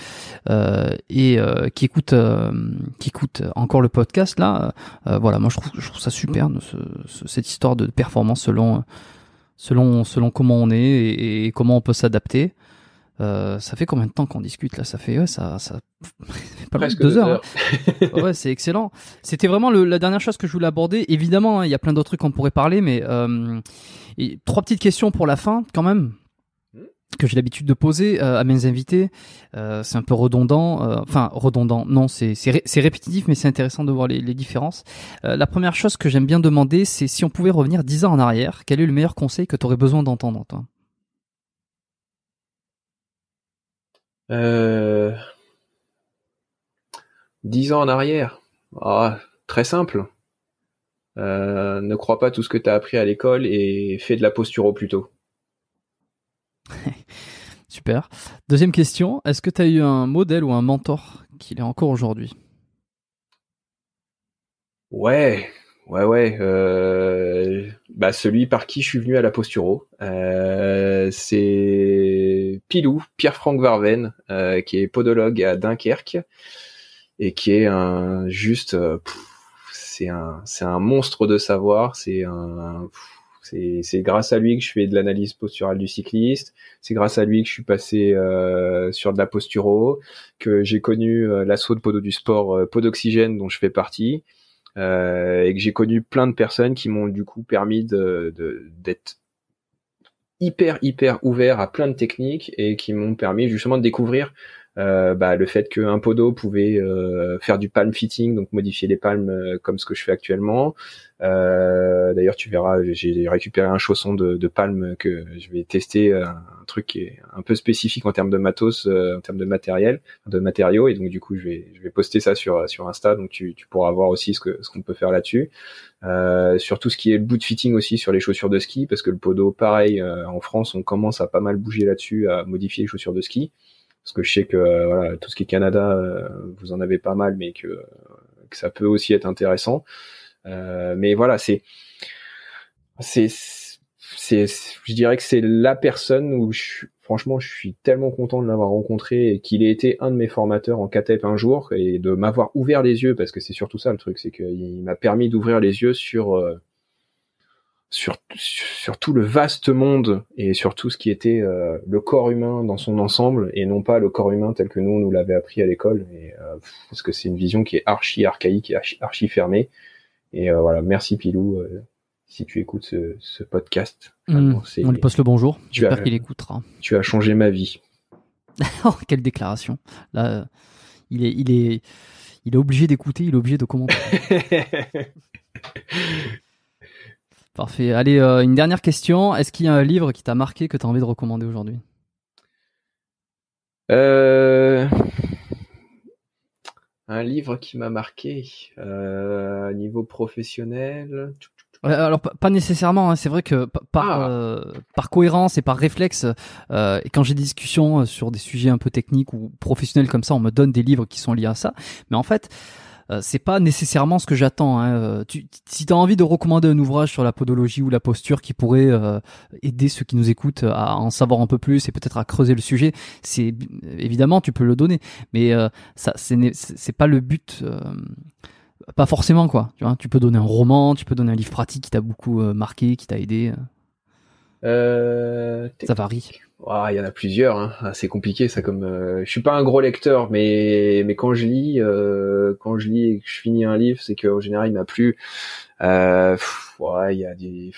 et qui écoutent encore le podcast là. Voilà, moi je trouve ça super, cette histoire de performance selon comment on est et comment on peut s'adapter. Ça fait combien de temps qu'on discute là? Ça fait pas presque 2 heures. Hein. Ouais, c'est excellent. C'était vraiment la dernière chose que je voulais aborder. Évidemment, il y a plein d'autres trucs qu'on pourrait parler, mais 3 petites questions pour la fin quand même, que j'ai l'habitude de poser à mes invités. C'est un peu redondant. Enfin, redondant. Non, c'est répétitif, mais c'est intéressant de voir les différences. La première chose que j'aime bien demander, c'est si on pouvait revenir 10 ans en arrière, quel est le meilleur conseil que tu aurais besoin d'entendre, toi? 10 ans en arrière. Très simple. Ne crois pas tout ce que tu as appris à l'école et fais de la posturo plutôt. Super. Deuxième question, est-ce que tu as eu un modèle ou un mentor qui l'est encore aujourd'hui? Ouais. Celui par qui je suis venu à la posturo, c'est Pilou, Pierre-Franck Varven, qui est podologue à Dunkerque et qui est c'est un monstre de savoir. C'est grâce à lui que je fais de l'analyse posturale du cycliste. C'est grâce à lui que je suis passé sur de la posturo, que j'ai connu l'assaut de Podo du Sport, Podoxygène, dont je fais partie. Et que j'ai connu plein de personnes qui m'ont du coup permis d'être hyper ouvert à plein de techniques et qui m'ont permis justement de découvrir le fait qu'un podo pouvait faire du palm fitting, donc modifier les palmes comme ce que je fais actuellement. D'ailleurs, tu verras, j'ai récupéré un chausson de palme que je vais tester, un truc qui est un peu spécifique en termes de matos, en termes de matériaux, et donc du coup je vais poster ça sur Insta, donc tu pourras voir aussi ce qu'on peut faire là-dessus. Sur tout ce qui est le boot fitting aussi sur les chaussures de ski, parce que le podo, pareil, en France on commence à pas mal bouger là-dessus, à modifier les chaussures de ski, parce que je sais que voilà, tout ce qui est Canada, vous en avez pas mal, mais que ça peut aussi être intéressant. Mais voilà, je dirais que c'est la personne où franchement, je suis tellement content de l'avoir rencontré et qu'il ait été un de mes formateurs en KTEP un jour et de m'avoir ouvert les yeux, parce que c'est surtout ça le truc, c'est qu'il m'a permis d'ouvrir les yeux sur sur tout le vaste monde et sur tout ce qui était le corps humain dans son ensemble et non pas le corps humain tel que nous on nous l'avait appris à l'école, et parce que c'est une vision qui est archi archaïque et archi fermée. Et voilà, merci Pilou si tu écoutes ce podcast. On lui passe le bonjour. J'espère qu'il écoutera. Tu as changé ma vie. Oh, quelle déclaration. Là, il est obligé d'écouter, il est obligé de commenter. Parfait. Allez, une dernière question. Est-ce qu'il y a un livre qui t'a marqué, que tu as envie de recommander aujourd'hui ? Un livre qui m'a marqué à niveau professionnel. Alors pas nécessairement, hein. C'est vrai que par cohérence et par réflexe, et quand j'ai des discussions sur des sujets un peu techniques ou professionnels comme ça, on me donne des livres qui sont liés à ça. Mais en fait, c'est pas nécessairement ce que j'attends, hein. Si tu as envie de recommander un ouvrage sur la podologie ou la posture qui pourrait aider ceux qui nous écoutent à en savoir un peu plus et peut-être à creuser le sujet, c'est évidemment tu peux le donner, mais ça c'est pas le but. Pas forcément, quoi. Tu vois, tu peux donner un roman, tu peux donner un livre pratique qui t'a beaucoup marqué, qui t'a aidé. Ça varie. Il y en a plusieurs, hein. C'est compliqué ça. Comme je suis pas un gros lecteur, mais quand je lis et que je finis un livre, c'est qu'en général il m'a plu. Il y a des.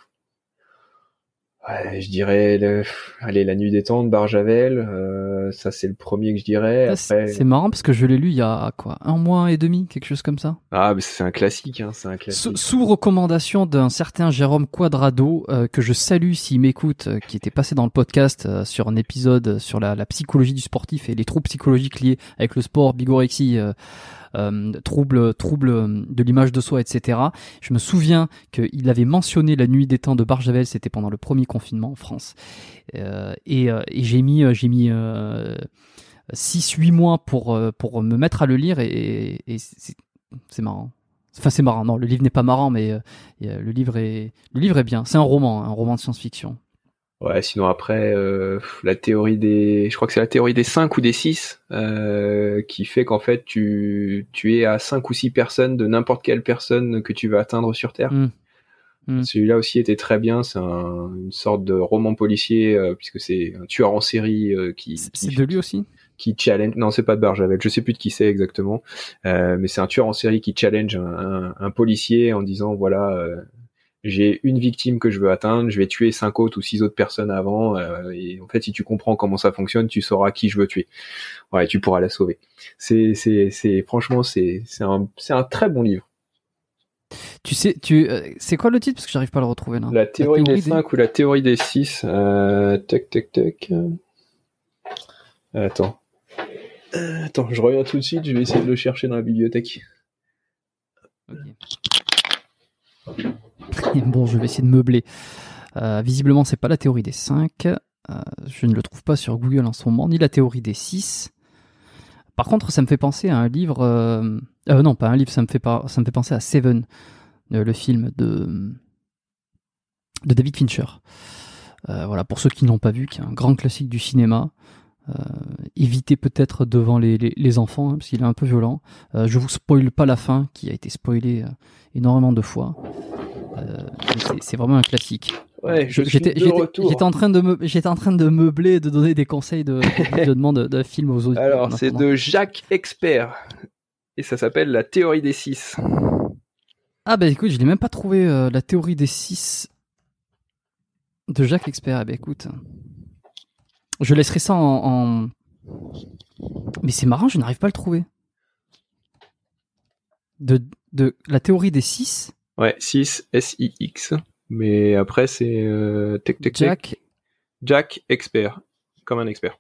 Ouais, je dirais La Nuit des Temps de Barjavel, ça c'est le premier que je dirais. Après... C'est marrant parce que je l'ai lu il y a quoi, 1 mois et demi, quelque chose comme ça. Ah, mais c'est un classique, hein, c'est un classique. Sous recommandation d'un certain Jérôme Quadrado, que je salue s'il m'écoute, qui était passé dans le podcast sur un épisode sur la psychologie du sportif et les troubles psychologiques liés avec le sport, bigorexie, troubles de l'image de soi, etc. Je me souviens qu'il avait mentionné La Nuit des Temps de Barjavel, c'était pendant le premier confinement en France, et j'ai mis 6-8 mois pour me mettre à le lire, et c'est marrant. Enfin, c'est marrant. Non, le livre n'est pas marrant, mais le livre est bien. C'est un roman de science-fiction. Ouais, sinon après, la théorie je crois que c'est la théorie des 5 ou des 6, qui fait qu'en fait, tu es à 5 ou 6 personnes de n'importe quelle personne que tu veux atteindre sur Terre. Celui-là aussi était très bien. C'est une sorte de roman policier, puisque c'est un tueur en série c'est de lui aussi? Qui challenge. Non, c'est pas de Barjavel. Je sais plus de qui c'est exactement. Mais c'est un tueur en série qui challenge un policier en disant voilà. J'ai une victime que je veux atteindre, je vais tuer 5 autres ou 6 autres personnes avant, et en fait, si tu comprends comment ça fonctionne, tu sauras qui je veux tuer. Ouais, tu pourras la sauver. Franchement, c'est un très bon livre. Tu sais, c'est quoi le titre, parce que j'arrive pas à le retrouver là. La théorie des 5 ou la théorie des 6. Tac. Attends, je reviens tout de suite. Je vais essayer de le chercher dans la bibliothèque. Okay. Bon, je vais essayer de meubler. Visiblement, c'est pas la théorie des 5. Je ne le trouve pas sur Google en ce moment, ni la théorie des 6. Par contre, ça me fait penser à un livre... non, pas un livre, ça me fait penser à Seven, le film de David Fincher. Voilà, pour ceux qui n'ont pas vu, qui est un grand classique du cinéma. Évitez peut-être devant les enfants, hein, parce qu'il est un peu violent. Je vous spoile pas la fin, qui a été spoilée énormément de fois. C'est vraiment un classique. Ouais, j'étais en train de meubler et de donner des conseils de visionnement de films aux autres. Alors, c'est de Jacques Expert, et ça s'appelle La théorie des 6. Ah bah écoute, je l'ai même pas trouvé, La théorie des 6 de Jacques Expert. Ah bah écoute, je laisserai ça en... Mais c'est marrant, je n'arrive pas à le trouver. De la théorie des 6. Ouais, 6, S-I-X. Mais après, c'est... Jack Expert. Comme un expert.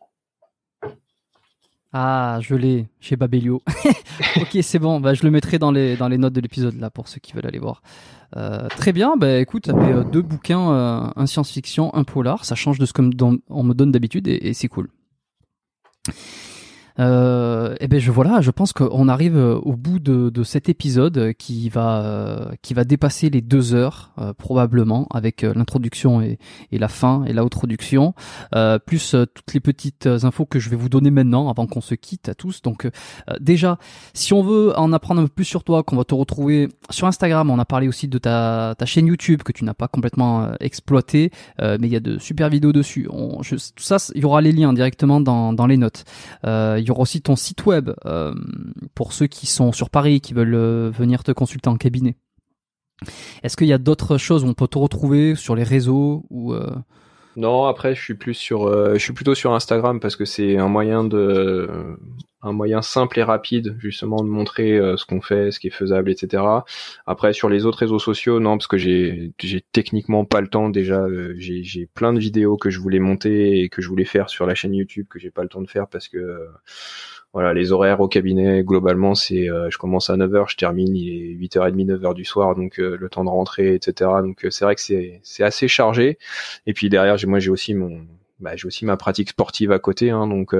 Ah, je l'ai, chez Babelio. Ok, c'est bon, bah, je le mettrai dans les notes de l'épisode, là, pour ceux qui veulent aller voir. Très bien, bah écoute, ça fait 2 bouquins, un science-fiction, un polar. Ça change de ce qu'on me donne d'habitude, et c'est cool. Je pense qu'on arrive au bout de cet épisode qui va dépasser les 2 heures probablement, avec l'introduction et la fin et l'outroduction, plus toutes les petites infos que je vais vous donner maintenant avant qu'on se quitte à tous. Donc déjà, si on veut en apprendre un peu plus sur toi, qu'on va te retrouver sur Instagram, on a parlé aussi de ta chaîne YouTube que tu n'as pas complètement exploitée, mais il y a de super vidéos dessus. Tout ça, il y aura les liens directement dans les notes. Il y aura aussi ton site web pour ceux qui sont sur Paris, qui veulent venir te consulter en cabinet. Est-ce qu'il y a d'autres choses où on peut te retrouver sur les réseaux ou Non, après je suis plutôt sur Instagram parce que c'est un moyen simple et rapide justement de montrer ce qu'on fait, ce qui est faisable, etc. Après sur les autres réseaux sociaux, non, parce que j'ai techniquement pas le temps déjà. J'ai plein de vidéos que je voulais monter et que je voulais faire sur la chaîne YouTube que j'ai pas le temps de faire parce que voilà, les horaires au cabinet globalement c'est je commence à 9h, je termine, il est 8h30, 9h du soir, donc le temps de rentrer, etc. Donc c'est vrai que c'est assez chargé. Et puis derrière j'ai aussi ma pratique sportive à côté, hein, donc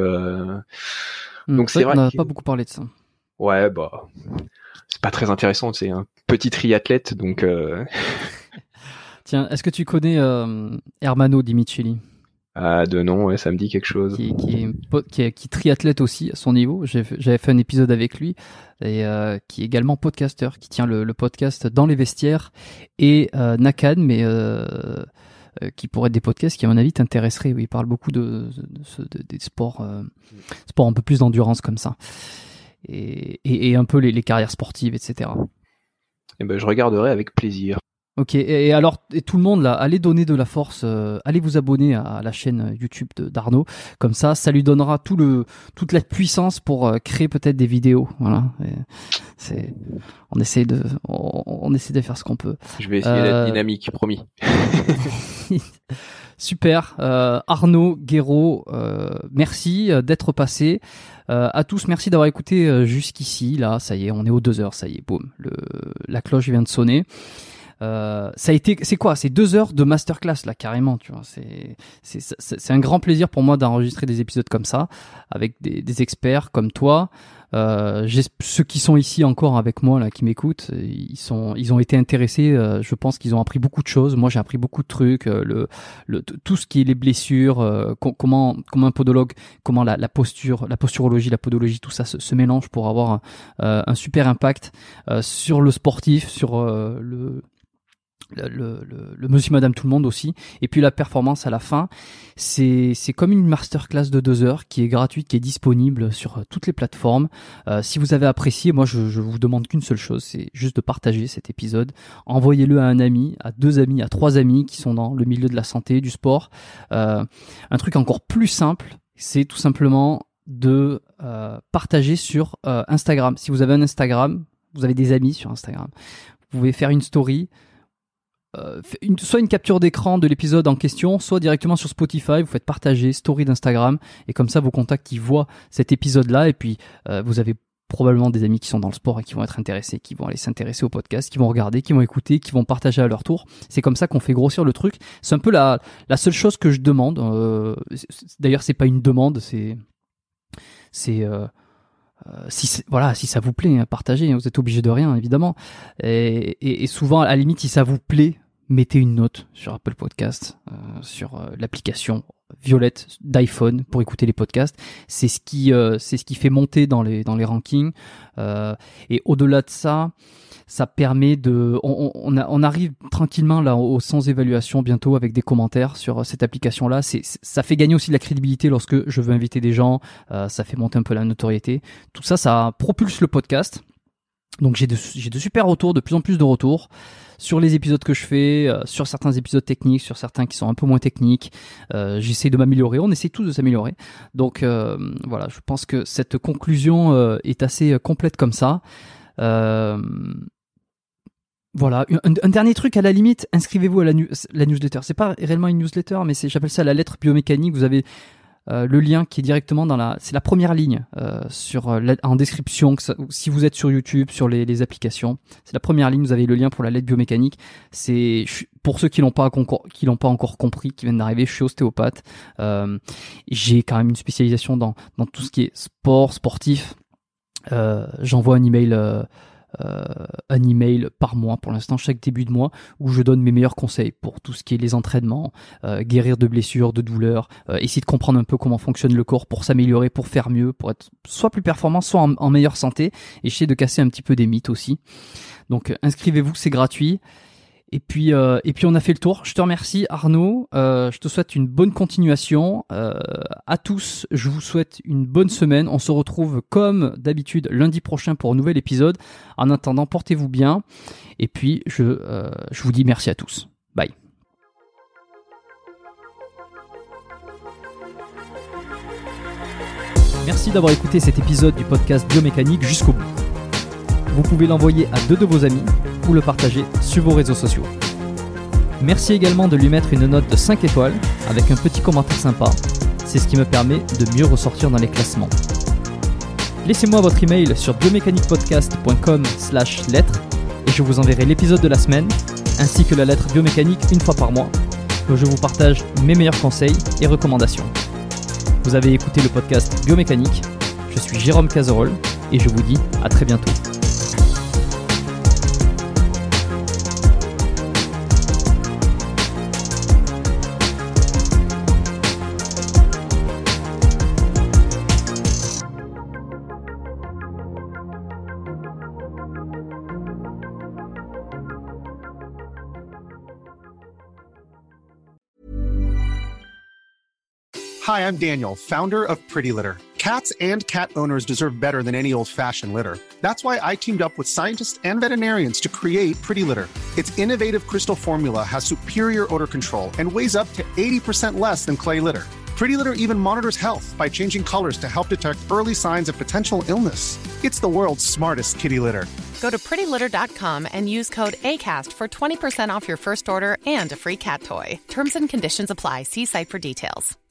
c'est vrai on n'a que pas beaucoup parlé de ça. ouais, c'est pas très intéressant, c'est un petit triathlète, donc Tiens, est-ce que tu connais Hermano Di Micheli? Ah, de nom, ouais, ça me dit quelque chose. Qui est triathlète aussi à son niveau. J'avais fait un épisode avec lui et qui est également podcasteur, qui tient le podcast Dans les vestiaires et Nakan, mais qui pourraient être des podcasts qui à mon avis t'intéresseraient. Oui, il parle beaucoup des sports un peu plus d'endurance comme ça et un peu les carrières sportives, etc. Eh ben, je regarderai avec plaisir. Ok, et alors, tout le monde là, allez donner de la force, allez vous abonner à la chaîne YouTube d'Arnaud, comme ça lui donnera toute la puissance pour créer peut-être des vidéos, voilà. On essaie de faire ce qu'on peut. Je vais essayer d'être dynamique, promis. Super, Arnaud Guéraud, merci d'être passé. À tous, merci d'avoir écouté jusqu'ici. Là, ça y est, on est aux 2 heures, ça y est, boum, la cloche vient de sonner. Ça a été, c'est quoi? C'est 2 heures de masterclass là, carrément, tu vois. C'est un grand plaisir pour moi d'enregistrer des épisodes comme ça avec des experts comme toi. Ceux qui sont ici encore avec moi là, qui m'écoutent, ils ont été intéressés. Je pense qu'ils ont appris beaucoup de choses. Moi, j'ai appris beaucoup de trucs. Tout ce qui est les blessures, comment un podologue, comment la posture, la posturologie, la podologie, tout ça se mélange pour avoir un super impact sur le sportif, sur le monsieur madame tout le monde aussi, et puis la performance à la fin, c'est comme une masterclass de 2 heures qui est gratuite, qui est disponible sur toutes les plateformes. Si vous avez apprécié, moi je vous demande qu'une seule chose, c'est juste de partager cet épisode, envoyez-le à un ami, à 2 amis, à 3 amis qui sont dans le milieu de la santé, du sport. Un truc encore plus simple, c'est tout simplement de partager sur Instagram. Si vous avez un Instagram, vous avez des amis sur Instagram, vous pouvez faire une story, soit une capture d'écran de l'épisode en question, soit directement sur Spotify, vous faites partager story d'Instagram, et comme ça vos contacts ils voient cet épisode là, et puis vous avez probablement des amis qui sont dans le sport et qui vont être intéressés, qui vont aller s'intéresser au podcast, qui vont regarder, qui vont écouter, qui vont partager à leur tour. C'est comme ça qu'on fait grossir le truc. C'est un peu la seule chose que je demande. D'ailleurs c'est pas une demande, si ça vous plaît, hein, partagez, vous êtes obligé de rien évidemment, et souvent à la limite si ça vous plaît, mettez une note sur Apple Podcast, sur l'application violette d'iPhone pour écouter les podcasts. C'est ce qui fait monter dans les rankings, et au-delà de ça, ça permet on arrive tranquillement là au sans évaluation bientôt avec des commentaires sur cette application là. Ça fait gagner aussi de la crédibilité lorsque je veux inviter des gens, ça fait monter un peu la notoriété. Tout ça, ça propulse le podcast. Donc j'ai de super retours, de plus en plus de retours sur les épisodes que je fais, sur certains épisodes techniques, sur certains qui sont un peu moins techniques. J'essaie de m'améliorer, on essaie tous de s'améliorer. Donc voilà, je pense que cette conclusion est assez complète comme ça. Voilà, un dernier truc à la limite, inscrivez-vous à la newsletter. C'est pas réellement une newsletter, mais j'appelle ça la lettre biomécanique. Vous avez le lien qui est directement c'est la première ligne en description. Si vous êtes sur YouTube, sur les applications, c'est la première ligne. Vous avez le lien pour la lettre biomécanique. C'est pour ceux qui l'ont pas encore compris, qui viennent d'arriver. Je suis ostéopathe. J'ai quand même une spécialisation dans tout ce qui est sportif. J'envoie un email par mois pour l'instant, chaque début de mois, où je donne mes meilleurs conseils pour tout ce qui est les entraînements, guérir de blessures, de douleurs, essayer de comprendre un peu comment fonctionne le corps pour s'améliorer, pour faire mieux, pour être soit plus performant, soit en meilleure santé, et essayer de casser un petit peu des mythes aussi. Donc inscrivez-vous, c'est gratuit. Et puis on a fait le tour. Je te remercie Arnaud. Je te souhaite une bonne continuation. À tous, je vous souhaite une bonne semaine. On se retrouve comme d'habitude lundi prochain pour un nouvel épisode. En attendant, portez-vous bien. Et puis je vous dis merci à tous. Bye. Merci d'avoir écouté cet épisode du podcast Biomécanique jusqu'au bout. Vous pouvez l'envoyer à 2 de vos amis ou le partager sur vos réseaux sociaux. Merci également de lui mettre une note de 5 étoiles avec un petit commentaire sympa. C'est ce qui me permet de mieux ressortir dans les classements. Laissez-moi votre email sur biomécaniquepodcast.com/lettres et je vous enverrai l'épisode de la semaine ainsi que la lettre biomécanique une fois par mois où je vous partage mes meilleurs conseils et recommandations. Vous avez écouté le podcast Biomécanique. Je suis Jérôme Cazerolle et je vous dis à très bientôt. Hi, I'm Daniel, founder of Pretty Litter. Cats and cat owners deserve better than any old-fashioned litter. That's why I teamed up with scientists and veterinarians to create Pretty Litter. Its innovative crystal formula has superior odor control and weighs up to 80% less than clay litter. Pretty Litter even monitors health by changing colors to help detect early signs of potential illness. It's the world's smartest kitty litter. Go to prettylitter.com and use code ACAST for 20% off your first order and a free cat toy. Terms and conditions apply. See site for details.